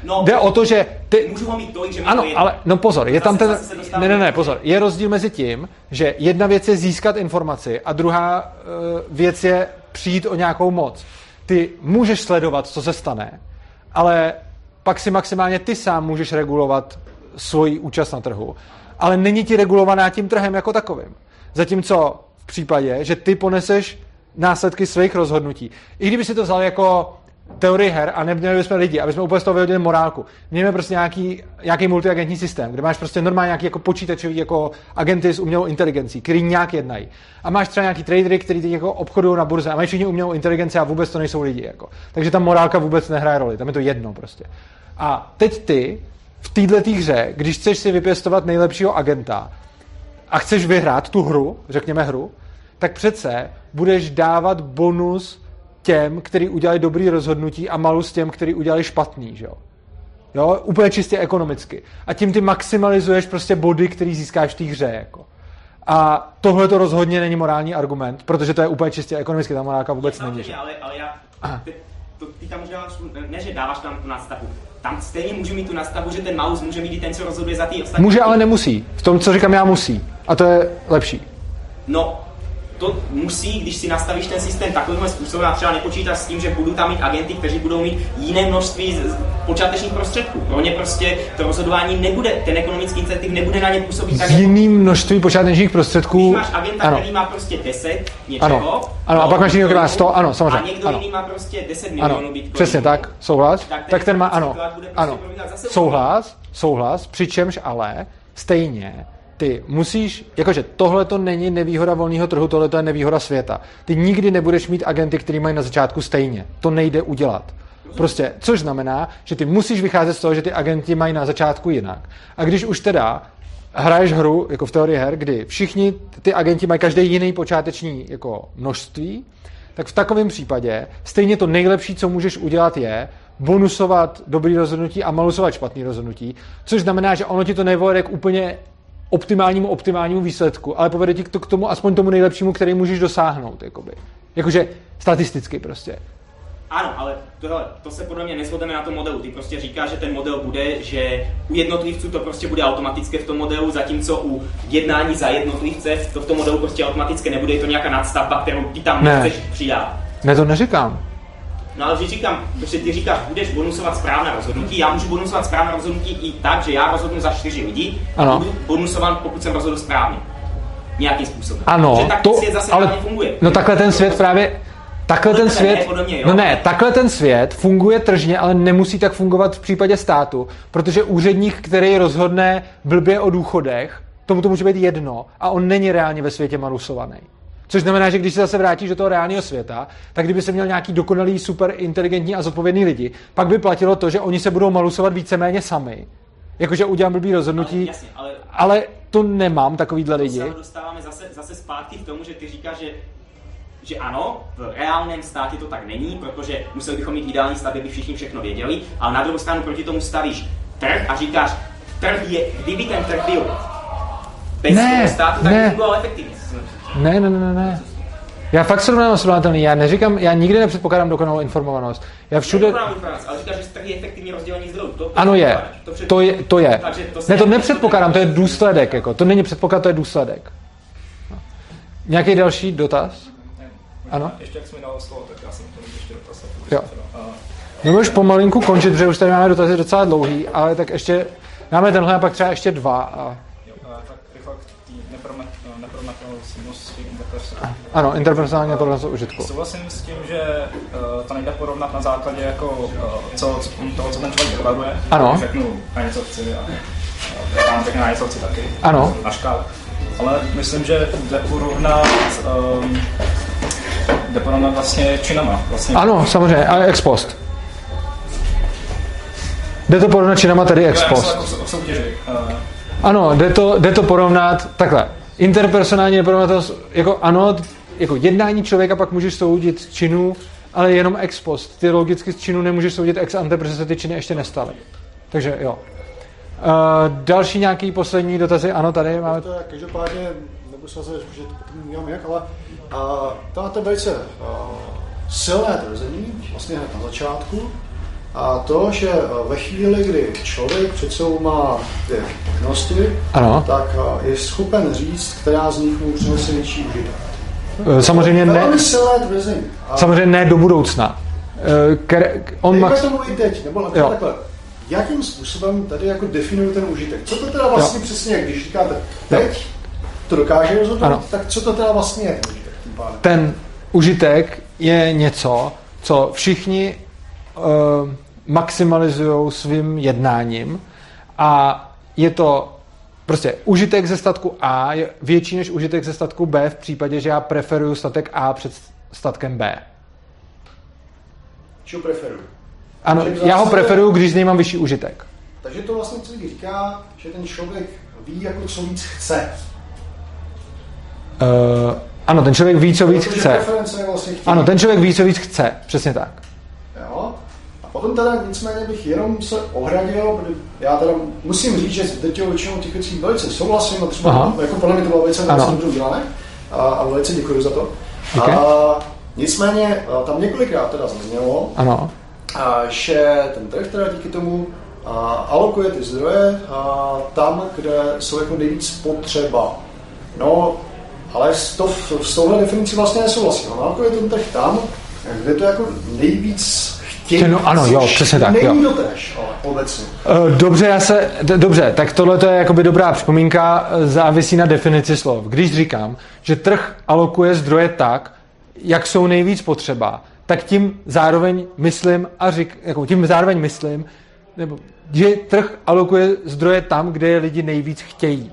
jde o to, že ty... Můžu ho mít tolik, že mi ano, to jedno. ale no pozor, je tam ten... Ne, jako pozor. Je rozdíl mezi tím, že jedna věc je získat informaci a druhá věc je přijít o nějakou moc. Ty můžeš sledovat, co se stane, ale pak si maximálně ty sám můžeš regulovat svoji účast na trhu. Ale není ti regulovaná tím trhem jako takovým. Zatímco v případě, že ty poneseš následky svých rozhodnutí. I kdyby si to vzal jako teorii her a neměli bychom lidi, aby jsme úplně z toho vyhodili morálku. Mějme prostě nějaký multiagentní systém, kde máš prostě normálně nějaký jako počítačový jako agenty s umělou inteligencí, který nějak jednají. A máš třeba nějaký tradery, který ty jako obchodují na burze a mají všichni umělou inteligenci a vůbec to nejsou lidi. Jako. Takže ta morálka vůbec nehraje roli, tam je to jedno prostě. A teď ty v této hře, když chceš si vypěstovat nejlepšího agenta a chceš vyhrát tu hru, řekněme hru, tak přece budeš dávat bonus těm, kteří udělali dobrý rozhodnutí a malus těm, kteří udělali špatný, že jo? Jo? Úplně čistě ekonomicky. A tím ty maximalizuješ prostě body, který získáš v té hře, jako. A tohle to rozhodně není morální argument, protože to je úplně čistě ekonomicky, ta morálka vůbec není. Ale ty tam už dáváš, ne, že dáváš tam tu nastavu. Tam stejně můžu mít tu nastavu, že ten malus může mít i ten, co rozhoduje za ty ostatní. Může, ale nemusí. V tom, co říkám já, musí. A to je lepší. No, to musí, když si nastavíš ten systém takovým způsobem a třeba nepočítáš s tím, že budou tam mít agenty, kteří budou mít jiné množství počátečních prostředků. Pro ně prostě to rozhodování nebude, ten ekonomický incentiv nebude na ně působit tak. Jiný množství počátečních prostředků. Když máš agenta, který má prostě 10 něčeho. Ano, a pak máš jiného, který má 100, ano, samozřejmě. A někdo jiný má prostě 10 milionů bitcoinů. Přesně tak, souhlas. Tak ten má, ano, souhlas, přičemž ale stejně ty musíš, jakože tohle to není nevýhoda volného trhu, tohle to je nevýhoda světa. Ty nikdy nebudeš mít agenty, který mají na začátku stejně. To nejde udělat. Prostě, což znamená, že ty musíš vycházet z toho, že ty agenti mají na začátku jinak. A když už teda hraješ hru, jako v teorii her, kdy všichni ty agenti mají každý jiný počáteční jako množství, tak v takovém případě stejně to nejlepší, co můžeš udělat, je bonusovat dobrý rozhodnutí a malusovat špatný rozhodnutí, což znamená, že ono ti to nevede k úplně optimálnímu výsledku, ale povede ti to k tomu, aspoň tomu nejlepšímu, který můžeš dosáhnout, jakoby. Jakože statisticky prostě. Ano, ale to se podle mě neshodneme na tom modelu. Ty prostě říkáš, že ten model bude, že u jednotlivců to prostě bude automatické v tom modelu, zatímco u jednání za jednotlivce to v tom modelu prostě automaticky nebude, je to nějaká nadstavba, kterou ty tam nechceš přidat. Ne, to neříkám. No ale že říkám, protože ty říkáš, budeš bonusovat správné rozhodnutí, já můžu bonusovat správné rozhodnutí i tak, že já rozhodnu za 4 lidi, a budu bonusován, pokud jsem rozhodl správně. Nějakým způsobem. Ano, že tak to, svět zase ale funguje. No takhle ten svět právě takhle ten svět funguje tržně, ale nemusí tak fungovat v případě státu, protože úředník, který rozhodne blbě o důchodech, tomu to může být jedno a on není reálně ve světě malusovaný. Což znamená, že když se zase vrátíš do toho reálného světa, tak kdyby se měl nějaký dokonalý, super inteligentní a zodpovědný lidi, pak by platilo to, že oni se budou malusovat víceméně sami. Jakože udělám blbý rozhodnutí, ale to nemám takovýhle lidi. To se dostáváme zase zpátky k tomu, že ty říkáš, že ano, v reálném státě to tak není, protože museli bychom mít ideální stát, aby všichni všechno věděli, ale na druhou stranu proti tomu stavíš trh a říkáš, trh je, kdyby ten trh byl bez toho státu, tak by bylo efektivně. Ne. Já fakt srovnám srovnatelný, já nikdy nepředpokládám dokonalou informovanost. Já všude... Ale říkáš, že trh je efektivně rozdělení zdrojů. Ano je, to je. Ne, to nepředpokládám, to je důsledek, jako. To není předpoklad, to je důsledek. No. Nějaký další dotaz? Ano? Ještě jak jsi mi dal slovo, tak já jsem to ještě dotaz. Jo. My můžeš pomalinku končit, protože už tady máme dotazy docela dlouhý, ale tak ještě máme tenhle a pak třeba ještě 2. Tak rychle k té neproměnitelnosti interpersonální. Ano, interpersonální neproměnitelnost užitku. Souhlasím s tím, že to nejde porovnat na základě jako toho, co ten člověk deklaruje. Ano. Řeknu na něco chci a tam řekne na něco chci taky. Ano. Na škále. Ale myslím, že jde porovnat vlastně činama. Vlastně. Ano, samozřejmě, ale ex post. Jde to porovnat činama, tedy ex post. Ano, jde to porovnat takhle. Interpersonální neporovnatelnost, jako ano, jako jednání člověka pak můžeš soudit činů, ale jenom ex post. Ty logicky z činů nemůžeš soudit ex ante, protože se ty činy ještě nestaly. Takže jo. Další nějaký poslední dotazy? Ano, tady máme. To je každopádně, nebudu se zase, že to mívám jak, ale to je velice silné tvrzení, vlastně hned na začátku, A to, že ve chvíli, kdy člověk před sebou má ty možnosti, tak je schopen říct, která z nich mu přinese větší užitek. Samozřejmě ne. Samozřejmě ne do budoucna. Jak to mluví teď? Nebo takhle. Jakým způsobem tady jako definuju ten užitek? Co to teda vlastně přesně, když říkáte teď, to dokáže rozhodnout, tak co to teda vlastně je? Ten užitek je něco, co všichni maximalizují svým jednáním a je to prostě užitek ze statku A je větší než užitek ze statku B v případě, že já preferuju statek A před statkem B. Co preferuju? Ano, já ho preferuju, když z něj mám vyšší užitek. Takže to vlastně celý říká, že ten člověk ví, jako co víc chce. Ano, ten člověk ví, co víc chce. Vlastně ano, ten člověk ví, co víc chce. Přesně tak. Jo. A potom teda nicméně bych jenom se ohradil, protože já teda musím říct, že drtivou většinou těch věcí velice souhlasím a třeba jako podle mě to bylo velice dobře udělané a velice děkuji za to. Nicméně tam několikrát teda zaznělo, že ten trh teda díky tomu alokuje ty zdroje tam, kde jsou jako nejvíc potřeba. No, ale s touhle definicí vlastně nesouhlasím. Alokuje ten trh tam, kde to jako nejvíc chtějí. No ano, jo, přesně tak. Není to tež, ale obecně. Dobře, tak tohle je jakoby dobrá připomínka, závisí na definici slov. Když říkám, že trh alokuje zdroje tak, jak jsou nejvíc potřeba, tak tím zároveň myslím, nebo že trh alokuje zdroje tam, kde je lidi nejvíc chtějí.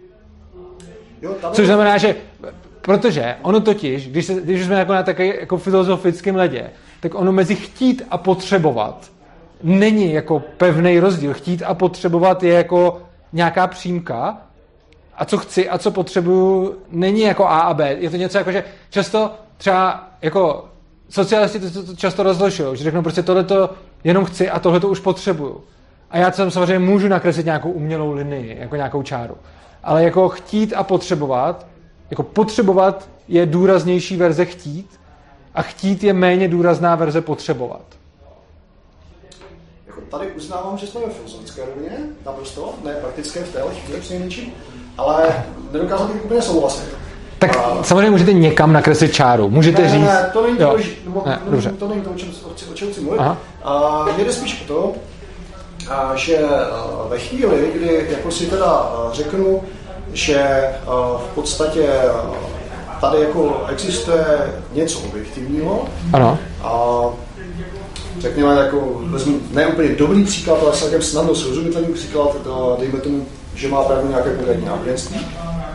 Což znamená, že protože ono totiž, když jsme jako na takové jako filozofickém ledě, tak ono mezi chtít a potřebovat není jako pevný rozdíl. Chtít a potřebovat je jako nějaká přímka a co chci a co potřebuju není jako A a B. Je to něco jako, že často třeba jako socialisti to často rozlišují, že řeknou prostě tohleto jenom chci a tohleto už potřebuju. A já tam samozřejmě můžu nakreslit nějakou umělou linii, jako nějakou čáru. Ale jako chtít a potřebovat, jako potřebovat je důraznější verze chtít a chtít je méně důrazná verze potřebovat. Jako tady uznávám, že jsme ve filozofické rovině, naprosto, ne praktické v téhle chvíli přinejmenším, ale nedokázal bych úplně souhlasit. Tak samozřejmě můžete někam nakreslit čáru. Můžete říct... Ne, to není to, to není to, o čem chci mluvit. Mě jde spíš o to, že ve chvíli, kdy jako si teda řeknu, že v podstatě tady jako existuje něco objektivního. Ano. A řekněme, jako vezmu ne úplně dobrý příklad, ale celkem snadno srozumitelný příklad, dejme tomu, že má pravdu nějaké poradní náboženství.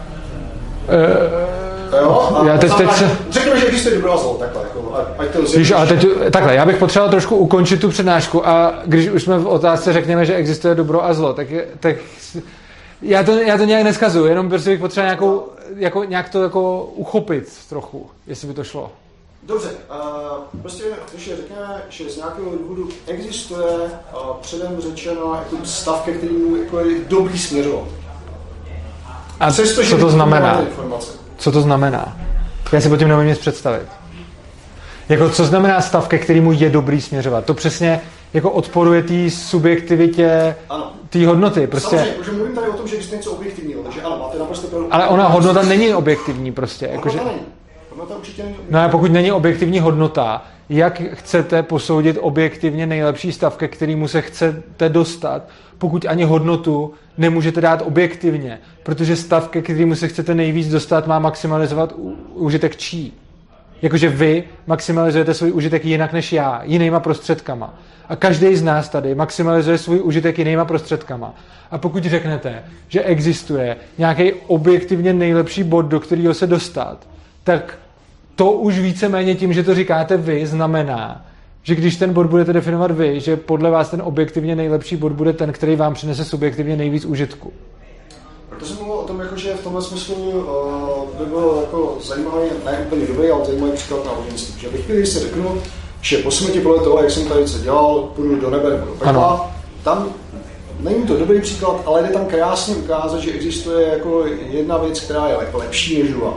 Řekněme, že existuje dobro a zlo, takhle. Takhle, já bych potřeboval trošku ukončit tu přednášku a když už jsme v otázce řekněme, že existuje dobro a zlo, tak já to nějak neskazuju, jenom prostě bych potřeboval nějak to jako uchopit trochu, jestli by to šlo. Dobře, prostě když řekněme, že z nějakého důvodu existuje předem řečeno jako stav, ke kterému jako je dobrý směřovat. A co to znamená? Co to znamená? Já si pod tím nemůžu nic představit. Jako, co znamená stav, ke kterému je dobrý směřovat? To přesně jako odporuje té subjektivitě té hodnoty. Prostě... Samozřejmě, protože mluvím tady o tom, že existuje něco objektivního, takže ano, máte naprosto pravdu. Ale ona hodnota není objektivní prostě. Hodnota není. Hodnota určitě není. No a pokud není objektivní hodnota, jak chcete posoudit objektivně nejlepší stav, ke kterému se chcete dostat, pokud ani hodnotu nemůžete dát objektivně, protože stav, ke kterému se chcete nejvíc dostat, má maximalizovat užitek čí. Jakože vy maximalizujete svůj užitek jinak než já, jinýma prostředkama. A každý z nás tady maximalizuje svůj užitek jinýma prostředkama. A pokud řeknete, že existuje nějaký objektivně nejlepší bod, do kterého se dostat, tak to už víceméně tím, že to říkáte vy, znamená, že když ten bod budete definovat vy, že podle vás ten objektivně nejlepší bod bude ten, který vám přinese subjektivně nejvíc užitku. Proto jsem mluvil o tom, že v tomhle smyslu by bylo jako zajímavý, ne úplně dobrý, ale zajímavý příklad náboženství. Že ve chvíli, když si řeknu, že po smrti podle toho, jak jsem tady co dělal, půjdu do nebe nebo do pekla, tam není to dobrý příklad, ale jde tam krásně ukázat, že existuje jako jedna věc, která je lepší než druhá.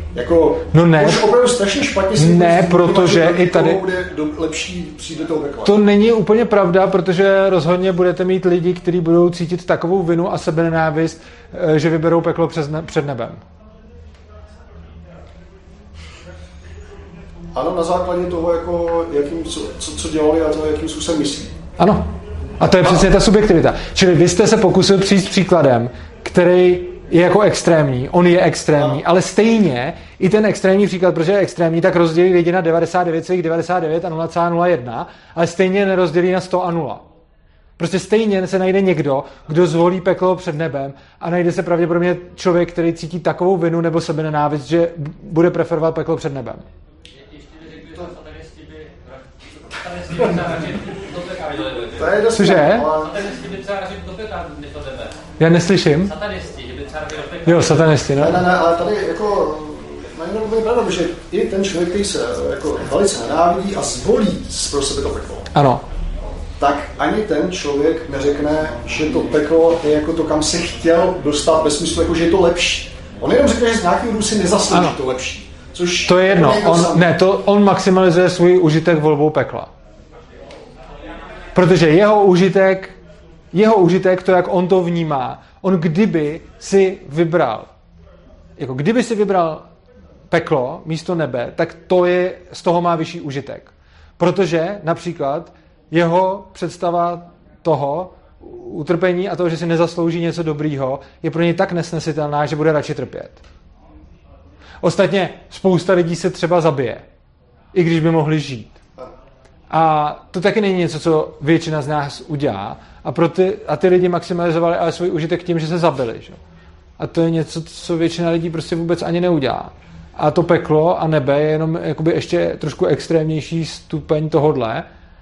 Jako, no ne. Už opravdu strašně špatně si ne, protože i tady bude lepší přijde toho pekla. To není úplně pravda, protože rozhodně budete mít lidi, kteří budou cítit takovou vinu a sebenenávist, že vyberou peklo před nebem. Ano, na základě toho, jako, co dělali a to, jakým způsobem myslí. Ano. A to je přesně ta subjektivita. Čili vy jste se pokusil přijít s příkladem, který je jako extrémní, on je extrémní, ale stejně i ten extrémní příklad, protože je extrémní, tak rozdělí lidi na 99,99 a 0,01, ale stejně nerozdělí na 100 a 0. Prostě stejně se najde někdo, kdo zvolí peklo před nebem a najde se pravděpodobně člověk, který cítí takovou vinu nebo sebenenávist, že bude preferovat peklo před nebem. Cože? Já neslyším. Jo, satanisti, no. Ne, ale tady jako není úplně pravda, že i ten člověk, který se jako velice nenávidí a zvolí pro sebe to peklo. Ano. Tak ani ten člověk neřekne, že to peklo je jako to, kam se chtěl dostat ve smyslu, jako, že je to lepší. On jenom řekne, že z nějakého důvodu si nezaslouží to lepší. Což to je jedno. On maximalizuje svůj užitek volbou pekla. Protože jeho užitek, to, jak on to vnímá, on kdyby si vybral peklo místo nebe, tak z toho má vyšší užitek. Protože například jeho představa toho utrpení a toho, že si nezaslouží něco dobrýho, je pro něj tak nesnesitelná, že bude radši trpět. Ostatně spousta lidí se třeba zabije, i když by mohli žít. A to taky není něco, co většina z nás udělá. A ty lidi maximalizovali ale svůj užitek tím, že se zabili. Že? A to je něco, co většina lidí prostě vůbec ani neudělá. A to peklo a nebe je jenom jakoby ještě trošku extrémnější stupeň tohodle,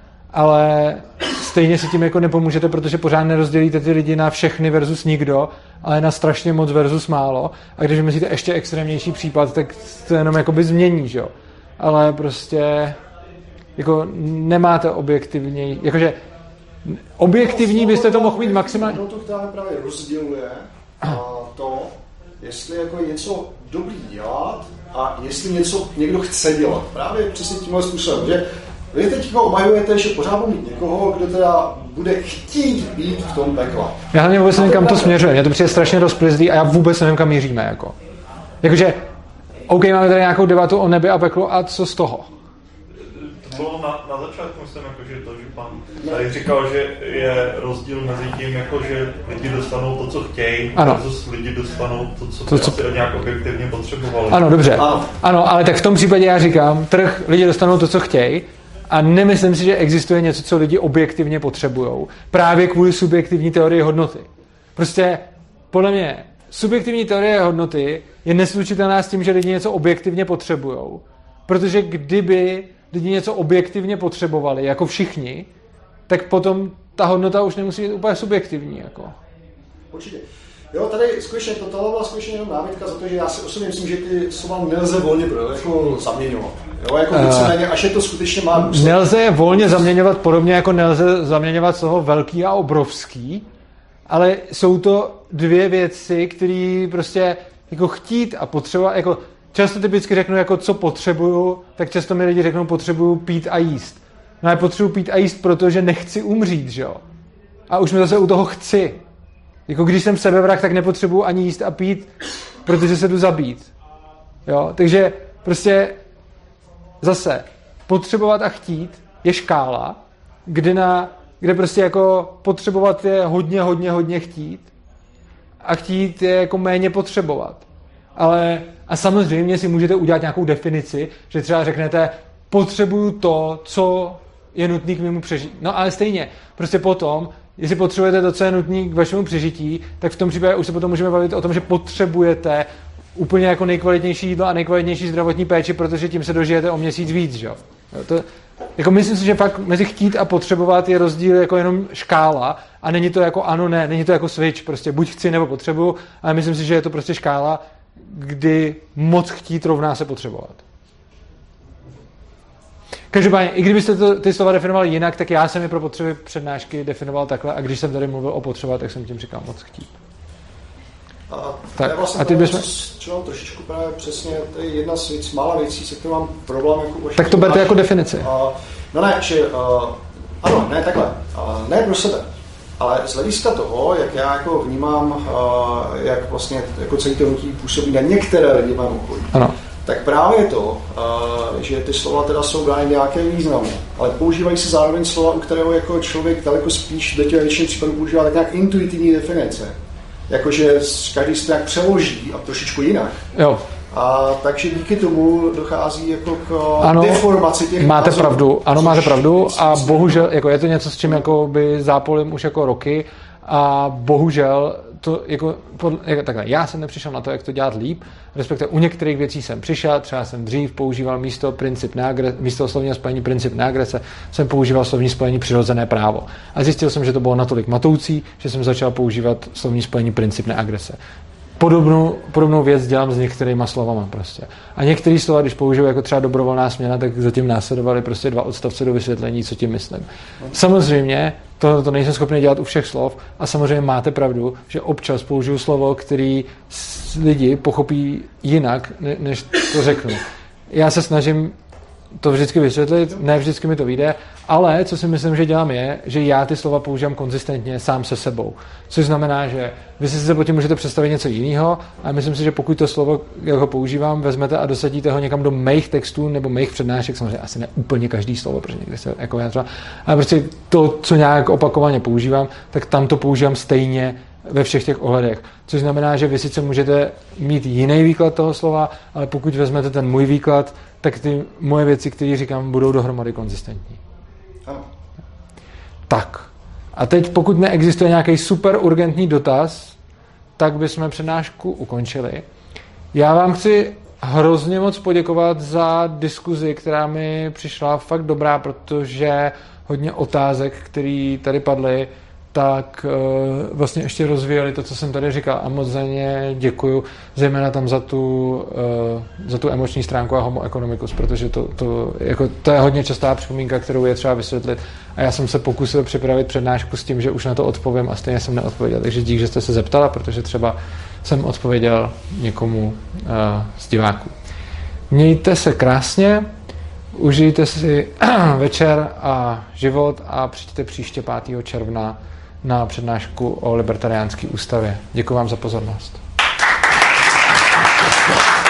ale stejně si tím jako nepomůžete, protože pořád nerozdělíte ty lidi na všechny versus nikdo, ale na strašně moc versus málo. A když myslíte ještě extrémnější případ, tak to jenom jakoby změní, že jo. Ale prostě jako nemáte objektivně, jakože objektivní byste to mohl mít maximálně. To, která právě rozděluje to, jestli jako něco dobrý dělat a jestli něco někdo chce dělat. Právě přesně tímhle způsobem, že vy teď obhajujete, že pořád budu mít někoho, kdo teda bude chtít být v tom pekla. Já hlavně vůbec nevím, kam to směřuje. Mně to přijde strašně rozplizlý a já vůbec nevím, kam míříme. Jako. Jakože, OK, máme tady nějakou debatu o nebi a peklu a co z toho? To bylo na začátku, myslím, jako, že to, že pan tady říkal, že je rozdíl mezi tím, jako, že lidi dostanou to, co chtějí, versus lidi dostanou to, co by nějak objektivně potřebovali. Ano, dobře. Ano, ale tak v tom případě já říkám, lidi dostanou to, co chtějí, a nemyslím si, že existuje něco, co lidi objektivně potřebujou. Právě kvůli subjektivní teorii hodnoty. Prostě, podle mě, subjektivní teorie hodnoty je neslučitelná s tím, že lidi něco objektivně potřebujou. Protože kdyby lidi něco objektivně potřebovali, jako všichni, tak potom ta hodnota už nemusí být úplně subjektivní. Jako. Určitě. Jo, tady skutečně, tohle byla skutečně jenom námitka za to, že já si osobně myslím, že ty slova nelze volně jako zaměňovat. Jo, jako víceméně, až je to skutečně má... Nelze je volně zaměňovat podobně, jako nelze zaměňovat slovo velký a obrovský, ale jsou to dvě věci, které prostě jako chtít a potřebovat, jako často typicky řeknu, jako co potřebuju, tak často mi lidi řeknou, potřebuju pít a jíst. No já potřebuju pít a jíst, protože nechci umřít, že jo? A už mi zase u toho chci. Jako když jsem sebevrah, tak nepotřebuju ani jíst a pít, protože se jdu zabít. Jo? Takže prostě zase potřebovat a chtít je škála, kde prostě jako potřebovat je hodně chtít a chtít je jako méně potřebovat. A samozřejmě si můžete udělat nějakou definici, že třeba řeknete, potřebuju to, co je nutný k mému přežití. No ale stejně, prostě potom, jestli potřebujete to, co je nutné k vašemu přežití, tak v tom případě už se potom můžeme bavit o tom, že potřebujete úplně jako nejkvalitnější jídlo a nejkvalitnější zdravotní péči, protože tím se dožijete o měsíc víc, že jo. Jako myslím si, že fakt mezi chtít a potřebovat je rozdíl jako jenom škála a není to jako ano, ne, není to jako switch, prostě buď chci nebo potřebuju, ale myslím si, že je to prostě škála, kdy moc chtít rovná se potřebovat. Každopádně, i kdybyste ty slova definovali jinak, tak já jsem je pro potřeby přednášky definoval takhle a když jsem tady mluvil o potřebách, tak jsem tím říkal moc chtít. A ty bychom... Čo trošičku právě přesně, to je jedna z věcí, mála věcí, se kterou mám problém. Jako tak to berte jako definici. No ne, že... ano, ne takhle. Ne pro sebe. Ale z hlediska toho, jak já jako vnímám, jak vlastně jako celý to hnutí působí na některé lidi v mém okolí, tak právě to, že ty slova teda jsou dány nějaké významu, ale používají se zároveň slova, u kterého jako člověk daleko spíš do těch většině případů používá tak nějak intuitivní definice. Jakože každý se nějak přeloží a trošičku jinak. Jo. A takže díky tomu dochází jako k deformaci těch máte názorů. pravdu, ano, máte pravdu a bohužel jako je to něco, s čím jako by zápolim už jako roky a bohužel to jako takhle, já jsem nepřišel na to, jak to dělat líp, respektive u některých věcí jsem přišel, třeba jsem dřív používal místo slovního spojení princip neagrese, jsem používal slovní spojení přirozené právo. A zjistil jsem, že to bylo natolik matoucí, že jsem začal používat slovní spojení princip neagrese. Podobnou věc dělám s některýma slovama prostě. A některé slova, když použiju jako třeba dobrovolná směna, tak zatím následovaly prostě 2 odstavce do vysvětlení, co tím myslím. Samozřejmě to nejsem schopný dělat u všech slov a samozřejmě máte pravdu, že občas použiju slovo, který lidi pochopí jinak, než to řeknu. Já se snažím to vždycky vysvětlit, ne vždycky mi to vyjde, ale co si myslím, že dělám je, že já ty slova používám konzistentně sám se sebou. Což znamená, že vy si potom můžete představit něco jiného, a myslím si, že pokud to slovo, jak ho používám, vezmete a dosadíte ho někam do mých textů nebo mých přednášek, samozřejmě asi ne úplně každý slovo, protože někde se jako já třeba, ale prostě to, co nějak opakovaně používám, tak tam to používám stejně ve všech těch ohledech. Což znamená, že vy sice můžete mít jiný výklad toho slova, ale pokud vezmete ten můj výklad, tak ty moje věci, které říkám, budou dohromady konzistentní. Tak. A teď, pokud neexistuje nějaký super urgentní dotaz, tak bychom přednášku ukončili. Já vám chci hrozně moc poděkovat za diskuzi, která mi přišla fakt dobrá, protože hodně otázek, které tady padly, tak vlastně ještě rozvíjeli to, co jsem tady říkal a moc za ně děkuju, zejména tam za tu emoční stránku a homo economicus, protože to je hodně častá připomínka, kterou je třeba vysvětlit a já jsem se pokusil připravit přednášku s tím, že už na to odpovím a stejně jsem neodpověděl, takže dík, že jste se zeptala, protože třeba jsem odpověděl někomu z diváků. Mějte se krásně, užijte si večer a život a přijďte příště 5. června na přednášku o libertariánské ústavě. Děkuji vám za pozornost.